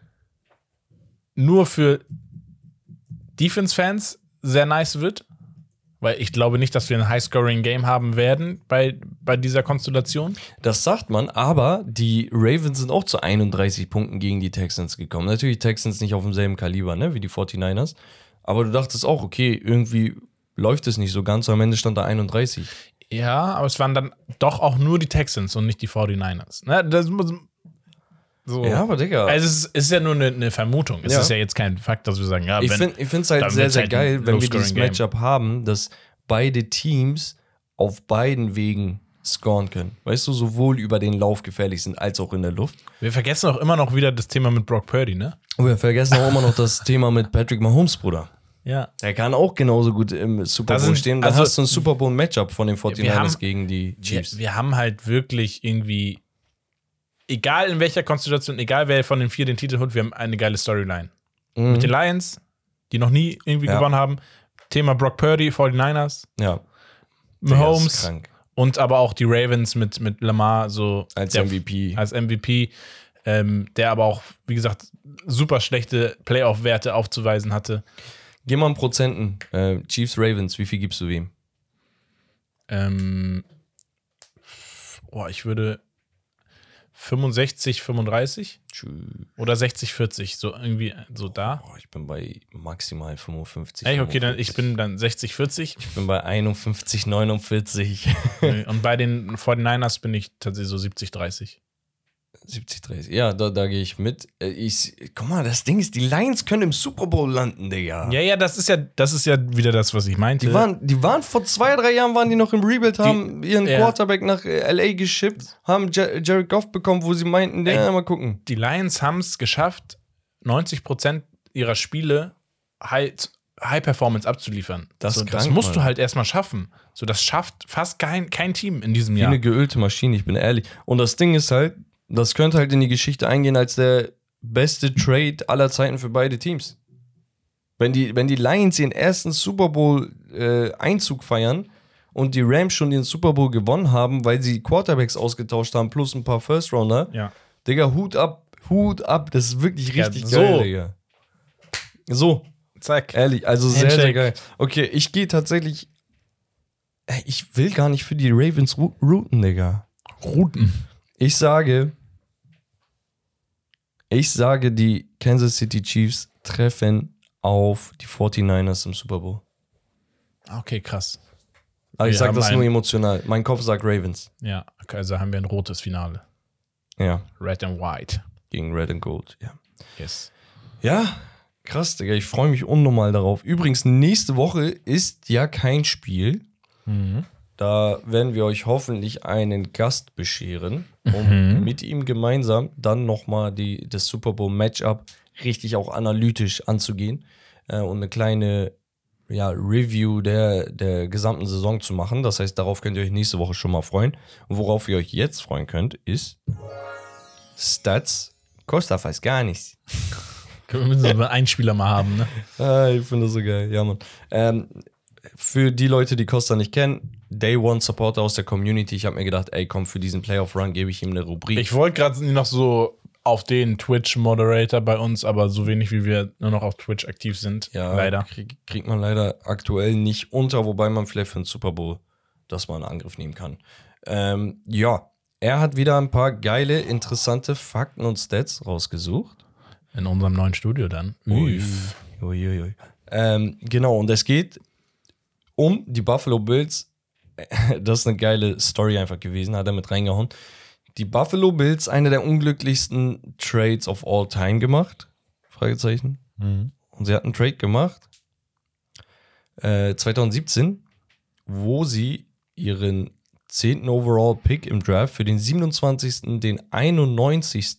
nur für Defense-Fans sehr nice wird. Weil ich glaube nicht, dass wir ein High-Scoring-Game haben werden bei dieser Konstellation. Das sagt man, aber die Ravens sind auch zu 31 Punkten gegen die Texans gekommen. Natürlich Texans nicht auf demselben Kaliber, ne, wie die 49ers. Aber du dachtest auch, okay, irgendwie läuft es nicht so ganz. Am Ende stand da 31. Ja, aber es waren dann doch auch nur die Texans und nicht die 49ers. Ne, das muss so. Ja, aber Digga. Also es ist ja nur eine Vermutung. Es ist ja jetzt kein Fakt, dass wir sagen, ja, ich finde es halt sehr, sehr geil, wenn wir dieses Matchup haben, dass beide Teams auf beiden Wegen scoren können. Weißt du, sowohl über den Lauf gefährlich sind, als auch in der Luft. Wir vergessen auch immer noch wieder das Thema mit Brock Purdy, ne? Und wir vergessen auch immer noch das Thema mit Patrick Mahomes, Bruder. Ja. Der kann auch genauso gut im Super Bowl stehen. Da hast du ein Super Bowl-Matchup von den 49ers gegen die Chiefs. Wir haben halt wirklich irgendwie, egal in welcher Konstellation, egal wer von den 4 den Titel holt, wir haben eine geile Storyline. Mit den Lions, die noch nie irgendwie gewonnen haben. Thema Brock Purdy, 49ers. Ja. Mahomes. Und aber auch die Ravens mit Lamar so als MVP. Als MVP, der aber auch, wie gesagt, super schlechte Playoff-Werte aufzuweisen hatte. Geh mal in Prozenten. Chiefs, Ravens, wie viel gibst du wem? Ich würde 65, 35 oder 60, 40, so irgendwie so da. Ich bin bei maximal 55. Ey, okay, dann ich bin dann 60, 40. Ich bin bei 51, 49. Und bei den 49ers bin ich tatsächlich so 70, 30. 70, 30. Ja, da gehe ich mit. Guck mal, das Ding ist, die Lions können im Super Bowl landen, Digga. Ja, das ist ja wieder das, was ich meinte. Die waren vor 2-3 Jahren waren die noch im Rebuild, haben ihren Quarterback nach L.A. geschippt, haben Jared Goff bekommen, wo sie meinten, mal gucken. Die Lions haben es geschafft, 90% ihrer Spiele High Performance abzuliefern. Das musst du halt erstmal schaffen. So, das schafft fast kein Team in diesem Jahr. Wie eine geölte Maschine, ich bin ehrlich. Und das Ding ist halt, das könnte halt in die Geschichte eingehen als der beste Trade aller Zeiten für beide Teams. Wenn die Lions ihren ersten Super Bowl Einzug feiern und die Rams schon den Super Bowl gewonnen haben, weil sie Quarterbacks ausgetauscht haben, plus ein paar First Rounder, Digga, Hut ab, das ist wirklich richtig geil, Digga. So, zack. Ehrlich, also sehr, sehr geil. Okay, ich gehe tatsächlich, ich will gar nicht für die Ravens routen, Digga. Ich sage, die Kansas City Chiefs treffen auf die 49ers im Super Bowl. Okay, krass. Aber ich sage das nur emotional. Mein Kopf sagt Ravens. Ja, okay, also haben wir ein rotes Finale. Ja. Red and White. Gegen Red and Gold, ja. Yes. Ja, krass, Digga. Ich freue mich unnormal darauf. Übrigens, nächste Woche ist ja kein Spiel. Da werden wir euch hoffentlich einen Gast bescheren, um mit ihm gemeinsam dann nochmal das Super Bowl Matchup richtig auch analytisch anzugehen und eine kleine Review der gesamten Saison zu machen. Das heißt, darauf könnt ihr euch nächste Woche schon mal freuen. Und worauf ihr euch jetzt freuen könnt, ist Stats. Costa weiß gar nichts. Können wir so einen Einspieler mal haben, ne? Ich finde das so geil. Ja, Mann. Für die Leute, die Costa nicht kennen, Day One Supporter aus der Community. Ich habe mir gedacht, ey, komm, für diesen Playoff-Run gebe ich ihm eine Rubrik. Ich wollte gerade noch so auf den Twitch-Moderator bei uns, aber so wenig wie wir nur noch auf Twitch aktiv sind, leider. Kriegt man leider aktuell nicht unter, wobei man vielleicht für den Super Bowl das mal in Angriff nehmen kann. Er hat wieder ein paar geile, interessante Fakten und Stats rausgesucht. In unserem neuen Studio dann. Uiuiui. Genau, und es geht um die Buffalo Bills. Das ist eine geile Story einfach gewesen, hat er mit reingehauen. Die Buffalo Bills, eine der unglücklichsten Trades of all time gemacht? Fragezeichen. Und sie hat einen Trade gemacht 2017, wo sie ihren 10. Overall Pick im Draft, für den 27., den 91.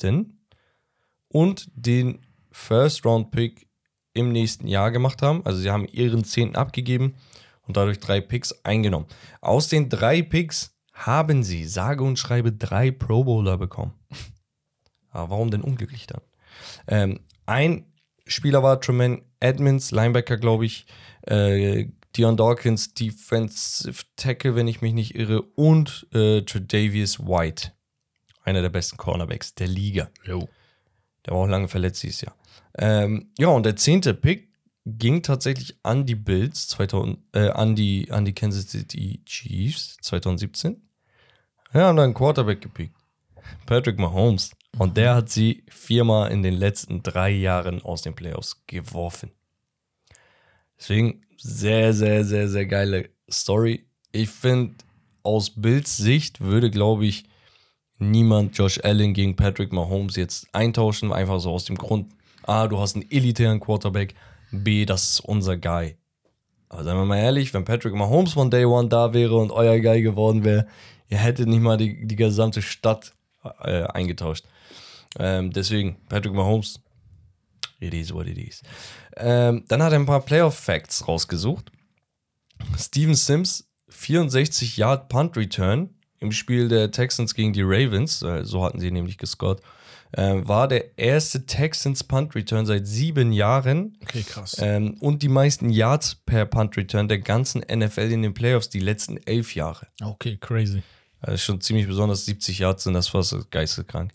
und den First Round Pick im nächsten Jahr gemacht haben. Also sie haben ihren 10. abgegeben und dadurch 3 Picks eingenommen. Aus den 3 Picks haben sie, sage und schreibe, 3 Pro Bowler bekommen. Aber warum denn unglücklich dann? Ein Spieler war Tremaine Edmonds, Linebacker, glaube ich, Dion Dawkins, Defensive Tackle, wenn ich mich nicht irre, und Tre'Davious White, einer der besten Cornerbacks der Liga. Jo. Der war auch lange verletzt dieses Jahr. Ja, und der 10. Pick ging tatsächlich an die Bills, an die Kansas City Chiefs 2017. Ja, und dann einen Quarterback gepickt. Patrick Mahomes. Und der hat sie 4-mal in den letzten 3 Jahren aus den Playoffs geworfen. Deswegen sehr, sehr, sehr, sehr geile Story. Ich finde, aus Bills Sicht würde, glaube ich, niemand Josh Allen gegen Patrick Mahomes jetzt eintauschen. Einfach so aus dem Grund, A, du hast einen elitären Quarterback, B, das ist unser Guy. Aber seien wir mal ehrlich, wenn Patrick Mahomes von Day One da wäre und euer Guy geworden wäre, ihr hättet nicht mal die gesamte Stadt eingetauscht. Deswegen, Patrick Mahomes, it is what it is. Dann hat er ein paar Playoff-Facts rausgesucht. Steven Sims, 64 Yard Punt Return im Spiel der Texans gegen die Ravens, so hatten sie nämlich gescored, war der erste Texans Punt Return seit 7 Jahren. Okay, krass. Und die meisten Yards per Punt Return der ganzen NFL in den Playoffs die letzten 11 Jahre. Okay, crazy. Das ist schon ziemlich besonders. 70 Yards sind das fast geisteskrank.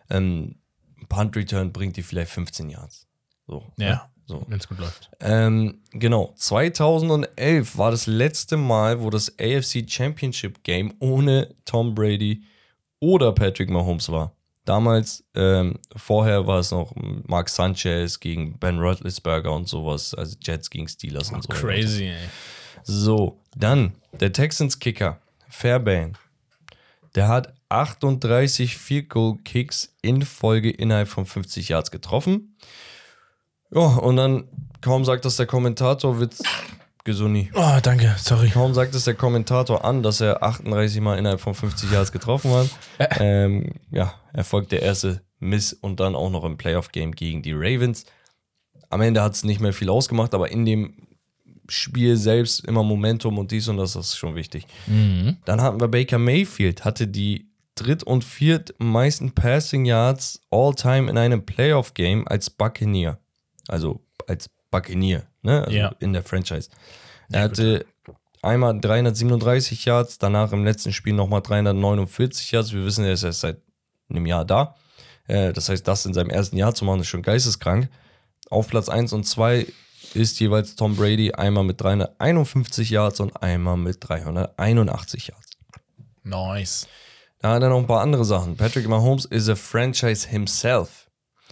Punt Return bringt die vielleicht 15 Yards. So, Ja, so. wenn es gut läuft. Genau, 2011 war das letzte Mal, wo das AFC Championship Game ohne Tom Brady oder Patrick Mahomes war. Damals, vorher war es noch Mark Sanchez gegen Ben Roethlisberger und sowas, also Jets gegen Steelers und so. Crazy, ey. So, dann der Texans Kicker, Fairbairn. Der hat 38 Field Goal Kicks in Folge innerhalb von 50 Yards getroffen. Ja, und dann kaum sagt das der Kommentator, Gesuni. Oh, danke, sorry. Kaum sagt es der Kommentator an, dass er 38 Mal innerhalb von 50 Yards getroffen hat. Ja, erfolgt der erste Miss und dann auch noch im Playoff-Game gegen die Ravens. Am Ende hat es nicht mehr viel ausgemacht, aber in dem Spiel selbst immer Momentum und dies und das ist schon wichtig. Dann hatten wir Baker Mayfield, hatte die 3. und 4. meisten Passing Yards all-time in einem Playoff-Game als Buccaneer. Also als Buccaneer, ne? Also in der Franchise. Er hatte einmal 337 Yards, danach im letzten Spiel nochmal 349 Yards. Wir wissen, er ist erst seit einem Jahr da. Das heißt, das in seinem ersten Jahr zu machen, ist schon geisteskrank. Auf Platz 1 und 2 ist jeweils Tom Brady, einmal mit 351 Yards und einmal mit 381 Yards. Nice. Da hat er noch ein paar andere Sachen. Patrick Mahomes is a franchise himself.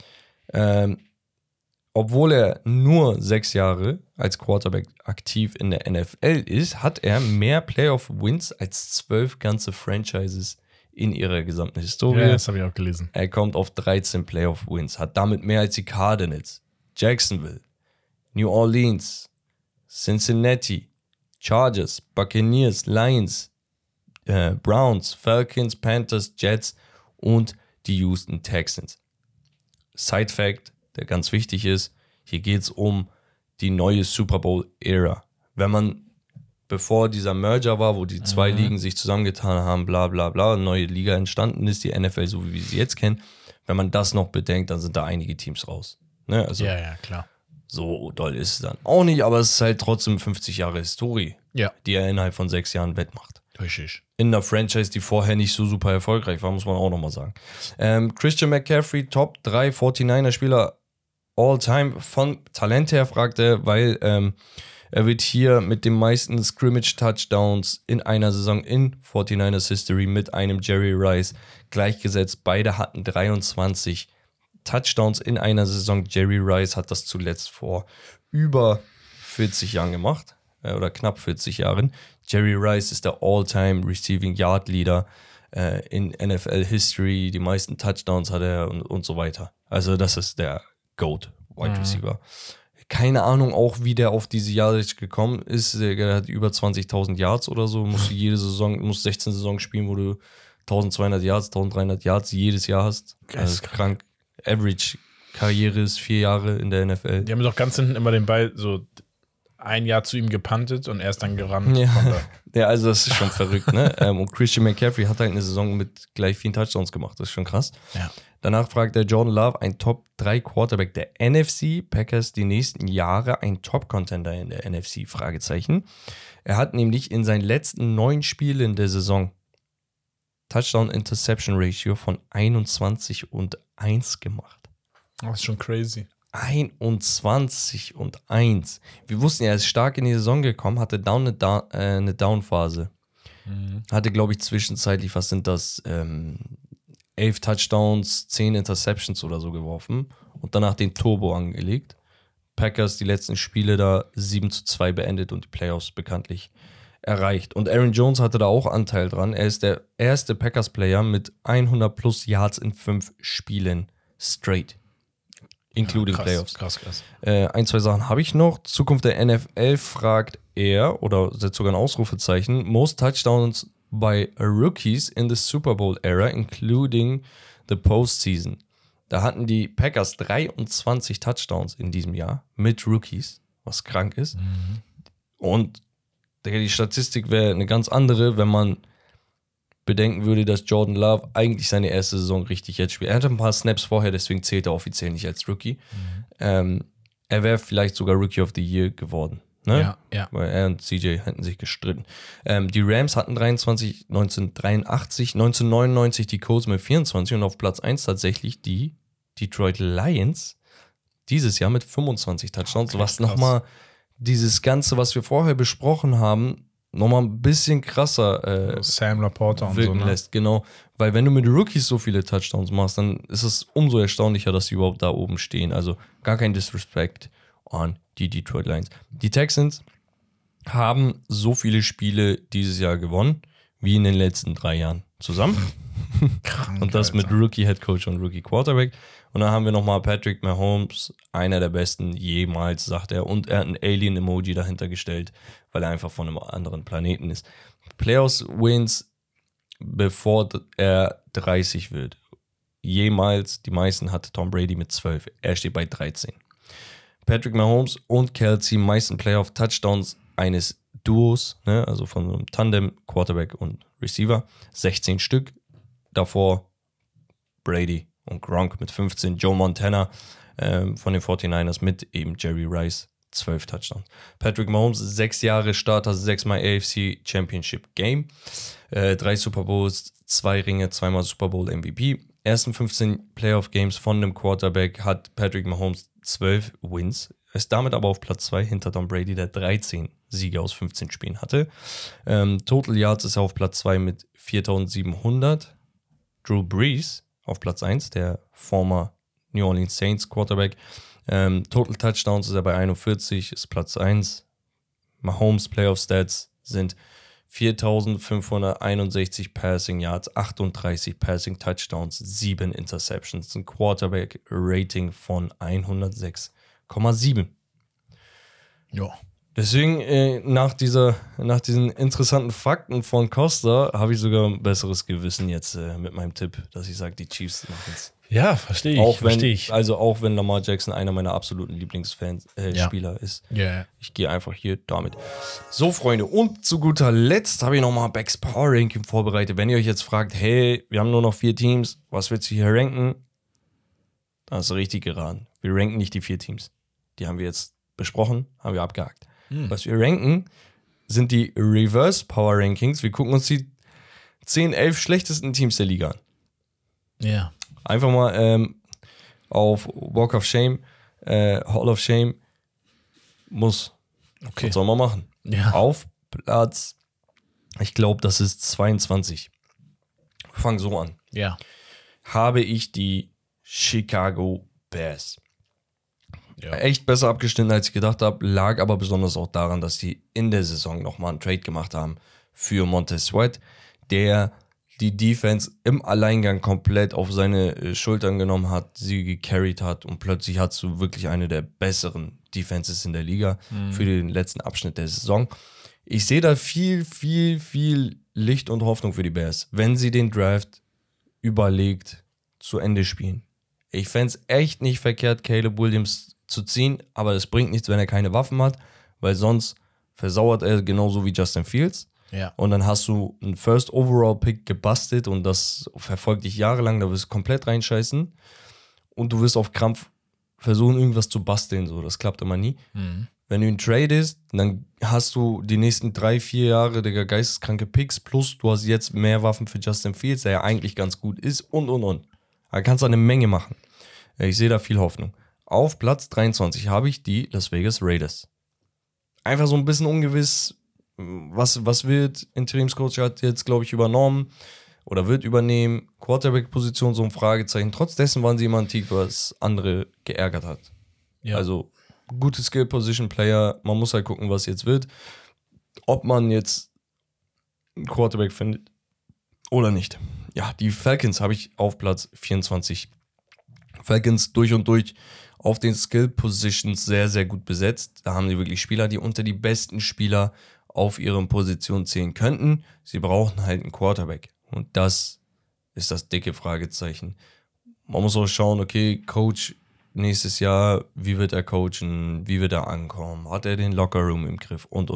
Obwohl er nur 6 Jahre als Quarterback aktiv in der NFL ist, hat er mehr Playoff-Wins als 12 ganze Franchises in ihrer gesamten Historie. Ja, das habe ich auch gelesen. Er kommt auf 13 Playoff-Wins, hat damit mehr als die Cardinals, Jacksonville, New Orleans, Cincinnati, Chargers, Buccaneers, Lions, Browns, Falcons, Panthers, Jets und die Houston Texans. Side Fact, der ganz wichtig ist, hier geht es um die neue Super Bowl-Ära. Wenn man, bevor dieser Merger war, wo die 2 Ligen sich zusammengetan haben, bla bla bla, eine neue Liga entstanden ist, die NFL, so wie wir sie jetzt kennen, wenn man das noch bedenkt, dann sind da einige Teams raus. Ne? Also, ja, klar. so doll ist es dann auch nicht, aber es ist halt trotzdem 50 Jahre Historie, die er innerhalb von 6 Jahren wettmacht. Richtig. In einer Franchise, die vorher nicht so super erfolgreich war, muss man auch nochmal sagen. Christian McCaffrey, Top 3 49er-Spieler all-time. Von Talent her, fragt er, weil er wird hier mit den meisten Scrimmage-Touchdowns in einer Saison in 49ers History mit einem Jerry Rice gleichgesetzt. Beide hatten 23 Touchdowns in einer Saison. Jerry Rice hat das zuletzt vor über 40 Jahren gemacht. Oder knapp 40 Jahren. Jerry Rice ist der All-Time Receiving Yard Leader in NFL History. Die meisten Touchdowns hat er und so weiter. Also das ist der GOAT Wide Receiver. Keine Ahnung auch, wie der auf diese Jahre gekommen ist. Der hat über 20.000 Yards oder so. Musst jede Saison, musst 16 Saisons spielen, wo du 1.200 Yards, 1.300 Yards jedes Jahr hast. Das ist krank. Average-Karriere ist 4 Jahre in der NFL. Die haben doch ganz hinten immer den Ball so ein Jahr zu ihm gepuntet und er ist dann gerannt. Ja, also das ist schon verrückt, ne? Und Christian McCaffrey hat halt eine Saison mit gleich 4 Touchdowns gemacht. Das ist schon krass. Ja. Danach fragt der Jordan Love, ein Top-3 Quarterback der NFC, Packers die nächsten Jahre ein Top-Contender in der NFC, Fragezeichen. Er hat nämlich in seinen letzten 9 Spielen der Saison Touchdown-Interception-Ratio von 21:1 gemacht. Das ist schon crazy. 21:1. Wir wussten ja, er ist stark in die Saison gekommen, hatte eine Down-Phase. Hatte, glaube ich, zwischenzeitlich, was sind das, 11 Touchdowns, 10 Interceptions oder so geworfen und danach den Turbo angelegt. Packers die letzten Spiele da 7:2 beendet und die Playoffs bekanntlich erreicht. Und Aaron Jones hatte da auch Anteil dran. Er ist der erste Packers-Player mit 100 plus Yards in 5 Spielen straight. Including Playoffs. Krass. 1, 2 Sachen habe ich noch. Zukunft der NFL fragt er, oder setzt sogar ein Ausrufezeichen, most touchdowns by rookies in the Super Bowl era, including the postseason. Da hatten die Packers 23 Touchdowns in diesem Jahr mit Rookies, was krank ist. Und die Statistik wäre eine ganz andere, wenn man bedenken würde, dass Jordan Love eigentlich seine erste Saison richtig jetzt spielt. Er hatte ein paar Snaps vorher, deswegen zählt er offiziell nicht als Rookie. Er wäre vielleicht sogar Rookie of the Year geworden. Ne? Ja. Weil er und CJ hätten sich gestritten. Die Rams hatten 23, 1983, 1999 die Colts mit 24 und auf Platz 1 tatsächlich die Detroit Lions dieses Jahr mit 25 Touchdowns, was nochmal dieses Ganze, was wir vorher besprochen haben, nochmal ein bisschen krasser Sam Laporta und wirken so, ne? lässt. Genau, weil wenn du mit Rookies so viele Touchdowns machst, dann ist es umso erstaunlicher, dass sie überhaupt da oben stehen. Also gar kein Disrespect an die Detroit Lions. Die Texans haben so viele Spiele dieses Jahr gewonnen, wie in den letzten 3 Jahren zusammen. Krank, Und das mit Rookie Head Coach und Rookie Quarterback. Und dann haben wir nochmal Patrick Mahomes, einer der besten jemals, sagt er. Und er hat ein Alien-Emoji dahinter gestellt, weil er einfach von einem anderen Planeten ist. Playoffs-Wins, bevor er 30 wird. Jemals, die meisten hatte Tom Brady mit 12. Er steht bei 13. Patrick Mahomes und Kelsey meisten Playoff-Touchdowns eines Duos, ne, also von einem Tandem, Quarterback und Receiver, 16 Stück. Davor Brady und Gronk mit 15, Joe Montana von den 49ers mit eben Jerry Rice, 12 Touchdowns. Patrick Mahomes, 6 Jahre Starter, 6-mal AFC Championship Game, 3 Super Bowls, 2 Ringe, 2-mal Super Bowl MVP. Ersten 15 Playoff Games von einem Quarterback hat Patrick Mahomes 12 Wins, ist damit aber auf Platz 2 hinter Tom Brady, der 13 Siege aus 15 Spielen hatte. Total Yards ist er auf Platz 2 mit 4.700. Drew Brees auf Platz 1, der former New Orleans Saints Quarterback. Total Touchdowns ist er bei 41, ist Platz 1. Mahomes Playoff Stats sind 4.561 Passing Yards, 38 Passing Touchdowns, 7 Interceptions, ein Quarterback Rating von 106,7. Ja. Deswegen, nach diesen interessanten Fakten von Costa, habe ich sogar ein besseres Gewissen jetzt mit meinem Tipp, dass ich sage, die Chiefs machen es. Ja, verstehe ich. Also auch wenn Lamar Jackson einer meiner absoluten Lieblingsspieler ist. Yeah. Ich gehe einfach hier damit. So, Freunde, und zu guter Letzt habe ich nochmal Becks Power Ranking vorbereitet. Wenn ihr euch jetzt fragt, hey, wir haben nur noch 4 Teams, was willst du hier ranken? Dann hast du richtig geraten. Wir ranken nicht die 4 Teams. Die haben wir jetzt besprochen, haben wir abgehakt. Was wir ranken, sind die Reverse Power Rankings. Wir gucken uns die 10, 11 schlechtesten Teams der Liga an. Ja. Einfach mal auf Walk of Shame, Hall of Shame muss. Okay. Was soll man machen? Ja. Auf Platz, ich glaube, das ist 22. Wir fangen so an. Ja. Habe ich die Chicago Bears. Ja. Echt besser abgeschnitten, als ich gedacht habe, lag aber besonders auch daran, dass die in der Saison nochmal einen Trade gemacht haben für Montez Sweat, der die Defense im Alleingang komplett auf seine Schultern genommen hat, sie gecarried hat und plötzlich hast du wirklich eine der besseren Top-Defenses in der Liga für den letzten Abschnitt der Saison. Ich sehe da viel, viel, viel Licht und Hoffnung für die Bears, wenn sie den Draft überlegt zu Ende spielen. Ich fände es echt nicht verkehrt, Caleb Williams zu ziehen, aber das bringt nichts, wenn er keine Waffen hat, weil sonst versauert er genauso wie Justin Fields. Ja. Und dann hast du einen First Overall Pick gebastelt und das verfolgt dich jahrelang, da wirst du komplett reinscheißen und du wirst auf Krampf versuchen, irgendwas zu basteln, so, das klappt immer nie. Wenn du ihn tradest, dann hast du die nächsten 3-4 Jahre, Digga, geisteskranke Picks, plus du hast jetzt mehr Waffen für Justin Fields, der ja eigentlich ganz gut ist und. Da kannst du eine Menge machen. Ich sehe da viel Hoffnung. Auf Platz 23 habe ich die Las Vegas Raiders. Einfach so ein bisschen ungewiss, was wird. Interimscoach hat jetzt, glaube ich, übernommen oder wird übernehmen. Quarterback-Position, so ein Fragezeichen. Trotz dessen waren sie immer ein Team, was andere geärgert hat. Ja. Also gute Skill-Position-Player. Man muss halt gucken, was jetzt wird. Ob man jetzt einen Quarterback findet oder nicht. Ja, die Falcons habe ich auf Platz 24. Falcons durch und durch auf den Skill-Positions sehr, sehr gut besetzt. Da haben sie wirklich Spieler, die unter die besten Spieler auf ihren Positionen zählen könnten. Sie brauchen halt einen Quarterback. Und das ist das dicke Fragezeichen. Man muss auch schauen, okay, Coach nächstes Jahr, wie wird er coachen, wie wird er ankommen, hat er den Lockerroom im Griff und.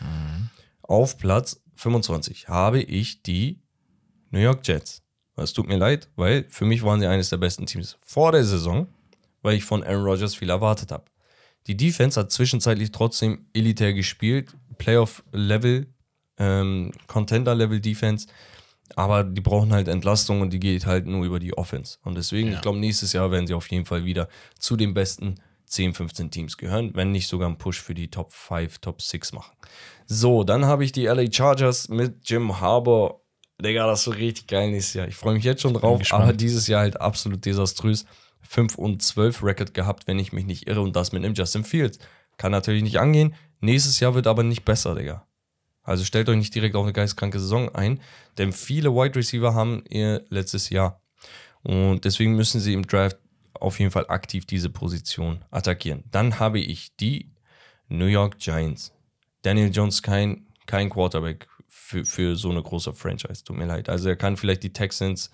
Auf Platz 25 habe ich die New York Jets. Es tut mir leid, weil für mich waren sie eines der besten Teams vor der Saison, weil ich von Aaron Rodgers viel erwartet habe. Die Defense hat zwischenzeitlich trotzdem elitär gespielt, Playoff-Level, Contender-Level-Defense, aber die brauchen halt Entlastung und die geht halt nur über die Offense. Und deswegen, ich glaube, nächstes Jahr werden sie auf jeden Fall wieder zu den besten 10, 15 Teams gehören, wenn nicht sogar einen Push für die Top 5, Top 6 machen. So, dann habe ich die LA Chargers mit Jim Harbaugh. Digga, das wird richtig geil nächstes Jahr. Ich freue mich jetzt schon drauf, aber dieses Jahr halt absolut desaströs. 5-12 Record gehabt, wenn ich mich nicht irre, und das mit einem Justin Fields. Kann natürlich nicht angehen. Nächstes Jahr wird aber nicht besser, Digga. Also stellt euch nicht direkt auf eine geistkranke Saison ein, denn viele Wide Receiver haben ihr letztes Jahr. Und deswegen müssen sie im Draft auf jeden Fall aktiv diese Position attackieren. Dann habe ich die New York Giants. Daniel Jones kein Quarterback für so eine große Franchise, tut mir leid. Also er kann vielleicht die Titans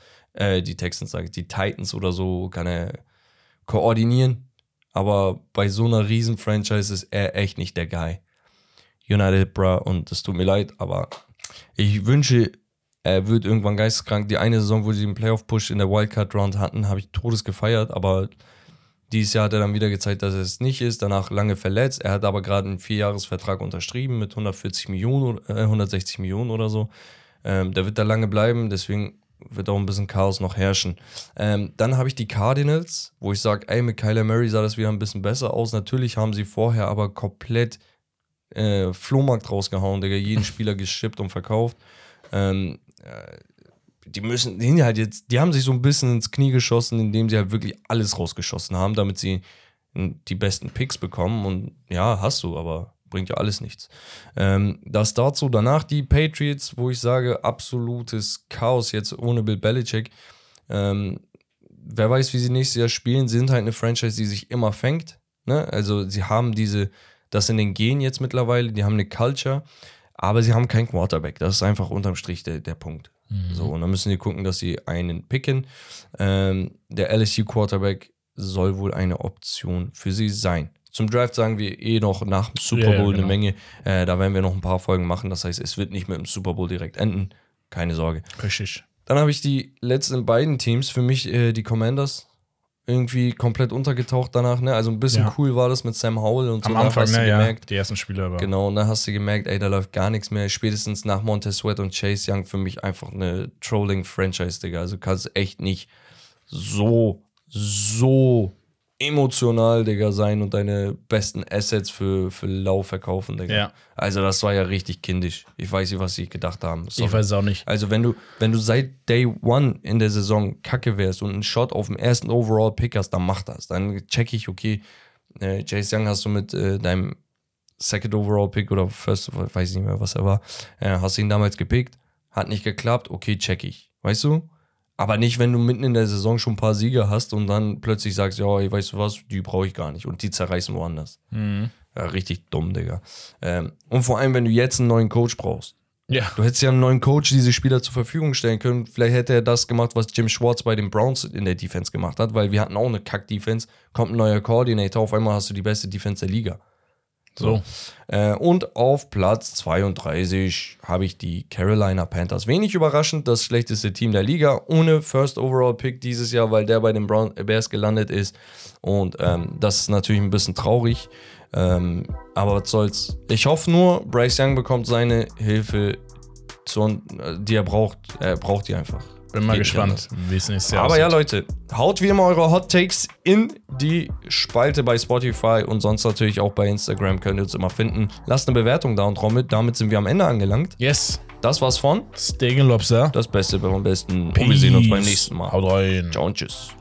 oder so, kann er koordinieren, aber bei so einer riesen Franchise ist er echt nicht der Guy. United, bra, und es tut mir leid, aber ich wünsche, er wird irgendwann geisteskrank. Die eine Saison, wo sie den Playoff-Push in der Wildcard-Round hatten, habe ich todes gefeiert, aber dieses Jahr hat er dann wieder gezeigt, dass er es nicht ist, danach lange verletzt. Er hat aber gerade einen 4-Jahres-Vertrag unterschrieben mit 160 Millionen oder so. Der wird da lange bleiben, deswegen wird auch ein bisschen Chaos noch herrschen. Dann habe ich die Cardinals, wo ich sage, ey, mit Kyler Murray sah das wieder ein bisschen besser aus. Natürlich haben sie vorher aber komplett Flohmarkt rausgehauen, Digga, jeden Spieler geschippt und verkauft. Die haben sich so ein bisschen ins Knie geschossen, indem sie halt wirklich alles rausgeschossen haben, damit sie die besten Picks bekommen. Und ja, hast du, aber bringt ja alles nichts. Das dazu. Danach die Patriots, wo ich sage, absolutes Chaos jetzt ohne Bill Belichick. Wer weiß, wie sie nächstes Jahr spielen, sind halt eine Franchise, die sich immer fängt. Ne? Also sie haben das in den Genen jetzt mittlerweile, die haben eine Culture, aber sie haben keinen Quarterback. Das ist einfach unterm Strich der Punkt. So, und dann müssen sie gucken, dass sie einen picken. Der LSU-Quarterback soll wohl eine Option für sie sein. Zum Draft sagen wir noch nach dem Super Bowl eine Menge. Da werden wir noch ein paar Folgen machen. Das heißt, es wird nicht mit dem Super Bowl direkt enden. Keine Sorge. Richtig. Dann habe ich die letzten beiden Teams. Für mich die Commanders. Irgendwie komplett untergetaucht danach. Ne? Also ein bisschen cool war das mit Sam Howell und so. Am Anfang, hast du gemerkt, die ersten Spiele aber. Genau, und dann hast du gemerkt, ey, da läuft gar nichts mehr. Spätestens nach Montez Sweat und Chase Young für mich einfach eine Trolling-Franchise, Digga. Also kannst echt nicht so emotional, Digga, sein und deine besten Assets für lau verkaufen, Digga. Ja. Also das war ja richtig kindisch. Ich weiß nicht, was sie gedacht haben. Sorry. Ich weiß es auch nicht. Also wenn du seit Day One in der Saison kacke wärst und einen Shot auf dem ersten Overall-Pick hast, dann mach das. Dann check ich, okay, Chase Young hast du mit deinem Second Overall-Pick oder First, weiß ich nicht mehr, was er war, hast du ihn damals gepickt, hat nicht geklappt, okay, check ich. Weißt du? Aber nicht, wenn du mitten in der Saison schon ein paar Siege hast und dann plötzlich sagst, ja, ey, weißt du was, die brauche ich gar nicht. Und die zerreißen woanders. Ja, richtig dumm, Digga. Und vor allem, wenn du jetzt einen neuen Coach brauchst. Ja. Du hättest ja einem neuen Coach diese Spieler zur Verfügung stellen können. Vielleicht hätte er das gemacht, was Jim Schwartz bei den Browns in der Defense gemacht hat, weil wir hatten auch eine Kack-Defense. Kommt ein neuer Coordinator, auf einmal hast du die beste Defense der Liga. So. Und auf Platz 32 habe ich die Carolina Panthers. Wenig überraschend, das schlechteste Team der Liga, ohne First Overall Pick dieses Jahr, weil der bei den Bears gelandet ist. Und das ist natürlich ein bisschen traurig. Aber was soll's. Ich hoffe nur, Bryce Young bekommt seine Hilfe, die er braucht. Er braucht die einfach. Bin mal gespannt, wie es nächstes Jahr aussieht. aussieht. Ja, Leute, haut wie immer eure Hot Takes in die Spalte bei Spotify und sonst natürlich auch bei Instagram könnt ihr uns immer finden. Lasst eine Bewertung da und damit sind wir am Ende angelangt. Yes. Das war's von Steak and Lobster. Das Beste beim Besten. Und wir sehen uns beim nächsten Mal. Haut rein. Ciao und tschüss.